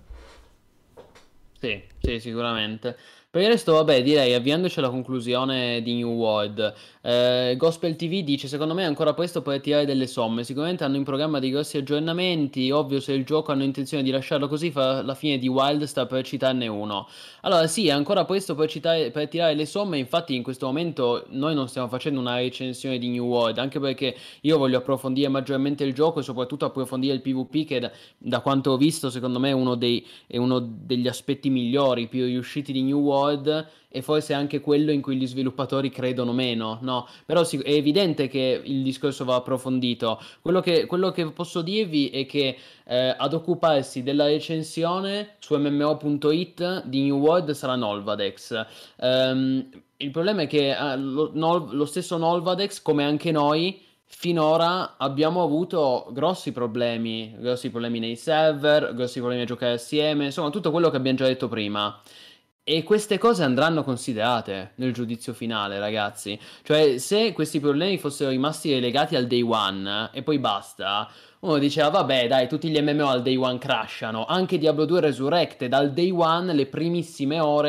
Sì, sì, sicuramente. Per il resto, vabbè, direi, avviandoci alla conclusione di New World, eh, Gospel T V dice, secondo me è ancora presto per tirare delle somme, sicuramente hanno in programma dei grossi aggiornamenti, ovvio se il gioco hanno intenzione di lasciarlo così, fa la fine di Wildstar per citarne uno. Allora sì, è ancora presto per, citare- per tirare le somme, infatti in questo momento noi non stiamo facendo una recensione di New World, anche perché io voglio approfondire maggiormente il gioco e soprattutto approfondire il PvP che da, da quanto ho visto secondo me è uno dei è uno degli aspetti migliori, più riusciti di New World e forse anche quello in cui gli sviluppatori credono meno, no? Però sì, è evidente che il discorso va approfondito. Quello che, quello che posso dirvi è che eh, ad occuparsi della recensione su M M O punto it di New World sarà Nolvadex. Ehm, il problema è che eh, lo, Nol- lo stesso Nolvadex, come anche noi, finora abbiamo avuto grossi problemi, grossi problemi nei server, grossi problemi a giocare assieme, insomma tutto quello che abbiamo già detto prima. E queste cose andranno considerate nel giudizio finale, ragazzi. Cioè, se questi problemi fossero rimasti relegati al day one e poi basta, uno diceva, vabbè, dai, tutti gli M M O al day one crashano. Anche Diablo due Resurrected al day one, le primissime ore,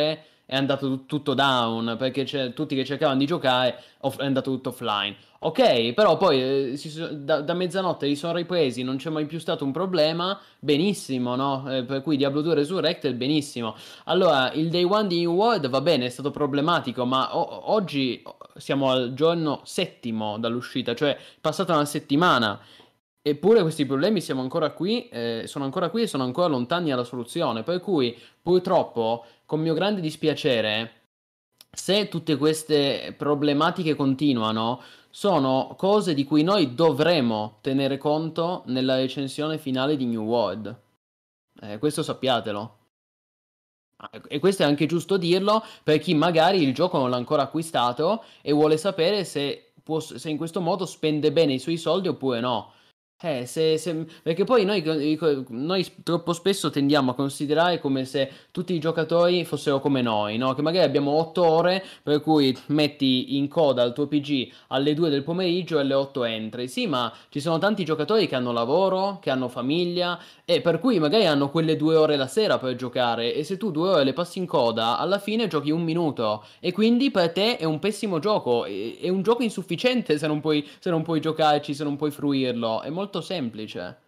è andato tut- tutto down, perché c'è, tutti che cercavano di giocare off- è andato tutto offline. Ok, però poi eh, si so- da, da mezzanotte li sono ripresi, non c'è mai più stato un problema, benissimo, no? Eh, per cui Diablo due Resurrected, benissimo. Allora, il day one di New World va bene, è stato problematico, ma o- oggi siamo al giorno settimo dall'uscita, cioè è passata una settimana. Eppure questi problemi siamo ancora qui, eh, sono ancora qui e sono ancora lontani dalla soluzione. Per cui, purtroppo, con mio grande dispiacere, se tutte queste problematiche continuano, sono cose di cui noi dovremo tenere conto nella recensione finale di New World. Eh, questo sappiatelo. Ah, E questo è anche giusto dirlo per chi magari il gioco non l'ha ancora acquistato e vuole sapere se, può- se in questo modo spende bene i suoi soldi oppure no. Eh, se, se- perché poi noi, noi troppo spesso tendiamo a considerare come se tutti i giocatori fossero come noi, no? Che magari abbiamo otto ore, per cui metti in coda il tuo P C alle due del pomeriggio e alle otto entri. Sì, ma ci sono tanti giocatori che hanno lavoro, che hanno famiglia, e per cui magari hanno quelle due ore la sera per giocare, e se tu due ore le passi in coda, alla fine giochi un minuto, e quindi per te è un pessimo gioco, è, è un gioco insufficiente se non puoi, se non puoi giocarci, se non puoi fruirlo, è molto semplice.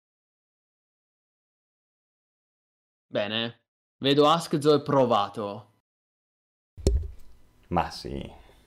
Bene, vedo Askzo è provato. Ma sì.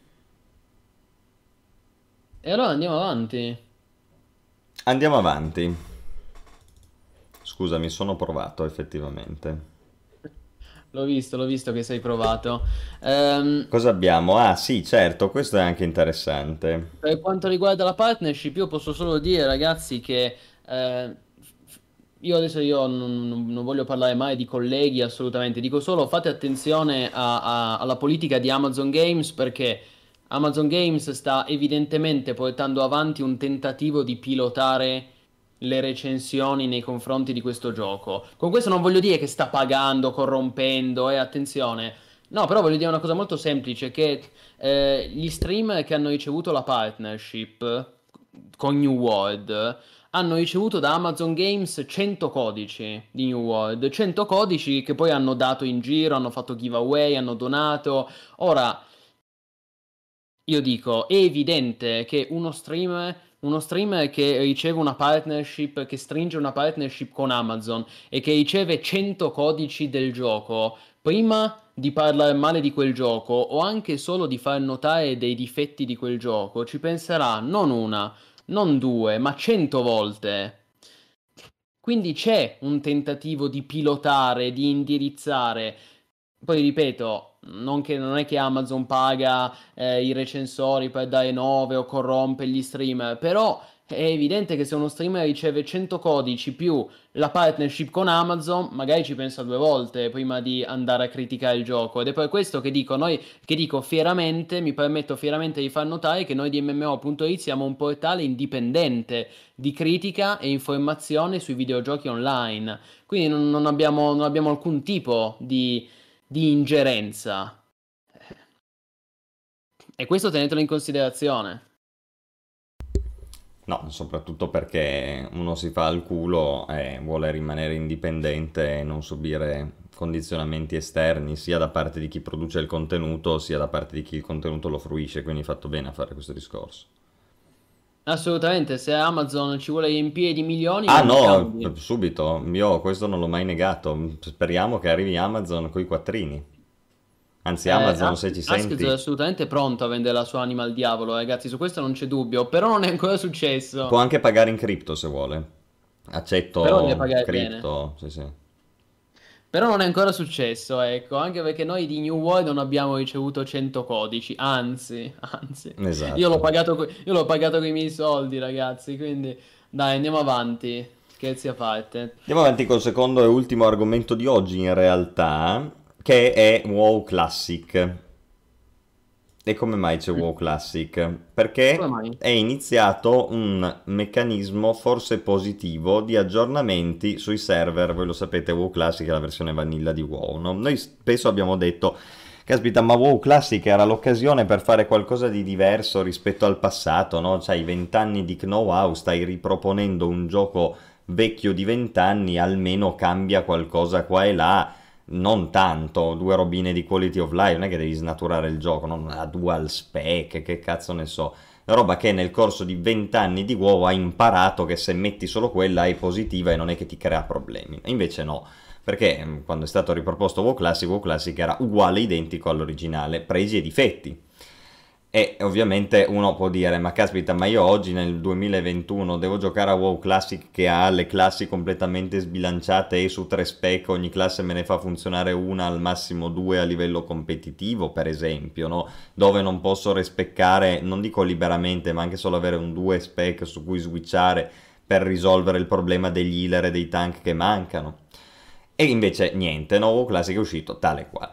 E allora andiamo avanti. Andiamo avanti. Scusami, sono provato effettivamente. L'ho visto, l'ho visto che sei provato. Ehm, Cosa abbiamo? Ah, sì, certo, questo è anche interessante. Per quanto riguarda la partnership, io posso solo dire, ragazzi, che eh, f- io adesso io non, non- non voglio parlare mai di colleghi, assolutamente. Dico solo fate attenzione a- a- alla politica di Amazon Games, perché Amazon Games sta evidentemente portando avanti un tentativo di pilotare le recensioni nei confronti di questo gioco. Con questo non voglio dire che sta pagando, corrompendo, e attenzione. No, però voglio dire una cosa molto semplice, che eh, gli streamer che hanno ricevuto la partnership con New World hanno ricevuto da Amazon Games cento codici di New World, cento codici che poi hanno dato in giro, hanno fatto giveaway, hanno donato. Ora, io dico, è evidente che uno streamer, uno streamer che riceve una partnership, che stringe una partnership con Amazon e che riceve cento codici del gioco, prima di parlare male di quel gioco o anche solo di far notare dei difetti di quel gioco, ci penserà non una, non due, ma cento volte. Quindi c'è un tentativo di pilotare, di indirizzare. Poi ripeto, non, che, non è che Amazon paga eh, i recensori per dare nove o corrompe gli streamer, però è evidente che se uno streamer riceve cento codici più la partnership con Amazon, magari ci pensa due volte prima di andare a criticare il gioco. Ed è per questo che dico, noi, che dico fieramente, mi permetto fieramente di far notare che noi di M M O punto it siamo un portale indipendente di critica e informazione sui videogiochi online. Quindi non, non abbiamo, non abbiamo alcun tipo di, di ingerenza. E questo tenetelo in considerazione. No, soprattutto perché uno si fa al culo e vuole rimanere indipendente e non subire condizionamenti esterni, sia da parte di chi produce il contenuto, sia da parte di chi il contenuto lo fruisce, quindi hai fatto bene a fare questo discorso. Assolutamente, se Amazon ci vuole riempire di milioni, Ah non mi no, cambi. subito, io questo non l'ho mai negato, speriamo che arrivi Amazon coi quattrini. Anzi, Eh, Amazon, Ask- se ci Askez è senti, assolutamente pronto a vendere la sua anima al diavolo, ragazzi, su questo non c'è dubbio, però non è ancora può successo. anche pagare in cripto se vuole. Però deve Accetto pagare bene. cripto, sì sì. Però non è ancora successo, ecco, anche perché noi di New World non abbiamo ricevuto cento codici, anzi, anzi. Io l'ho Esatto. pagato, co- io l'ho pagato con i miei soldi, ragazzi, quindi dai, andiamo avanti, scherzi a parte. Andiamo avanti col secondo e ultimo argomento di oggi, in realtà, che è WoW Classic. E come mai c'è WoW Classic? Come Perché mai? è iniziato un meccanismo forse positivo di aggiornamenti sui server. Voi lo sapete, WoW Classic è la versione vanilla di WoW, no? Noi spesso abbiamo detto, caspita, ma WoW Classic era l'occasione per fare qualcosa di diverso rispetto al passato, no? C'hai vent'anni di know-how, stai riproponendo un gioco vecchio di vent'anni, almeno cambia qualcosa qua e là. non tanto, due robine di quality of life, non è che devi snaturare il gioco, non la dual spec, che cazzo ne so, è roba che nel corso di venti anni di WoW hai imparato che se metti solo quella è positiva e non è che ti crea problemi, invece no, perché quando è stato riproposto WoW Classic, WoW Classic era uguale, identico all'originale, pregi e difetti. E ovviamente uno può dire, ma caspita, ma io oggi nel duemilaventuno devo giocare a WoW Classic che ha le classi completamente sbilanciate e su tre spec ogni classe me ne fa funzionare una, al massimo due a livello competitivo, per esempio, no? Dove non posso respeccare, non dico liberamente, ma anche solo avere un due spec su cui switchare per risolvere il problema degli healer e dei tank che mancano. E invece niente, no? WoW Classic è uscito tale quale.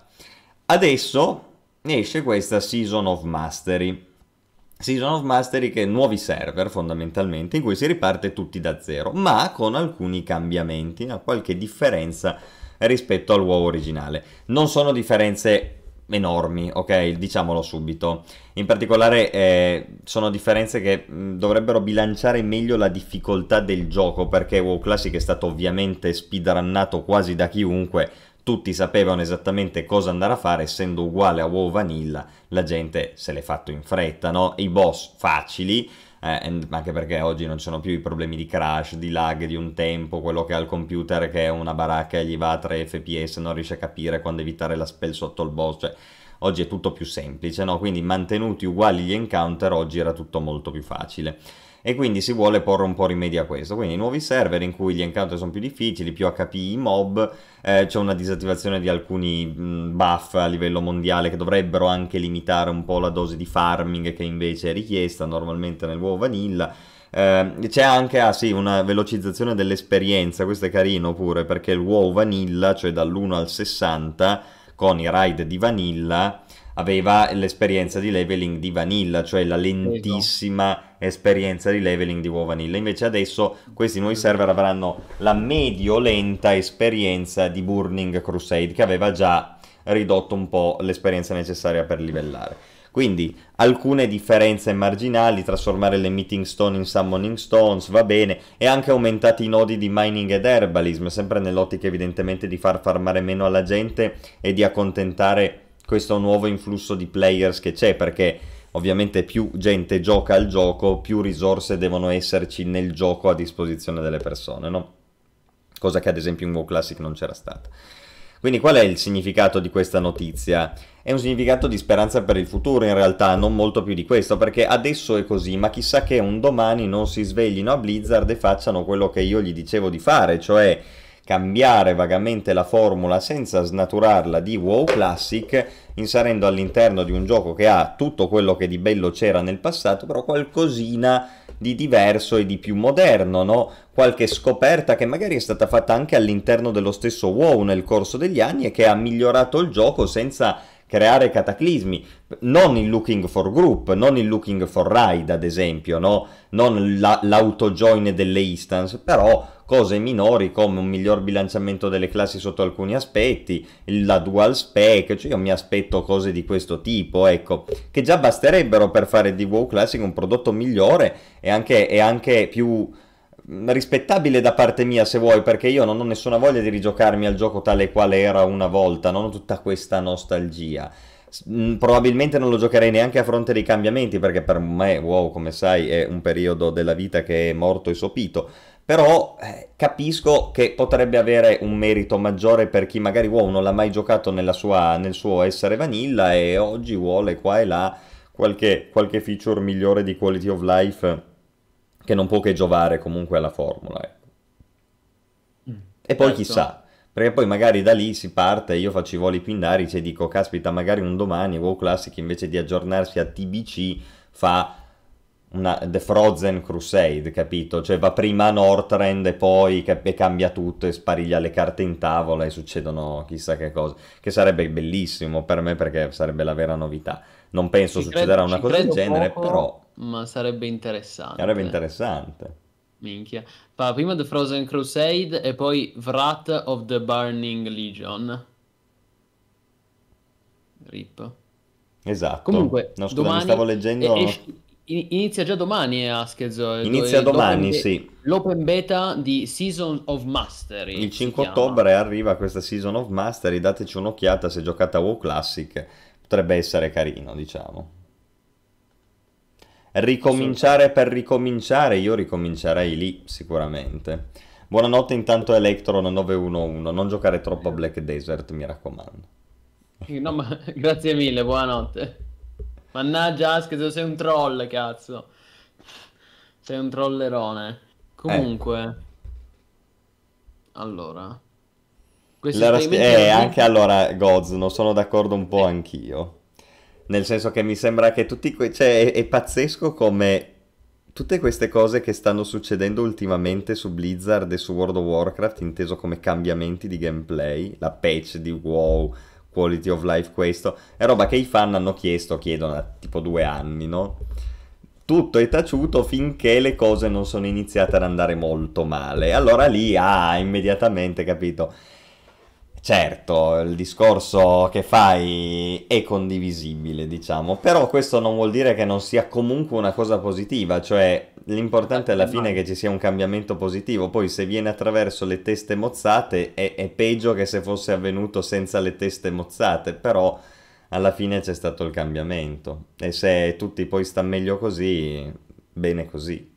Adesso esce questa Season of Mastery. Season of Mastery che è nuovi server fondamentalmente, in cui si riparte tutti da zero, ma con alcuni cambiamenti, una qualche differenza rispetto al WoW originale. Non sono differenze enormi, ok? Diciamolo subito. In particolare eh, sono differenze che mh, dovrebbero bilanciare meglio la difficoltà del gioco, perché WoW Classic è stato ovviamente speedrunnato quasi da chiunque. Tutti sapevano esattamente cosa andare a fare, essendo uguale a WoW Vanilla, la gente se l'è fatto in fretta, no? I boss facili, eh, anche perché oggi non ci sono più i problemi di crash, di lag di un tempo, quello che ha il computer che è una baracca e gli va a tre F P S, non riesce a capire quando evitare la spell sotto il boss, cioè oggi è tutto più semplice, no? Quindi mantenuti uguali gli encounter, oggi era tutto molto più facile. E quindi si vuole porre un po' rimedio a questo, quindi nuovi server in cui gli encounter sono più difficili, più H P I mob, eh, c'è una disattivazione di alcuni mh, buff a livello mondiale che dovrebbero anche limitare un po' la dose di farming che invece è richiesta normalmente nel WoW Vanilla. Eh, c'è anche ah, sì, una velocizzazione dell'esperienza, questo è carino pure, perché il WoW Vanilla, cioè dall'uno al sessanta, con i raid di Vanilla, aveva l'esperienza di leveling di Vanilla, cioè la lentissima esperienza di leveling di WoW Vanilla. Invece adesso questi nuovi server avranno la medio-lenta esperienza di Burning Crusade, che aveva già ridotto un po' l'esperienza necessaria per livellare. Quindi alcune differenze marginali, trasformare le Meeting Stone in Summoning Stones, va bene, e anche aumentati i nodi di Mining ed Herbalism, sempre nell'ottica evidentemente di far farmare meno alla gente e di accontentare questo nuovo influsso di players che c'è, perché ovviamente più gente gioca al gioco, più risorse devono esserci nel gioco a disposizione delle persone, no? Cosa che ad esempio in WoW Classic non c'era stata. Quindi qual è il significato di questa notizia? È un significato di speranza per il futuro in realtà, non molto più di questo, perché adesso è così, ma chissà che un domani non si sveglino a Blizzard e facciano quello che io gli dicevo di fare, cioè cambiare vagamente la formula senza snaturarla di WoW Classic, inserendo all'interno di un gioco che ha tutto quello che di bello c'era nel passato, però qualcosina di diverso e di più moderno, no? Qualche scoperta che magari è stata fatta anche all'interno dello stesso WoW nel corso degli anni e che ha migliorato il gioco senza creare cataclismi, non il looking for group, non il looking for raid ad esempio, no? Non la, l'auto-join delle instance, però cose minori come un miglior bilanciamento delle classi sotto alcuni aspetti, la dual spec, cioè io mi aspetto cose di questo tipo, ecco, che già basterebbero per fare di WoW Classic un prodotto migliore e anche, e anche più rispettabile da parte mia, se vuoi, perché io non ho nessuna voglia di rigiocarmi al gioco tale quale era una volta, non ho tutta questa nostalgia. Probabilmente non lo giocherei neanche a fronte dei cambiamenti, perché per me WoW, come sai, è un periodo della vita che è morto e sopito, però eh, capisco che potrebbe avere un merito maggiore per chi magari WoW non l'ha mai giocato nella sua, nel suo essere vanilla e oggi vuole qua e là qualche, qualche feature migliore di quality of life che non può che giovare comunque alla formula, ecco. Mm, e poi certo. Chissà, perché poi magari da lì si parte, io faccio i voli pindarici e dico, caspita, magari un domani WoW Classic invece di aggiornarsi a T B C fa una The Frozen Crusade, capito? Cioè va prima a Northrend e poi e cambia tutto e spariglia le carte in tavola e succedono chissà che cosa, che sarebbe bellissimo per me perché sarebbe la vera novità. Non penso ci succederà credo, una cosa del genere, poco, però ma sarebbe interessante. Sarebbe interessante. Minchia. Pa, prima The Frozen Crusade e poi Wrath of the Burning Legion. Rip. Esatto. Comunque, no, scusa, domani mi stavo leggendo esce, in- inizia già domani eh, Askez, eh, do- Inizia eh, l'open domani, be- sì. l'open beta di Season of Il Mastery si cinque chiama. ottobre arriva questa Season of Mastery, dateci un'occhiata se giocate a WoW Classic, potrebbe essere carino, diciamo. Assolutamente. Ricominciare per ricominciare, io ricomincerei lì, sicuramente. Buonanotte intanto Electron nove uno uno, non giocare troppo a Black Desert, mi raccomando. No, ma grazie mille, buonanotte. Mannaggia Askez, sei un troll, cazzo. Sei un trollerone. Ecco. Comunque, allora, questi La raspi- esperimenti eh, anche eruditi. allora, Goz, non sono d'accordo un po' Eh, anch'io. Nel senso che mi sembra che tutti que- cioè, è, è pazzesco come tutte queste cose che stanno succedendo ultimamente su Blizzard e su World of Warcraft, inteso come cambiamenti di gameplay, la patch di WoW, Quality of Life, questo, è roba che i fan hanno chiesto, chiedono da tipo due anni, no? Tutto è taciuto finché le cose non sono iniziate ad andare molto male. Allora lì, ah, immediatamente, capito? Certo, il discorso che fai è condivisibile, diciamo, però questo non vuol dire che non sia comunque una cosa positiva, cioè l'importante alla eh, fine è mai. che ci sia un cambiamento positivo, poi se viene attraverso le teste mozzate è, è peggio che se fosse avvenuto senza le teste mozzate, però alla fine c'è stato il cambiamento e se tutti poi stanno meglio così, bene così.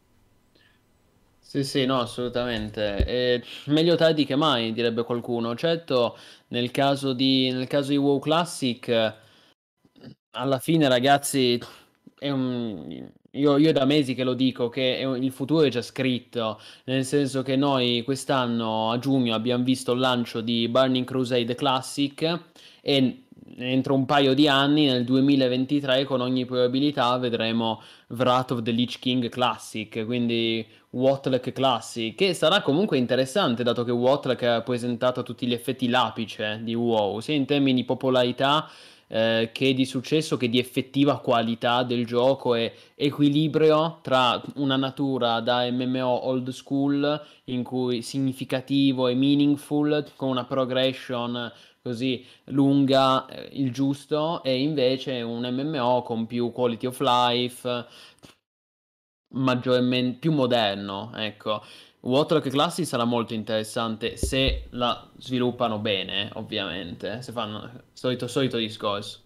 Sì, sì, no, assolutamente. E meglio tardi che mai, direbbe qualcuno. Certo, nel caso di, nel caso di WoW Classic, eh, alla fine, ragazzi, è un- io, io da mesi che lo dico, che è un- il futuro è già scritto, nel senso che noi quest'anno a giugno abbiamo visto il lancio di Burning Crusade Classic e entro un paio di anni, nel duemilaventitré, con ogni probabilità, vedremo Wrath of the Lich King Classic, quindi Wotleg Classic, che sarà comunque interessante dato che Wotleg ha presentato a tutti gli effetti l'apice di WoW, sia in termini di popolarità eh, che di successo che di effettiva qualità del gioco e equilibrio tra una natura da M M O old school in cui significativo e meaningful con una progression così lunga, eh, il giusto, e invece un M M O con più quality of life, maggiormente più moderno, ecco. Warlock Classic sarà molto interessante se la sviluppano bene, ovviamente, se fanno solito, solito discorso.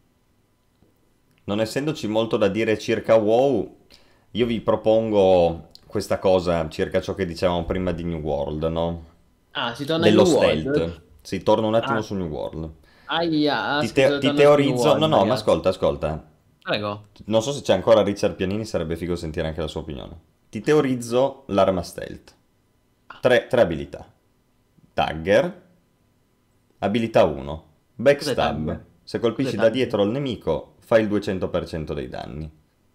Non essendoci molto da dire circa WoW, io vi propongo questa cosa circa ciò che dicevamo prima di New World, no? Ah, si torna in Dello New World? stealth. Si torna un attimo Ah, su New World. aia, Ti, Ask te- sto ti tornando su New teorizzo... No, World, no, ma ragazzi. ascolta, ascolta. Prego. Non so se c'è ancora Richard Pianini, sarebbe figo sentire anche la sua opinione. Ti teorizzo l'arma stealth. Tre, tre abilità. Dagger. Abilità uno. Cos'è Backstab. Tag? Se Cos'è colpisci da Tag? dietro al nemico, fai il duecento per cento dei danni.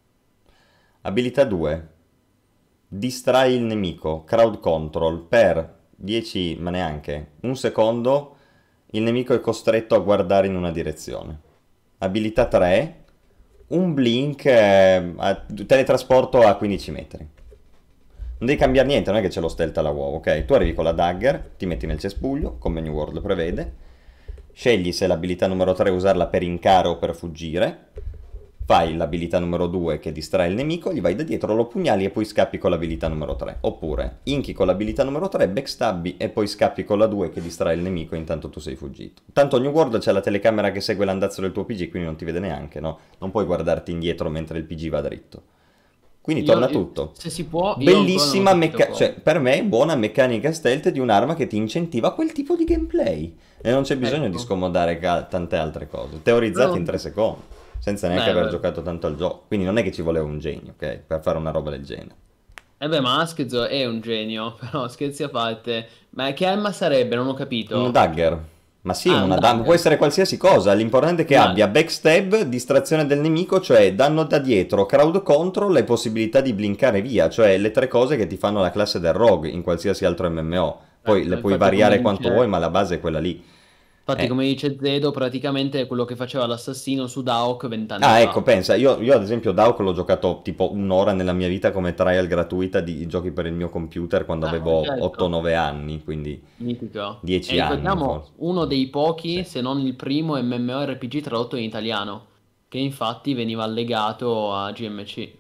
Abilità due. Distrai il nemico, crowd control, per dieci, ma neanche, un secondo, il nemico è costretto a guardare in una direzione. Abilità tre, un blink, eh, a- teletrasporto a quindici metri. Non devi cambiare niente, non è che c'è lo stealth alla WoW, ok? Tu arrivi con la dagger, ti metti nel cespuglio, come New World prevede, scegli se l'abilità numero tre usarla per incaro o per fuggire, fai l'abilità numero due che distrae il nemico, gli vai da dietro, lo pugnali e poi scappi con l'abilità numero tre. Oppure inchi con l'abilità numero tre, backstabbi e poi scappi con la due che distrae il nemico e intanto tu sei fuggito. Tanto a New World c'è la telecamera che segue l'andazzo del tuo P G, quindi non ti vede neanche, no? Non puoi guardarti indietro mentre il P G va dritto. Quindi Io, torna io- tutto. se si può, io ancora non ho Bellissima capito meccanica, cioè come. per me buona meccanica stealth di un'arma che ti incentiva quel tipo di gameplay. E non c'è bisogno di Ecco. scomodare ca- tante altre cose. Teorizzate Però, in tre secondi, senza neanche beh, aver beh. giocato tanto al gioco. Quindi non è che ci voleva un genio, ok? Per fare una roba del genere. Eh beh, ma Askzo è un genio, però scherzi a parte. Ma che arma sarebbe? Non ho Un capito. dagger. Ma sì, Ah, un una dam- può dagger. essere qualsiasi cosa. L'importante è che Una... abbia backstab, distrazione del nemico, cioè danno da dietro, crowd control e possibilità di blinkare via. Cioè le tre cose che ti fanno la classe del rogue in qualsiasi altro M M O. Poi Ecco, le puoi infatti come variare quanto vuoi, dice... ma la base è quella lì. Infatti Eh. come dice Zedo, praticamente è quello che faceva l'assassino su Daok vent'anni Ah, ecco, fa. pensa, io, io ad esempio Dauk l'ho giocato tipo un'ora nella mia vita come trial gratuita di giochi per il mio computer quando Ah, avevo certo. otto nove anni, quindi Mitico. E dieci anni ricordiamo forse. uno dei Sì. pochi, se non il primo MMORPG tradotto in italiano, che infatti veniva allegato a G M C.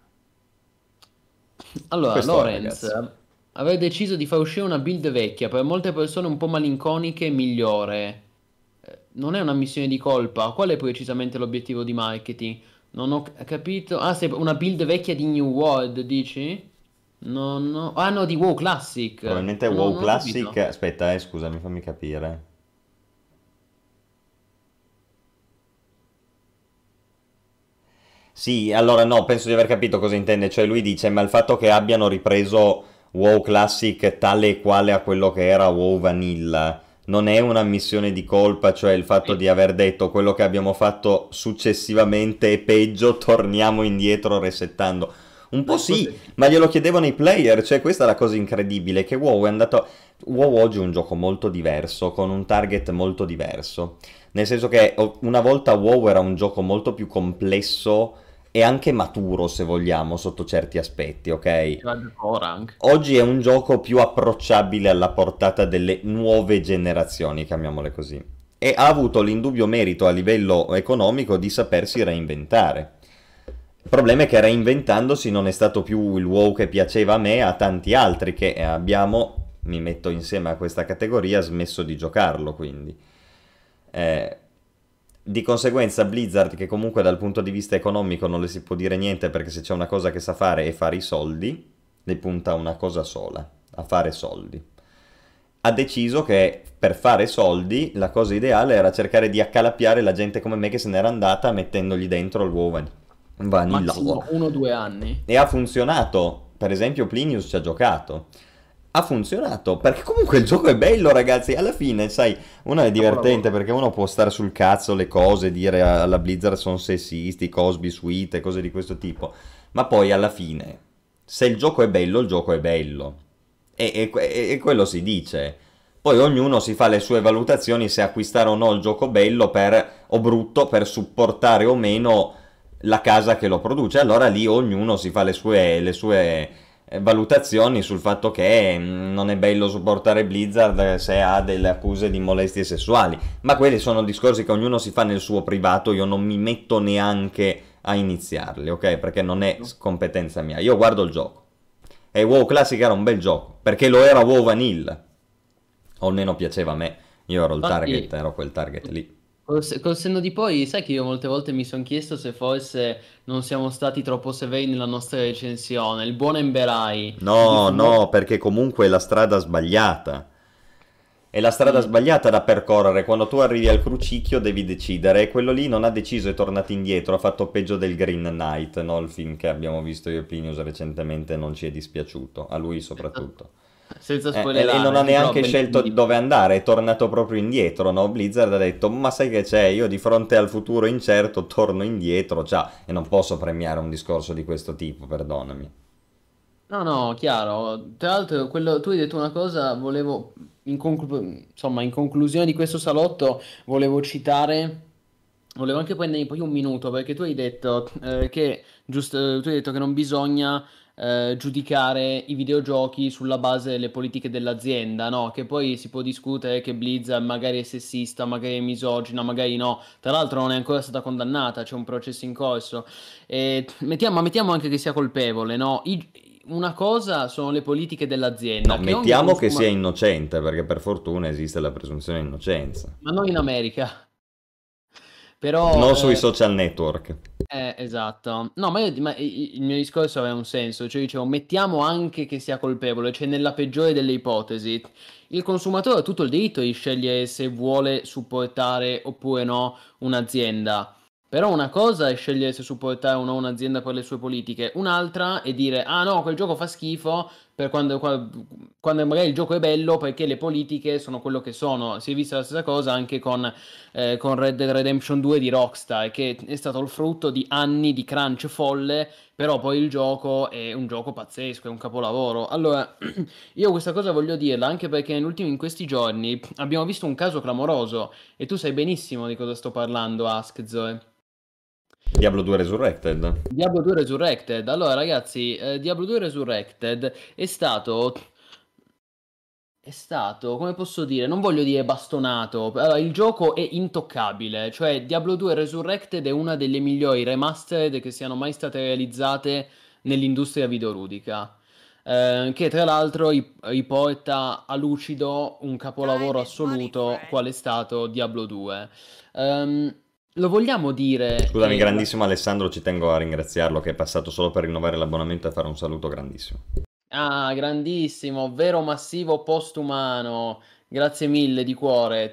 Allora, Questo è, Lorenz, ragazzi. aveva deciso di far uscire una build vecchia, per molte persone un po' malinconiche, migliore. Eh, Non è una missione di colpa. Qual è precisamente l'obiettivo di marketing? Non ho c- capito. Ah, se una build vecchia di New World, dici? Non ho... Ah, no, di WoW Classic. Probabilmente Non ho, WoW non ho Classic. capito. Aspetta, eh, scusami, fammi capire. Sì, allora no, penso di aver capito cosa intende. Cioè lui dice, ma il fatto che abbiano ripreso WoW Classic tale e quale a quello che era WoW Vanilla non è una missione di colpa, cioè il fatto Sì, di aver detto quello che abbiamo fatto successivamente è peggio, torniamo indietro resettando. Un po' sì, l'ipotesi. ma glielo chiedevano i player, cioè questa è la cosa incredibile, che WoW è andato... WoW oggi è un gioco molto diverso, con un target molto diverso. Nel senso che o- una volta WoW era un gioco molto più complesso e anche maturo, se vogliamo, sotto certi aspetti, ok? Hardcore anche. Oggi è un gioco più approcciabile alla portata delle nuove generazioni, chiamiamole così. E ha avuto l'indubbio merito a livello economico di sapersi reinventare. Il problema è che reinventandosi non è stato più il WoW che piaceva a me e a tanti altri che abbiamo, mi metto insieme a questa categoria, smesso di giocarlo, quindi. Eh, di conseguenza Blizzard, che comunque dal punto di vista economico non le si può dire niente perché se c'è una cosa che sa fare è fare i soldi, le punta a una cosa sola, a fare soldi. Ha deciso che per fare soldi la cosa ideale era cercare di accalappiare la gente come me che se n'era andata mettendogli dentro il WoW van- Vanilla. Massimo uno o due anni. E ha funzionato. Per esempio Plinius ci ha giocato. Ha funzionato, perché comunque il gioco è bello, ragazzi. Alla fine, sai, uno è divertente Capolavoro. perché uno può stare sul cazzo le cose, dire alla Blizzard sono sessisti, Cosby Suite, cose di questo tipo. Ma poi alla fine, se il gioco è bello, il gioco è bello. E, e- e- e quello si dice. Poi ognuno si fa le sue valutazioni se acquistare o no il gioco bello per, o brutto per supportare o meno la casa che lo produce. Allora lì ognuno si fa le sue, le sue eh, valutazioni sul fatto che mm, non è bello supportare Blizzard se ha delle accuse di molestie sessuali. Ma quelli sono discorsi che ognuno si fa nel suo privato, io non mi metto neanche a iniziarli, ok? Perché non è competenza mia. Io guardo il gioco. E WoW Classic era un bel gioco, perché lo era WoW Vanilla. O almeno piaceva a me. Io ero il target, Infatti, ero quel target lì. col, se- col senno di poi, sai che io molte volte mi sono chiesto se forse non siamo stati troppo severi nella nostra recensione. Il buon Emberai di No, Fumo... no, perché comunque è la strada sbagliata. È la strada Mm. sbagliata da percorrere. Quando tu arrivi al crucicchio devi decidere. E quello lì non ha deciso, è tornato indietro. Ha fatto peggio del Green Knight, no? Il film che abbiamo visto io e Plinius recentemente non ci è dispiaciuto. A lui Senza, soprattutto. senza Eh, e, e non ha spoilerare, sì, però neanche bellissimo scelto di dove fatto. andare, è tornato proprio indietro, no? Blizzard ha detto, ma sai che c'è, io di fronte al futuro incerto torno indietro, ciao, e non posso premiare un discorso di questo tipo, perdonami. No, no, chiaro. Tra l'altro, quello, tu hai detto una cosa, volevo, in conclu- insomma, in conclusione di questo salotto, volevo citare, volevo anche prendermi poi un minuto, perché tu hai detto eh, che, giusto, tu hai detto che non bisogna eh, giudicare i videogiochi sulla base delle politiche dell'azienda, no? Che poi si può discutere che Blizzard magari è sessista, magari è misogina, magari no. Tra l'altro non è ancora stata condannata, c'è un processo in corso. E mettiamo, ma mettiamo anche che sia colpevole, no? I- una cosa sono le politiche No, dell'azienda, che ogni mettiamo che sia consumatore, innocente, perché per fortuna esiste la presunzione di innocenza. ma non in America, però Non sui eh, social network. eh, esatto. No, ma, io, ma i- il mio discorso aveva un senso, cioè dicevo, mettiamo anche che sia colpevole, cioè nella peggiore delle ipotesi. Il consumatore ha tutto il diritto di scegliere se vuole supportare oppure no un'azienda. Però una cosa è scegliere se supportare o no un'azienda per le sue politiche, un'altra è dire, ah no, quel gioco fa schifo per quando, qua- quando magari il gioco è bello perché le politiche sono quello che sono. Si è vista la stessa cosa anche con eh, con Red Dead Redemption due di Rockstar, che è stato il frutto di anni di crunch folle, però poi il gioco è un gioco pazzesco, è un capolavoro. Allora, io questa cosa voglio dirla anche perché negli ultimi, in questi giorni abbiamo visto un caso clamoroso e tu sai benissimo di cosa sto parlando, Ask Zoe. Diablo due Resurrected. Diablo due Resurrected. Allora, ragazzi, eh, Diablo due Resurrected è stato È stato, come posso dire, non voglio dire bastonato, allora, il gioco è intoccabile, cioè Diablo due Resurrected è una delle migliori remastered che siano mai state realizzate nell'industria videoludica, eh, che tra l'altro i- riporta a lucido un capolavoro assoluto qual è stato Diablo due. Ehm, lo vogliamo dire, Scusami, e grandissimo Alessandro, ci tengo a ringraziarlo che è passato solo per rinnovare l'abbonamento e fare un saluto grandissimo. ah, grandissimo, vero massivo postumano. Grazie mille di cuore.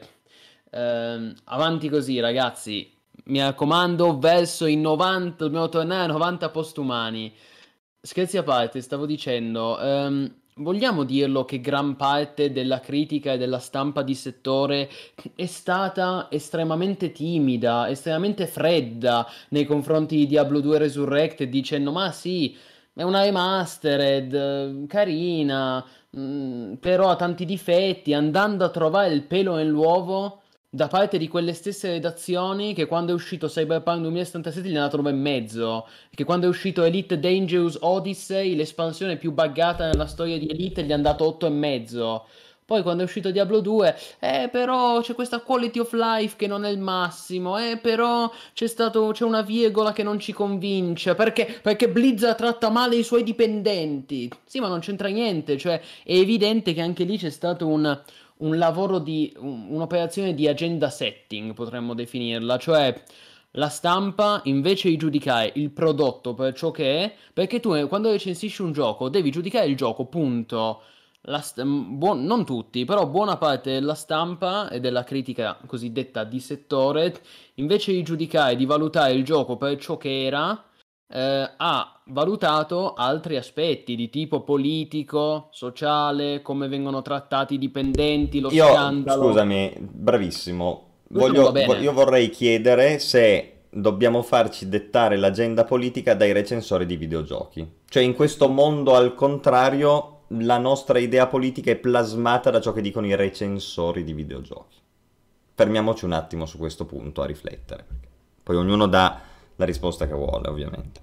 Ehm, avanti così, ragazzi. Mi raccomando, verso i novanta, dobbiamo tornare ai novanta postumani. Scherzi a parte, stavo dicendo, ehm, vogliamo dirlo che gran parte della critica e della stampa di settore è stata estremamente timida, estremamente fredda nei confronti di Diablo due Resurrected, dicendo ma sì, è una remastered, eh, carina, mm, però ha tanti difetti, andando a trovare il pelo nell'uovo da parte di quelle stesse redazioni che quando è uscito Cyberpunk duemilasettantasette gli hanno dato nove e mezzo, che quando è uscito Elite Dangerous Odyssey, l'espansione più buggata nella storia di Elite, gli hanno dato otto e mezzo. Poi quando è uscito Diablo due, eh però c'è questa quality of life che non è il massimo, eh però c'è stato, c'è una virgola che non ci convince, perché, perché Blizzard tratta male i suoi dipendenti. Sì, ma non c'entra niente, cioè è evidente che anche lì c'è stato un, un lavoro di, un- un'operazione di agenda setting, potremmo definirla, cioè la stampa invece di giudicare il prodotto per ciò che è, perché tu eh, quando recensisci un gioco devi giudicare il gioco, punto. La st- m- buon- non tutti, però buona parte della stampa e della critica cosiddetta di settore, invece di giudicare, di valutare il gioco per ciò che era, eh, ha valutato altri aspetti di tipo politico, sociale, come vengono trattati i dipendenti, lo Io, scandalo. scusami, bravissimo, Questo non va voglio, vo- bene. io vorrei chiedere se dobbiamo farci dettare l'agenda politica dai recensori di videogiochi. Cioè, in questo mondo, al contrario, la nostra idea politica è plasmata da ciò che dicono i recensori di videogiochi. Fermiamoci un attimo su questo punto a riflettere, perché poi ognuno dà la risposta che vuole, ovviamente.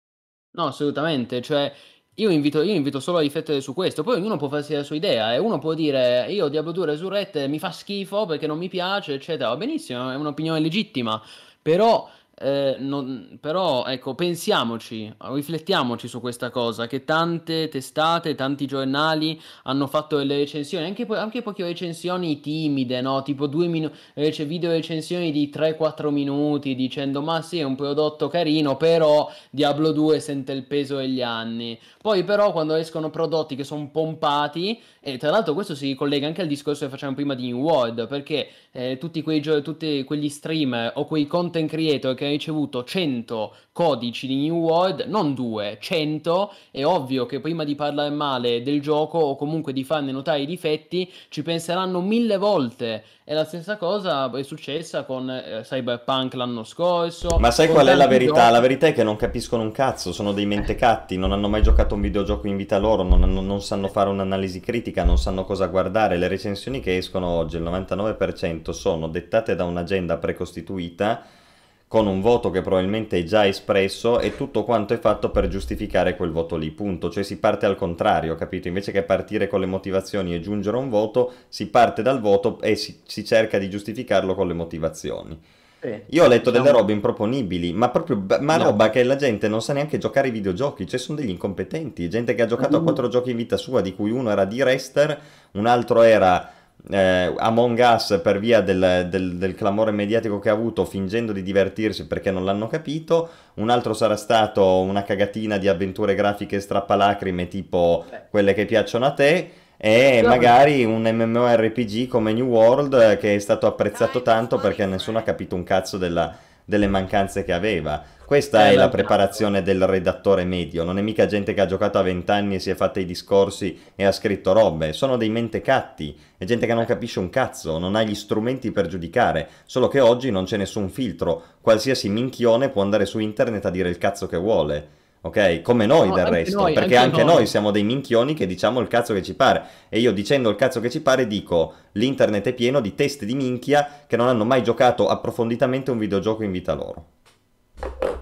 No, assolutamente, cioè io invito, io invito solo a riflettere su questo, poi ognuno può farsi la sua idea e uno può dire io Diablo due Resurrect mi fa schifo perché non mi piace, eccetera, va benissimo, è un'opinione legittima, però, eh, non- però ecco, pensiamoci, riflettiamoci su questa cosa, che tante testate, tanti giornali hanno fatto delle recensioni, anche, po- anche poche recensioni timide, no? Tipo due minuti, video recensioni di tre quattro minuti dicendo ma sì è un prodotto carino, però Diablo due sente il peso degli anni. Poi però quando escono prodotti che sono pompati, e tra l'altro questo si collega anche al discorso che facciamo prima di New World, perché eh, tutti quei gio- tutti quegli streamer o quei content creator che hanno ricevuto cento codici di New World, non due, cento, è ovvio che prima di parlare male del gioco o comunque di farne notare i difetti, ci penseranno mille volte. E la stessa cosa è successa con eh, Cyberpunk l'anno scorso, Ma sai con qual è la tanti verità? La giochi. verità è che non capiscono un cazzo, sono dei mentecatti, non hanno mai giocato un videogioco in vita loro, non, hanno- non sanno fare un'analisi critica, non sanno cosa guardare. Le recensioni che escono oggi, il novantanove per cento, sono dettate da un'agenda precostituita, con un voto che probabilmente è già espresso e tutto quanto è fatto per giustificare quel voto lì, punto. Cioè si parte al contrario, capito? Invece che partire con le motivazioni e giungere a un voto, si parte dal voto e si, si cerca di giustificarlo con le motivazioni. Sì, Io ho letto delle diciamo, robe improponibili, ma proprio ma no. roba che la gente non sa neanche giocare ai videogiochi, cioè sono degli incompetenti, gente che ha giocato a quattro giochi in vita sua, di cui uno era di Rester, un altro era eh, Among Us per via del, del- del clamore mediatico che ha avuto, fingendo di divertirsi perché non l'hanno capito, un altro sarà stato una cagatina di avventure grafiche strappalacrime tipo quelle che piacciono a te. E magari un MMORPG come New World eh, che è stato apprezzato tanto perché nessuno ha capito un cazzo della- delle mancanze che aveva. Questa Eh, è ma la esatto. preparazione del redattore medio, non è mica gente che ha giocato a venti anni e si è fatta i discorsi e ha scritto robe, sono dei mentecatti, è gente che non capisce un cazzo, non ha gli strumenti per giudicare, solo che oggi non c'è nessun filtro, qualsiasi minchione può andare su internet a dire il cazzo che vuole. Ok? Come noi No, del anche resto, noi, perché anche anche noi noi. siamo dei minchioni che diciamo il cazzo che ci pare. E io dicendo il cazzo che ci pare dico, l'internet è pieno di teste di minchia che non hanno mai giocato approfonditamente un videogioco in vita loro.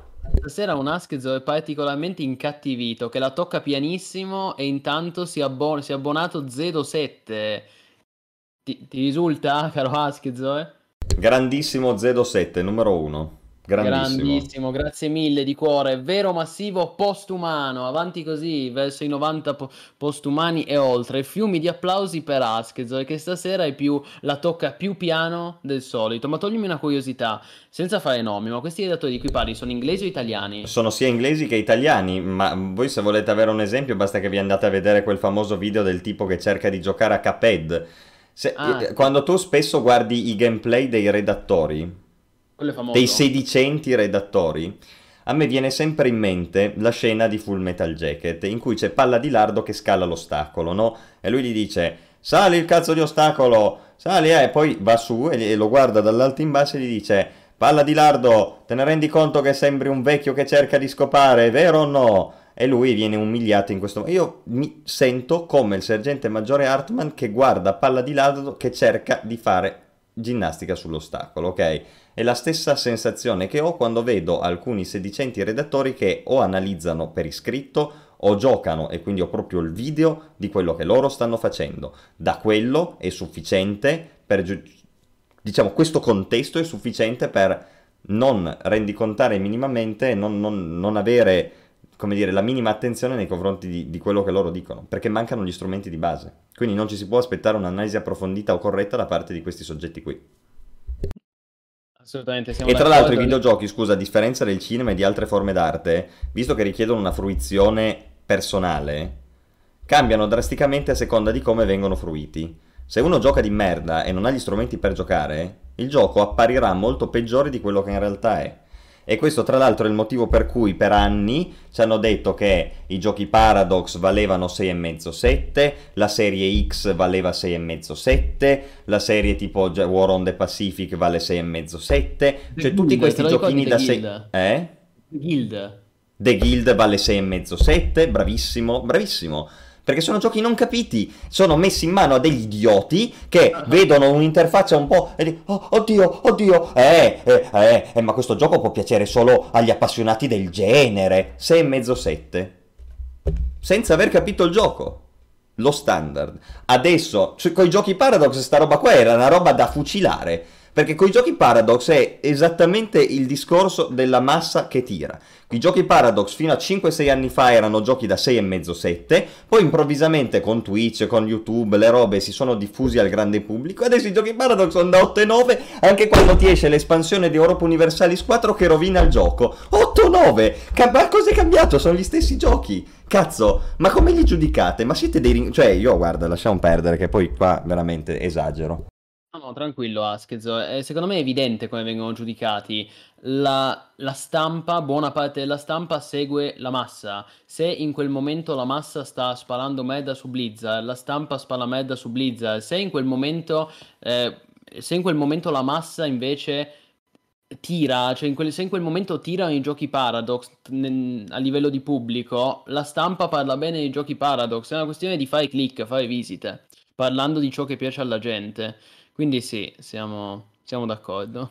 stasera un Askez è particolarmente incattivito, che la tocca pianissimo e intanto si, abbon- si è abbonato zero sette. Ti, ti risulta, caro Askez? Eh? Grandissimo zero sette, numero uno. Grandissimo. Grandissimo, grazie mille di cuore. Vero massivo postumano, avanti così, verso i novanta po- postumani e oltre. Fiumi di applausi per Askez, che stasera è più, la tocca più piano del solito. Ma toglimi una curiosità, senza fare nomi, ma questi redattori di cui parli sono inglesi o italiani? Sono sia inglesi che italiani, ma voi se volete avere un esempio basta che vi andate a vedere quel famoso video del tipo che cerca di giocare a Cuphead. Se, Ah, eh, sì, quando tu spesso guardi i gameplay dei redattori, quello è famoso. dei sedicenti redattori, a me viene sempre in mente la scena di Full Metal Jacket, in cui c'è Palla di Lardo che scala l'ostacolo, no? E lui gli dice, sali il cazzo di ostacolo, sali, eh, e poi va su e, e lo guarda dall'alto in basso e gli dice, Palla di Lardo, te ne rendi conto che sembri un vecchio che cerca di scopare, vero o no? E lui viene umiliato in questo modo. Io mi sento come il sergente maggiore Hartman che guarda Palla di Lardo che cerca di fare ginnastica sull'ostacolo, ok? È la stessa sensazione che ho quando vedo alcuni sedicenti redattori che o analizzano per iscritto o giocano e quindi ho proprio il video di quello che loro stanno facendo. Da quello è sufficiente per, giu- diciamo, questo contesto è sufficiente per non rendicontare minimamente e non, non- non avere, come dire, la minima attenzione nei confronti di, di quello che loro dicono, perché mancano gli strumenti di base. Quindi non ci si può aspettare un'analisi approfondita o corretta da parte di questi soggetti qui. Assolutamente, siamo E tra l'altro i d'accordo. videogiochi, scusa, a differenza del cinema e di altre forme d'arte, visto che richiedono una fruizione personale, cambiano drasticamente a seconda di come vengono fruiti. Se uno gioca di merda e non ha gli strumenti per giocare, il gioco apparirà molto peggiore di quello che in realtà è. E questo tra l'altro è il motivo per cui per anni ci hanno detto che i giochi Paradox valevano sei virgola cinque sette, la serie X valeva sei virgola cinque sette, la serie tipo War on the Pacific vale sei virgola cinque sette, The cioè tutti Guild, questi te lo ricordi giochini The da sei... Guild? Eh? Guild. The Guild vale sei virgola cinque sette, bravissimo, bravissimo. Perché sono giochi non capiti, sono messi in mano a degli idioti che vedono un'interfaccia un po' e dicono, oh, oddio, oddio, eh, eh, eh, eh, ma questo gioco può piacere solo agli appassionati del genere. sei virgola cinque sette. Senza aver capito il gioco. Lo standard. Adesso, cioè, con i giochi Paradox sta roba qua era una roba da fucilare. Perché con i giochi Paradox è esattamente il discorso della massa che tira. I giochi Paradox fino a cinque sei anni fa erano giochi da sei virgola cinque sette, poi improvvisamente con Twitch, con YouTube, le robe si sono diffusi al grande pubblico, adesso i giochi Paradox sono da otto e nove, anche quando ti esce l'espansione di Europa Universalis quattro che rovina il gioco. otto nove! Ca- ma cosa è cambiato? Sono gli stessi giochi! Cazzo, ma come li giudicate? Ma siete dei... rin- cioè, io guarda, lasciamo perdere che poi qua veramente esagero. No, no, tranquillo Askez, eh, secondo me è evidente come vengono giudicati. La, la stampa, buona parte della stampa segue la massa. Se in quel momento la massa sta sparando merda su Blizzard, la stampa spara merda su Blizzard. Se in quel momento, eh, se in quel momento la massa invece tira, cioè in quel, se in quel momento tirano i giochi Paradox ne- a livello di pubblico, la stampa parla bene dei giochi Paradox. È una questione di fare click, fare visite, parlando di ciò che piace alla gente. Quindi sì, siamo, siamo d'accordo.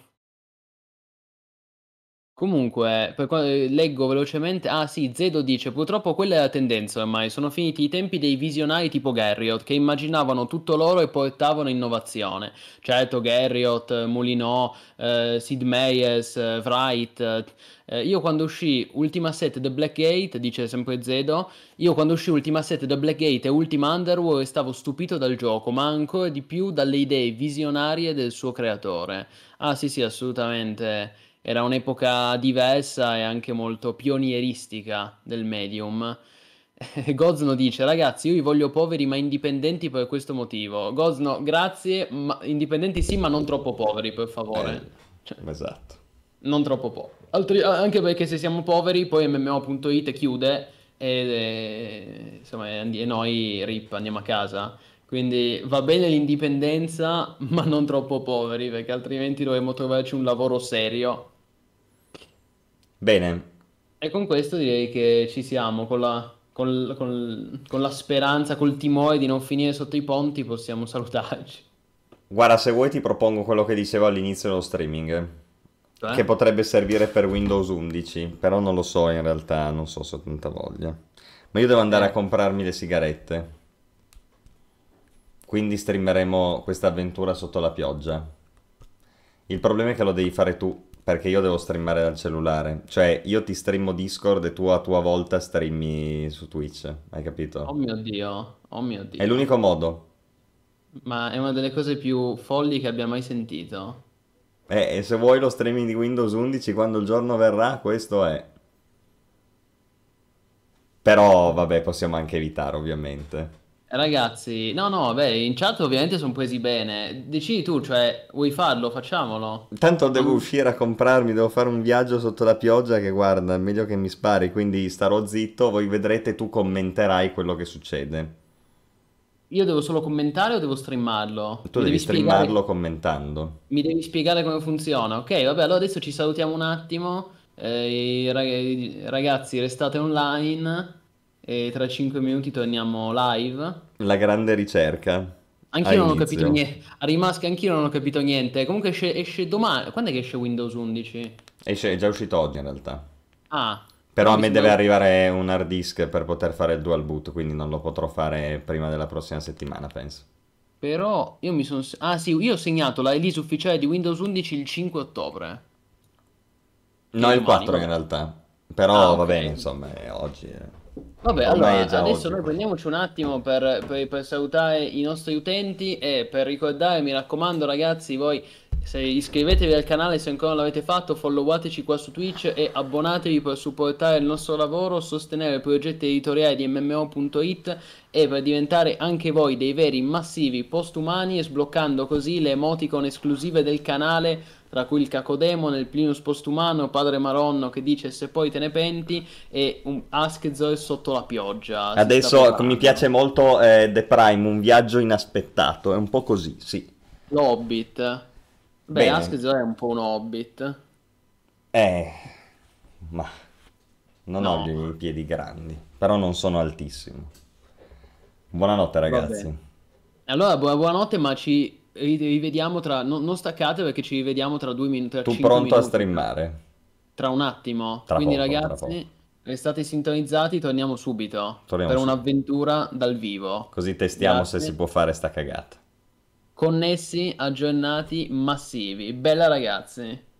Comunque, per qua- eh, leggo velocemente. Ah sì, Zedo dice, purtroppo quella è la tendenza ormai, sono finiti i tempi dei visionari tipo Garriott, che immaginavano tutto loro e portavano innovazione. Certo, Garriott, eh, Moulinot, eh, Sid Meier's, eh, Wright. eh, eh, io quando uscì Ultima Set The Blackgate, dice sempre Zedo, io quando uscì Ultima Set The Blackgate e Ultima Underworld stavo stupito dal gioco, ma ancora di più dalle idee visionarie del suo creatore. Ah sì sì, assolutamente. Era un'epoca diversa e anche molto pionieristica del medium. Gozno dice, ragazzi, io vi voglio poveri ma indipendenti per questo motivo. Gozno, grazie, ma indipendenti sì, ma non troppo poveri, per favore. Eh, Cioè, esatto. non troppo poveri. Altri- anche perché se siamo poveri, poi M M O punto it chiude e, e, insomma, e andi- e noi rip andiamo a casa. Quindi va bene l'indipendenza, ma non troppo poveri, perché altrimenti dovremmo trovarci un lavoro serio. Bene, E con questo direi che ci siamo, con la, col- col- con la speranza, col timore di non finire sotto i ponti, possiamo salutarci. guarda, se vuoi ti propongo quello che dicevo all'inizio dello streaming. Cioè? che potrebbe servire per Windows undici, però non lo so in realtà, non so se ho tanta voglia. Ma io devo andare Eh. a comprarmi le sigarette, quindi streameremo questa avventura sotto la pioggia. Il problema è che lo devi fare tu, perché io devo streamare dal cellulare. Cioè, io ti streamo Discord e tu a tua volta streami su Twitch, hai Oh capito? mio Dio, oh mio È Dio. l'unico modo. Ma è una delle cose più folli che abbia mai sentito. Eh, e se vuoi lo streaming di Windows undici quando il giorno verrà, questo è. Però, vabbè, possiamo anche evitare, ovviamente. Ragazzi, no, no, vabbè, in chat ovviamente sono presi bene. Decidi tu, cioè, vuoi farlo? Facciamolo. Tanto devo Non- uscire a comprarmi, devo fare un viaggio sotto la pioggia che guarda, è meglio che mi spari, quindi starò zitto, voi vedrete, tu commenterai quello che succede. Io devo solo commentare o devo streamarlo? Tu Mi devi devi spiegare, streamarlo commentando. mi devi spiegare come funziona. Ok, vabbè, allora adesso ci salutiamo un attimo. Eh, i rag- i ragazzi, restate online e tra cinque minuti torniamo live. La grande ricerca a Anch'io non ho capito inizio. niente. A Rimask anch'io non ho capito niente. Comunque esce, esce domani. Quando è che esce Windows undici? Esce, è già uscito oggi in realtà. Ah, Però però a mi me sembra. deve arrivare un hard disk per poter fare il dual boot, quindi non lo potrò fare prima della prossima settimana, penso. Però io mi sono. Ah sì, io ho segnato la release ufficiale di Windows undici il cinque ottobre. Che No, è il domani, quattro in vabbè. realtà. Ah, Però va ok. bene, insomma, è oggi. eh. Vabbè, Ormai è allora già adesso oggi noi qua. prendiamoci un attimo per, per- per salutare i nostri utenti e per ricordare, mi raccomando ragazzi, voi se iscrivetevi al canale se ancora non l'avete fatto, followateci qua su Twitch e abbonatevi per supportare il nostro lavoro, sostenere i progetti editoriali di M M O punto it e per diventare anche voi dei veri massivi postumani e sbloccando così le emoticon esclusive del canale, tra cui il Cacodemon, il Plinus postumano, Padre Maronno che dice se poi te ne penti e un Askzor sotto la pioggia. Si sta Adesso mi preparando. piace molto eh, The Prime, un viaggio inaspettato, è un po' così, sì. L'Hobbit. Beh, Bene, Askzor è un po' un Hobbit. eh, ma non ho No, gli piedi grandi, però non sono altissimo. Buonanotte vabbè. ragazzi. Allora, buona- buonanotte, ma ci ri- rivediamo tra. Non, non staccate perché ci rivediamo tra due minuti, tra Tu cinque pronto a minuti, tra, streamare? tra un attimo. Tra Quindi, poco, tra poco. ragazzi, restate sintonizzati, torniamo subito Torniamo per su. un'avventura dal vivo. Così testiamo se si Grazie. può fare sta cagata. Connessi, aggiornati, massivi. Bella ragazzi.